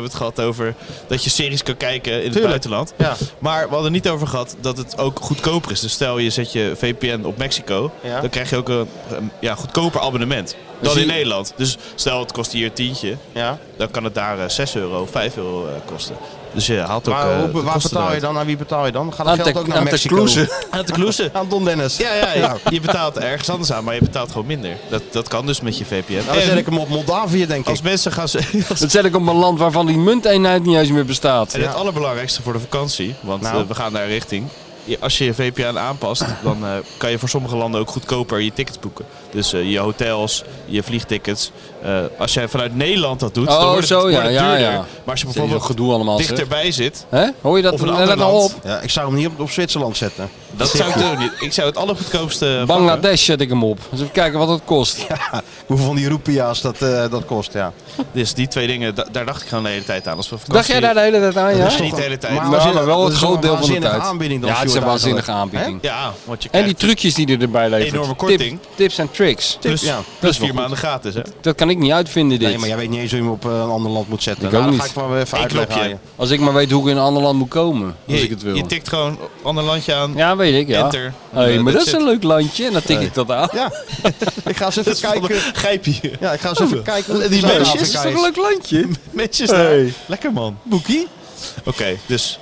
hebben we het gehad over dat je series kan kijken in het Tuurlijk. buitenland. Ja. Maar we hadden niet over gehad dat het ook goedkoper is. Dus stel je zet je VPN op Mexico, Ja. dan krijg je ook een goedkoper abonnement dan Dus in Nederland. Dus stel het kost hier $10, Ja. dan kan het daar €6, €5 kosten. Dus je haalt ook Maar de waar kosten betaal je eruit. dan? Aan wie betaal je dan? Gaat Aan dat geld ook naar Mexico? Tecluze. Aan de kloesen. Aan Don Dennis. Ja, je betaalt ergens anders aan, maar je betaalt gewoon minder. Dat kan dus met je VPN. Nou, dan zet ik hem op Moldavië, denk Als ik. mensen gaan... Dat zet ik op een land waarvan die munteenheid niet eens meer bestaat. En het allerbelangrijkste voor de vakantie, want Nou. we gaan daar richting. Als je je VPN aanpast, dan kan je voor sommige landen ook goedkoper je tickets boeken. Dus je hotels, je vliegtickets. Als jij vanuit Nederland dat doet, Oh, dan wordt zo, het ja, duurder. ja. Maar als je Bijvoorbeeld bijvoorbeeld gedoe allemaal. zeg. dichterbij zit, Hè? Hoor je dat? of een Let ander nou land, op. Ja, ik zou hem niet op Zwitserland zetten. dat zou ik doen niet. Ik zou het allergoedkoopste pakken. Bangladesh zet ik hem op. Dus even kijken wat het kost. Hoeveel van die roepia's dat kost, ja. Dus die twee dingen, daar dacht ik gewoon de hele tijd aan. Als we Dacht vakantie... jij daar de hele tijd aan, ja? is niet de hele tijd. Maar Nou, maar wel dat het is groot een deel van de waanzinnige tijd. aanbieding dan Ja, het is een Stuart waanzinnige eigenlijk. aanbieding. Ja, want je En die krijgt trucjes die er erbij levert. Enorme korting. Tips en tricks. plus, Ja. plus wel 4 maanden gratis, hè? Dat kan ik niet uitvinden, dit. Nee, maar jij weet niet eens hoe je hem op een ander land moet zetten. Ik Nou, ook dan niet. ga ik wel even Eén uitleggen knopje. aan je. Als ik maar weet hoe ik in een ander land moet komen. Als ik het wil. Je tikt gewoon een ander landje aan, Ja, weet ik, ja. enter. Hey, maar dat is zit. een leuk landje. En dan tik ik dat aan. Ja, ik ga eens even kijken. Grijpje. Ja, ik ga eens even kijken hoe Die Zuid-Afrika meisjes, Dat is toch een leuk landje? Manchester. Hey. Lekker man. Boekie. Oké, dus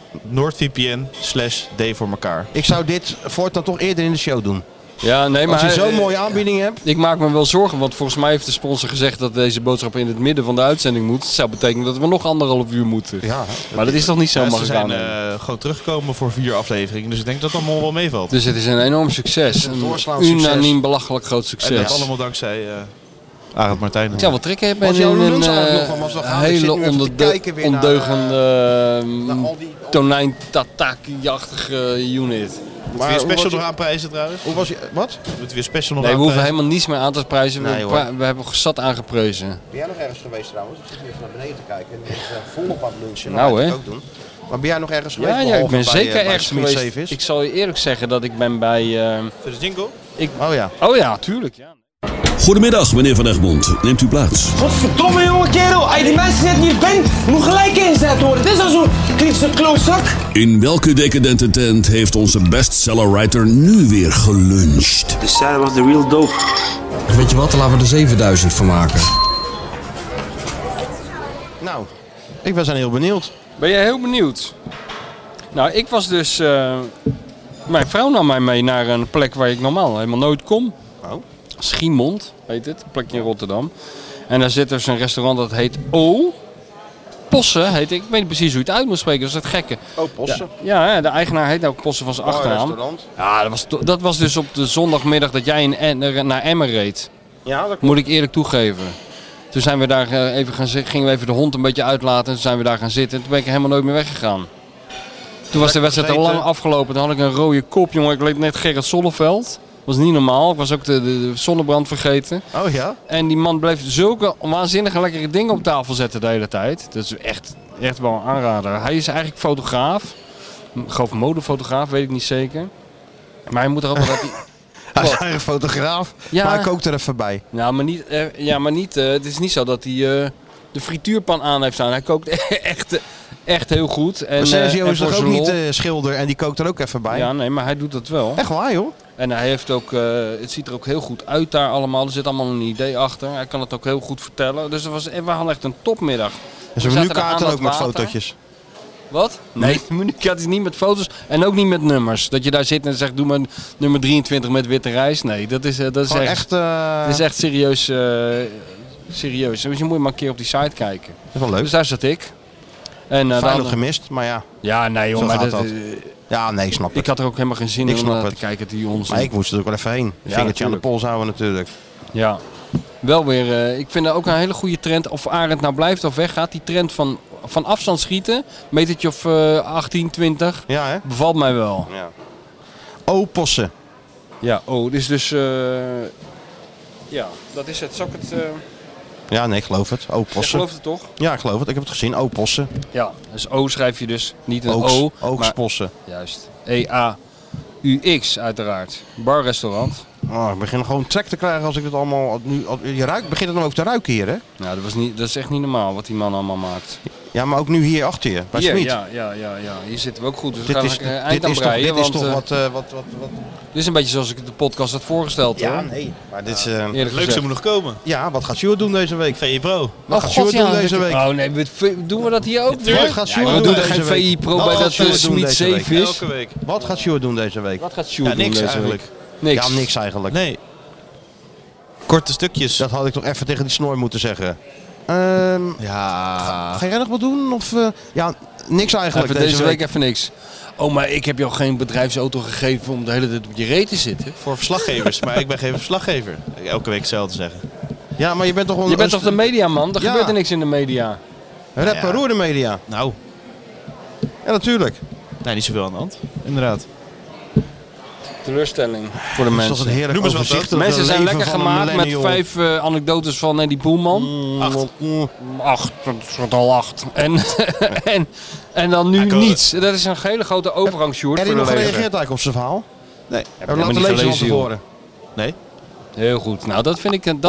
NordVPN/D voor elkaar. Ik zou dit voortaan toch eerder in de show doen. Ja, nee, maar Als je zo'n mooie aanbieding hebt. ik maak me wel zorgen, want volgens mij heeft de sponsor gezegd dat deze boodschap in het midden van de uitzending moet. Dat zou betekenen dat we nog 1,5 uur moeten. Ja, Maar dat is toch niet Ja, zomaar ze zijn gegaan? gewoon teruggekomen voor 4 afleveringen. Dus ik denk dat dat allemaal wel meevalt. Dus het is een enorm succes. Een Een doorslaand succes. unaniem belachelijk groot En succes. dat allemaal dankzij Arend Martijn. Ik zou wel trekken hebben Was in jouw een lunch eigenlijk nog? Was dat gaaf? Ik zit hele nu even te kijken weer naar, ondeugende al die- tonijn-tataki-achtige unit. Moet je hoe special was je- nog aanprijzen trouwens? Hoe was je? Wat? Moet je weer special nog Nee, we hoeven aanprijzen? helemaal niets meer aan te prijzen. Nee, hoor. We hebben zat aangeprezen. Ben jij nog ergens geweest trouwens? Ik zit hier even naar beneden te kijken. En er is volop aan het lunchen. Nou, Dat ga ik hè. ook doen. Maar ben jij nog ergens geweest? Ja, ik behalve ben bij, zeker bij ergens Smit geweest. Safe is? Ik zal je eerlijk zeggen dat ik ben bij... Voor de jingle? Oh ja. Oh ja, tuurlijk. Ja. Goedemiddag, meneer Van Egmond. Neemt u plaats. Godverdomme jonge kerel, als je die mensen net niet bent, moet gelijk ingezet worden. Dit is al zo'n kritische klootzak. In welke decadente tent heeft onze bestsellerwriter nu weer geluncht? De style was de real dope. Weet je wat, laten we er 7000 van maken. Nou, ik ben heel benieuwd. Ben jij heel benieuwd? Nou, ik was dus... mijn vrouw nam mij mee naar een plek waar ik normaal helemaal nooit kom. Oh. Schiemond heet het, een plekje in Rotterdam. En daar zit dus een restaurant dat heet O. Posse heet ik weet niet precies hoe je het uit moet spreken, dat is het gekke. Oh, Posse. Ja, de eigenaar heet ook Posse van zijn achternaam. restaurant. Ja, dat was dus op de zondagmiddag dat jij naar Emmen reed. Ja, dat Moet ik eerlijk toegeven. Toen zijn we daar gingen we even de hond een beetje uitlaten. En toen zijn we daar gaan zitten. En toen ben ik er helemaal nooit meer weggegaan. Toen was de wedstrijd al lang afgelopen. Toen had ik een rode kop, jongen. Ik leek net Gerrit Zonneveld. Was niet normaal. Ik was ook de zonnebrand vergeten. Oh ja? En die man bleef zulke waanzinnige lekkere dingen op tafel zetten de hele tijd. Dat is echt wel een aanrader. Hij is eigenlijk fotograaf. Ik geloof modefotograaf, weet ik niet zeker. Maar hij moet er ook wel dat hij... Hij is eigenlijk fotograaf, Ja. maar hij kookt er even bij. Nou, maar niet, het is niet zo dat hij de frituurpan aan heeft staan. Hij kookt echt heel goed. En, Sergio en is voor toch ook zijn niet lol. schilder en die kookt er ook even bij? Ja, nee, maar hij doet dat wel. Echt waar, joh? En hij heeft ook, het ziet er ook heel goed uit daar allemaal. Er zit allemaal een idee achter. Hij kan het ook heel goed vertellen. Dus we hadden echt een topmiddag. En We zijn zaten daar menukaarten aan ook het met water. fotootjes. Wat? Nee, de menukaart is niet met foto's en ook niet met nummers. Dat je daar zit en zegt, doe maar nummer 23 met witte rijst. Nee, dat is Gewoon echt... echt... Dat is echt serieus. Serieus. Dus je moet maar een keer op die site kijken. Dat is wel leuk. Dus daar zat ik. En, Feyenoord gemist, maar ja. Ja, nee joh. Zo Maar gaat dat, dat. Ja, nee, snap ik. ik had er ook helemaal geen zin Ik in om snap naar te het. kijken. Die onzin. Maar ik moest er ook wel even heen. Ja, Vingertje aan de natuurlijk. pols houden natuurlijk. Ja. Wel weer, ik vind dat ook een hele goede trend. Of Arend nou blijft of weggaat. Die trend van afstand schieten. Metertje of 18, 20. Ja, hè? Bevalt mij wel. Ja. Oh, Posse. Ja, dit is dus... ja, dat is het. Zal ik het... Ja, nee, ik geloof het. Oh, Jij Posse. gelooft het toch? Ja, ik geloof het. Ik heb het gezien. Oh, Posse. Ja, dus O schrijf je dus. Niet een Oaks, O, maar Oogsposse. juist. E-A-U-X uiteraard. Barrestaurant. Oh, ik begin gewoon trek te krijgen als ik het allemaal... Nu, je ruikt, begint het dan ook te ruiken hier, hè? Nou, dat is echt niet normaal wat die man allemaal maakt. Ja, maar ook nu hier achter je, bij Smit. Ja. Hier zitten we ook goed. Dus we Dit gaan is, eind aan breien. dit is toch wat... Dit is een beetje zoals ik de podcast had voorgesteld, hoor. Ja, nee. Maar dit is... Het leukste moet nog komen. Ja, wat gaat Sjoerd doen deze week? VI Pro. Wat gaat Sjoerd doen deze week? Oh nee, doen we dat hier ook weer? Wat gaat Sjoerd we doen doen er deze geen week? VI Pro Wat bij gaat dat Sjoerd doen Smit deze safe week? is. Elke week. Wat gaat Sjoerd doen deze week? Wat gaat Sjoerd doen niks deze eigenlijk. week? Niks. Ja, niks eigenlijk. Nee. Korte stukjes. Dat had ik toch even tegen die snor moeten zeggen. Ja. Ga jij nog wat doen? Of, ja, niks eigenlijk Even deze week even niks. Oh, maar ik heb jou geen bedrijfsauto gegeven om de hele tijd op je reet te zitten. Voor verslaggevers, maar ik ben geen verslaggever. Elke week hetzelfde zeggen. Ja, maar je bent toch gewoon... Je bent toch de mediaman? Er Ja. gebeurt er niks in de media. Rapper Roer Media. Nou, Ja, natuurlijk. nee, niet zoveel aan de hand. Inderdaad. Teleurstelling voor de Dat is mensen. toch een heerlijk Noem eens wat overzicht. dan. Mensen zijn leven lekker van een gemaakt met millennial. 5 anekdotes van Eddie Poelman. 8, dat is al 8. En dan nu niets. Dat is een hele grote overgang, Sjoerd. Heb je voor nog de lezer. gereageerd eigenlijk op zijn verhaal? Nee. Heb je laten niet lezen van gelezen, joh. tevoren? Nee. Heel goed. Nou, dat vind ik een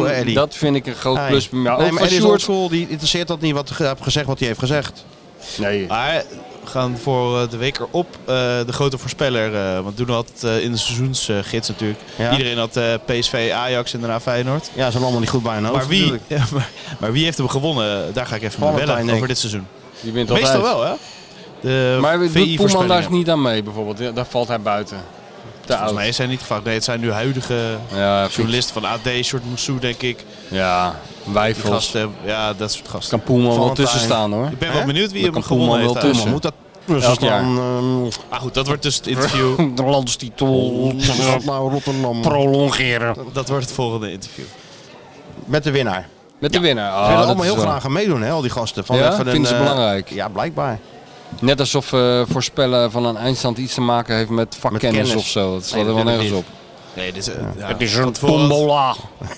groot Hey. plus. Ja, Nee, ook maar van Eddie is Sjoerd. oldschool, die interesseert dat niet wat hij heeft gezegd wat hij heeft gezegd. Nee. Maar we gaan voor de week erop de grote voorspeller. Want we doen altijd in de seizoensgids natuurlijk. Ja. Iedereen had PSV, Ajax en daarna Feyenoord. Ja, ze zijn allemaal niet goed bij een hoofd. Maar wie, natuurlijk. maar wie heeft hem gewonnen? Daar ga ik even mee Valentijn, bellen denk over ik. dit seizoen. Die wint Meestal altijd. wel, hè? De Maar doet Poelman daar VI-voorspellingen. niet aan mee, bijvoorbeeld? Ja, daar valt hij buiten. Te Volgens oud. mij is hij niet gevraagd. Nee, het zijn nu huidige Ja, journalisten van AD, Short Moussou, denk ik. Ja, Die Wijfels. gasten, ja, dat soort gasten. Kan Poelman wel Valentijn. tussen staan, hoor. Ik ben wel benieuwd wie Dan hem kan Poelman gewonnen wel heeft. tussen. Moet dat tussen Elk jaar. staan? Maar goed, dat wordt dus het interview. De landstitel Nou, Rotterdam. prolongeren. Dat wordt het volgende interview. Met de winnaar. Met de winnaar. Ze Ah, willen dat allemaal is heel wel- graag aan meedoen, hè, al die gasten. Van Ja? even Vinden ze belangrijk? Ja, blijkbaar. Net alsof voorspellen van een eindstand iets te maken heeft met vakkennis kennis. of zo. Dat slaat Nee, er wel nergens natuurlijk op. Nee, dit is, Het is een van tevoren- tombola.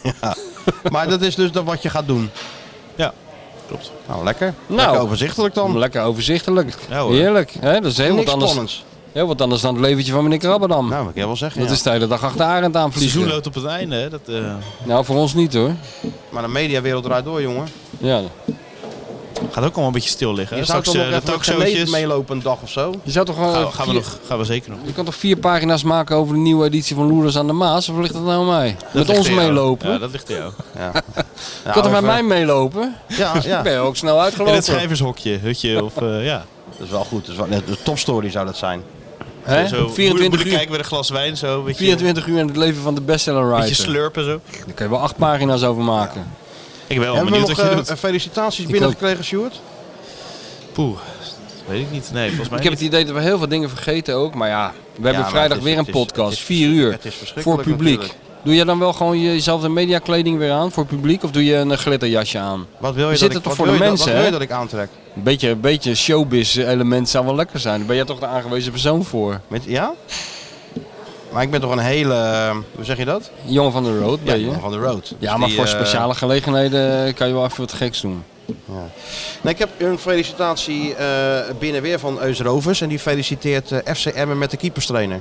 Maar dat is dus wat je gaat doen. Ja, klopt. Nou, lekker. Nou. Lekker overzichtelijk dan. Lekker overzichtelijk. Ja, hoor. Heerlijk. Hè? Dat is heel wat, Niks anders, spannends. heel wat anders dan het leventje van meneer Krabberdam. Nou, dat kan je wel zeggen, Dat ja. is de hele dag achter Arend aan Het seizoen vliegen. loopt op het einde, hè? Dat, Nou, voor ons niet, hoor. Maar de mediawereld draait door, jongen. Ja. gaat ook allemaal een beetje stil liggen. Je hè? zou Straks toch nog de even met talkshowtjes. meelopen een dag of zo? Je zou toch gewoon Gaan we zeker nog. Je kan toch 4 pagina's maken over de nieuwe editie van Loerders aan de Maas? Of ligt dat nou aan mij? Met ligt ons aan jou. meelopen? Ja, dat ligt aan jou. Ja. Je kan toch met mij meelopen? Ja, ja. Ik ben ook snel In uitgelopen. het schrijvershokje, hutje of ja. Dat is wel goed. Dat is wel, de topstory zou dat zijn. Hè? Zo, 24 uur uur. kijken met een glas wijn zo. Beetje, 24 uur in het leven van de bestseller beetje writer. slurpen zo. Daar kun je wel 8 pagina's over maken. Ik ben wel Hebben we benieuwd nog wat je doet. felicitaties Ik binnengekregen, Sjoerd? Poeh, dat weet ik niet. Nee, volgens mij Ik heb het niet. idee dat we heel veel dingen vergeten ook. Maar ja, we hebben maar vrijdag het is- weer een het is- podcast. het is- 4 uur. het is Voor verschrikkelijk publiek. natuurlijk. Doe je dan wel gewoon jezelf de mediakleding weer aan voor publiek? Of doe je een glitterjasje aan? Wat wil je We dat zitten ik, toch wat voor wil de je dat- mensen, wat wil je hè? dat ik aantrek? Een beetje showbiz element zou wel lekker zijn. Daar ben jij toch de aangewezen persoon voor? Ja? Maar ik ben toch een hele... hoe zeg je dat? Jongen van de road ben je. jongen van de road. Ja, Dus maar die, voor speciale gelegenheden kan je wel even wat geks doen. Nee, ik heb een felicitatie binnen weer van Eus Rovers. En die feliciteert FC Emmen met de keeperstrainer.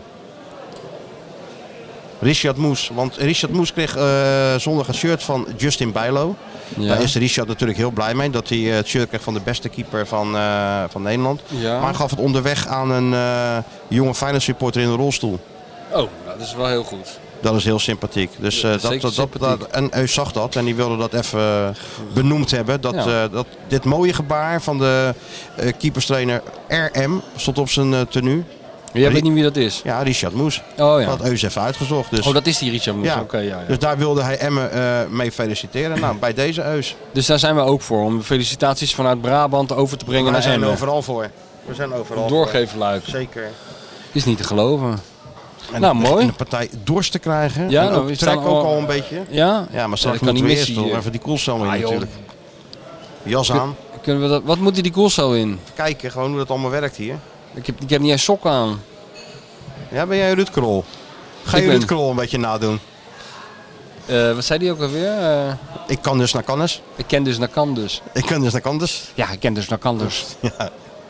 Richard Moes. Want Richard Moes kreeg zondag een shirt van Justin Bijlo. Ja. Daar is Richard natuurlijk heel blij mee. Dat hij het shirt kreeg van de beste keeper van Nederland. Ja. Maar hij gaf het onderweg aan een jonge Feyenoord supporter in een rolstoel. Oh, nou, dat is wel heel goed. Dat is heel sympathiek. Dus Dat is zeker sympathiek. en Eus zag dat en die wilde dat even benoemd hebben. Dat, Ja. dat dit mooie gebaar van de keeperstrainer RM stond op zijn tenue. Jij weet niet wie dat is? Ja, Richard Moes. Oh ja. Had Eus even uitgezocht. Dus, Oh, dat is die Richard Moes. ja. Oké, ja. Dus daar wilde hij Emmen mee feliciteren. Nou, bij deze Eus. Dus daar zijn we ook voor. Om felicitaties vanuit Brabant over te brengen We naar zijn Emmen. overal voor. We zijn overal Doorgeefluik. voor. Zeker. Is niet te geloven. En Nou, mooi. En de partij dorst te krijgen. Ja, en nou, ook we trek staan ook al- al een beetje. Ja? Ja, maar straks dat kan moeten we niet eerst missen nog hier. even die koelcel in Ah, joh. natuurlijk. Jas aan. Kunnen we dat, wat moet die koelcel in? Even kijken gewoon hoe dat allemaal werkt hier. Ik heb niet eens sokken aan. Ja, ben jij Ruud Krol? Ga Ik je ben- Ruud Krol een beetje nadoen? Wat zei die ook alweer? Ik kan dus naar Cannes. Ik ken dus naar kan dus. Ik kan dus naar Cannes. Ja, ik ken dus naar kan dus. Ja,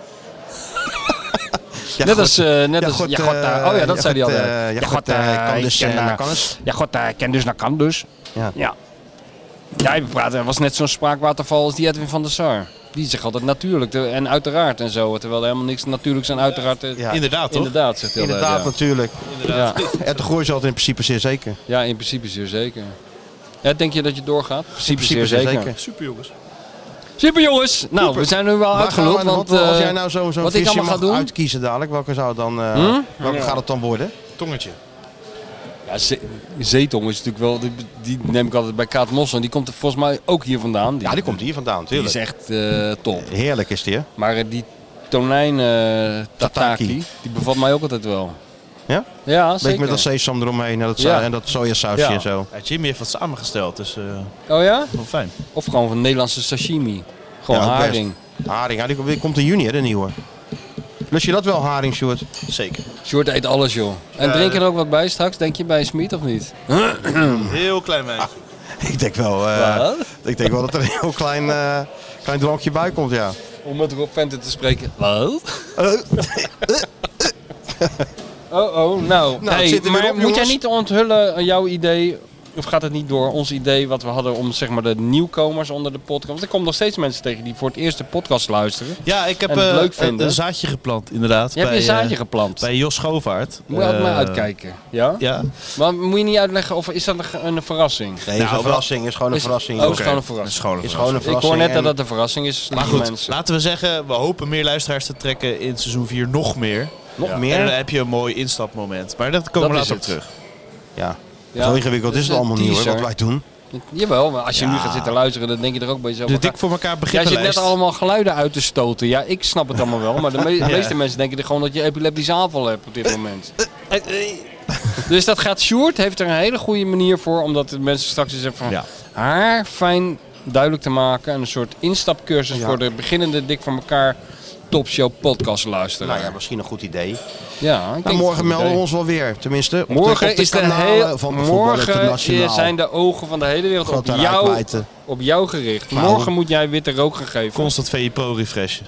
Net goed. als... net Ja, als goed, ja, god, oh ja, dat zei hij al. ja, goed, kan dus naar Cannes. Ja, god, ik ken dus naar kan dus. Ja. Ja. Ja, we praten, was net zo'n spraakwaterval als die Edwin van der Sar. Die zegt altijd natuurlijk en uiteraard en zo. Terwijl er helemaal niks natuurlijks en uiteraard... Inderdaad, toch? Inderdaad, zegt hij Inderdaad, altijd, natuurlijk. Inderdaad. Ja. En de gooi is altijd in principe zeer zeker. Ja, in principe zeer zeker. Ja, denk je dat je doorgaat? In principe zeer zeker. Super jongens. Super jongens! Nou, we zijn nu wel uitgeluld. Want als jij nou zo'n wat ik visje allemaal ga mag doen? uitkiezen dadelijk, welke zou dan, welke gaat het dan worden? Tongetje. Ja, zeetong is natuurlijk wel... Die neem ik altijd bij Kaat Mossen. Die komt er volgens mij ook hier vandaan. Ja, die komt hier vandaan, Die natuurlijk. is echt top. Heerlijk is die, hè? Maar die tonijn tataki, die bevalt mij ook altijd wel. Ja? Ja, Beetje zeker. met dat sesam eromheen en dat sojasausje en zo. Ja, Jimmy heeft wat samengesteld, dus Oh ja? wel fijn. Of gewoon van Nederlandse sashimi. Gewoon Ja, ook best. haring. Haring, ja, die komt in juni, hè, de nieuwe. Lust je dat wel, haring, Sjoerd? Zeker. Sjoerd eet alles, joh. En drink je er ook wat bij straks, denk je, bij Smit of niet? Heel klein beetje. Ik denk wel, dat er een heel klein drankje bij komt, ja. Om met Rob Venter te spreken. Wat? Nou, hey, zit er weer maar op, moet jij jongens. niet onthullen jouw idee, of gaat het niet door, ons idee wat we hadden om zeg maar de nieuwkomers onder de podcast? Want er komen nog steeds mensen tegen die voor het eerst de podcast luisteren. Ja, ik heb En het leuk vinden. een zaadje geplant, inderdaad. Je hebt een zaadje geplant. Bij Jos Schovaert. Moet je altijd maar uitkijken. Ja? Ja. Maar moet je niet uitleggen of is dat een verrassing? Nee, is een verrassing, is gewoon een Is- verrassing. Oh, Oké. is gewoon een verrassing. Is gewoon een Is gewoon een Ik verrassing. hoor net dat en- dat een verrassing is, Maar lieve goed, mensen. laten we zeggen, we hopen meer luisteraars te trekken in seizoen 4 nog meer. Nog meer? En dan heb je een mooi instapmoment. Maar dat komen we Dat is later op het. terug. Ja. Ja. Zo ingewikkeld Dat is is het allemaal een niet, hoor, wat teaser. wij doen. Jawel, maar als je Ja. nu gaat zitten luisteren, dan denk je er ook bij jezelf. De dik voor elkaar Jij begrippenlijst. zit net allemaal geluiden uit te stoten. Ja, ik snap het allemaal wel. Maar de meeste mensen denken er gewoon dat je epileptische aanval hebt op dit moment. Dus dat gaat Sjoerd, heeft er een hele goede manier voor. Omdat de mensen straks eens even Ja. haar fijn duidelijk te maken. En een soort instapcursus voor de beginnende dik voor elkaar topshow podcast luisteren. Nou ja, misschien een goed idee. Ja, ik Nou, denk morgen dat het melden we idee. ons wel weer. Tenminste, op Morgen op de is de kanalen van Voetbal morgen Internationaal. zijn de ogen van de hele wereld Grote rijkwijde. op jou gericht. Nou, Morgen moet jij witte rook gaan geven. Constant VI Pro refreshen.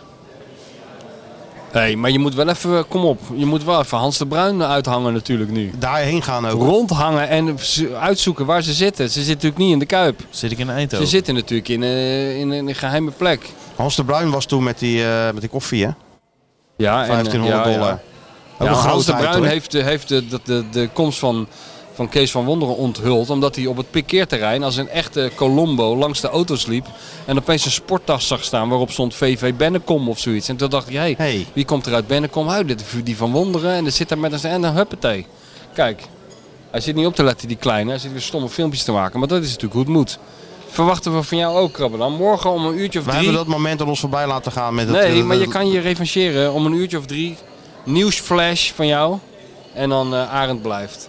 Nee, maar je moet wel even, kom op, je moet wel even Hans de Bruin uithangen natuurlijk nu. Daarheen gaan ook. Rondhangen en uitzoeken waar ze zitten. Ze zitten natuurlijk niet in de Kuip. Zit ik in Ze Eindhoven. zitten natuurlijk in een geheime plek. Hans de Bruin was toen met die koffie, hè? Ja, en, $1500. Ook Ja, een Hans de grootheid, Bruin hoor. heeft de komst van Kees van Wonderen onthuld. Omdat hij op het parkeerterrein als een echte Colombo langs de auto's liep. En opeens een sporttas zag staan waarop stond VV Bennekom of zoiets. En toen dacht hij, Hey. wie komt er uit Bennekom? Die van Wonderen. En er zit daar met een huppatee. Kijk, hij zit niet op te letten, die kleine. Hij zit weer stomme filmpjes te maken. Maar dat is natuurlijk hoe het moet. Verwachten we van jou ook, Krabbelan. Morgen om een uurtje of We 3. hebben dat moment aan ons voorbij laten gaan met het... Nee, maar je kan je revancheren om een uurtje of 3. Nieuwsflash van jou. En dan Arend blijft.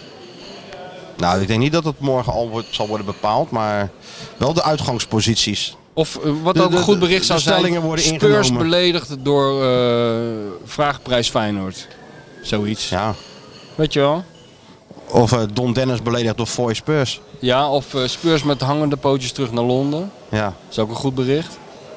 Nou, ik denk niet dat het morgen al zal worden bepaald, maar wel de uitgangsposities. Of wat De- ook de- een goed bericht zou de stellingen zijn. worden Spurs ingenomen. beledigd door vraagprijs Feyenoord. Zoiets. Ja. Weet je wel? Of Don Dennis beledigd door Foy Spurs. Ja, of Spurs met hangende pootjes terug naar Londen. Ja. Dat is ook een goed bericht.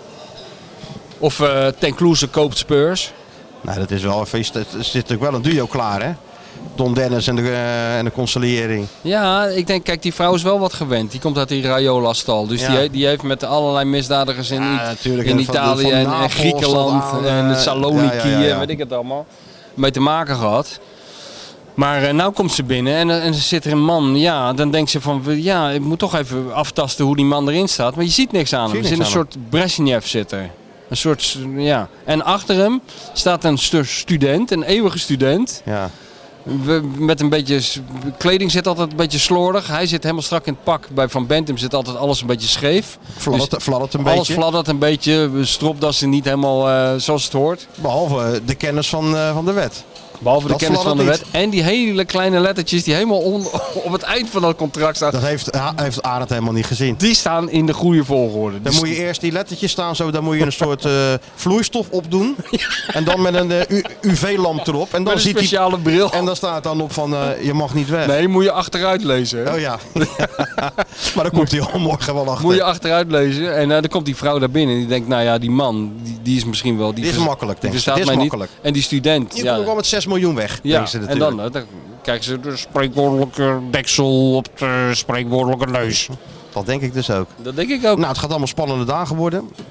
Of Ten Kloeze koopt Spurs. Nou, dat is wel een feest. Er zit natuurlijk wel een duo klaar, hè? Don Dennis en de conciliëring. Ja, ik denk, kijk, die vrouw is wel wat gewend. Die komt uit die Raiola-stal. Dus Ja. die heeft met allerlei misdadigers in, natuurlijk. in En van Italië van en Napels Griekenland tot aan, en Saloniki ja. en weet ik het allemaal. Mee te maken gehad. Maar nou komt ze binnen en er zit er een man. Ja, dan denkt ze van, ja, ik moet toch even aftasten hoe die man erin staat. Maar je ziet niks aan hem. Er zit een soort Brezhnev zit er. Een soort, ja. En achter hem staat een student, een eeuwige student. Ja. Met een beetje, kleding zit altijd een beetje slordig. Hij zit helemaal strak in het pak. Bij Van Bentum zit altijd alles een beetje scheef. Fladdert een Alles beetje. fladdert een beetje. Stropdassen niet helemaal zoals het hoort. Behalve de kennis van de wet. Behalve de Dat kennis van de fladdert wet. En die hele kleine lettertjes die helemaal op het eind van dat contract staan. Dat heeft Arend helemaal niet gezien. Die staan in de goede volgorde. Dan moet je eerst die lettertjes staan, zo, dan moet je een soort vloeistof opdoen. En dan met een UV-lamp erop. En dan met een ziet hij. speciale bril. En dan staat dan op van je mag niet weg. Nee, moet je achteruit lezen. Hè? Oh ja. Maar dan komt hij al morgen wel achter. Moet je achteruit lezen. En dan komt die vrouw daar binnen. En die denkt, nou ja, die man, die is misschien wel... Dit is makkelijk, denk ik. verstaat Dit is mij makkelijk. niet. En die student. Je komt ook wel met 6 miljoen weg. Ja, ze en dan krijgen ze de spreekwoordelijke deksel op de spreekwoordelijke neus. Dat denk ik dus ook. Dat denk ik ook. Nou, het gaat allemaal spannende dagen worden.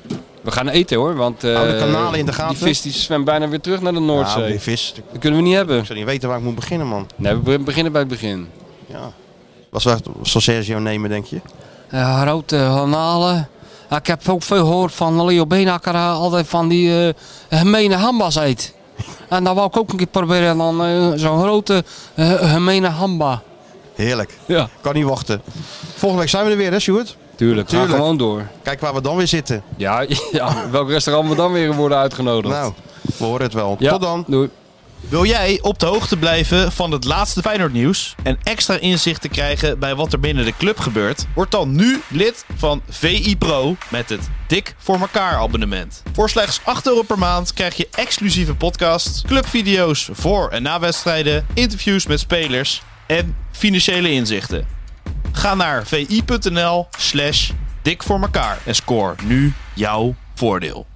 We gaan eten hoor, want Hou de kanalen in de gaten. Die vis die zwemt bijna weer terug naar de Noordzee. Nou, die vis. Dat kunnen we niet hebben. Ik zou niet weten waar ik moet beginnen, man. Nee, we beginnen bij het begin. Ja. Wat zal Sergio nemen, denk je? Grote garnalen. Ik heb ook veel gehoord van Leo Beenhakker altijd van die gemene hamba's eet. En dan wou ik ook een keer proberen dan zo'n grote gemene hamba. Heerlijk. Ja. Kan niet wachten. Volgende week zijn we er weer, hè, Sjoerd? Tuurlijk, ga gewoon door. Kijk waar we dan weer zitten. Ja, welk restaurant we dan weer worden uitgenodigd. Nou, we horen het wel. Ja, tot dan. Doei. Wil jij op de hoogte blijven van het laatste Feyenoord nieuws en extra inzicht te krijgen bij wat er binnen de club gebeurt? Word dan nu lid van VI Pro met het Dik voor elkaar abonnement. Voor slechts €8 per maand krijg je exclusieve podcasts, clubvideo's voor en na wedstrijden, interviews met spelers en financiële inzichten. Ga naar vi.nl/dik voor elkaar en score nu jouw voordeel.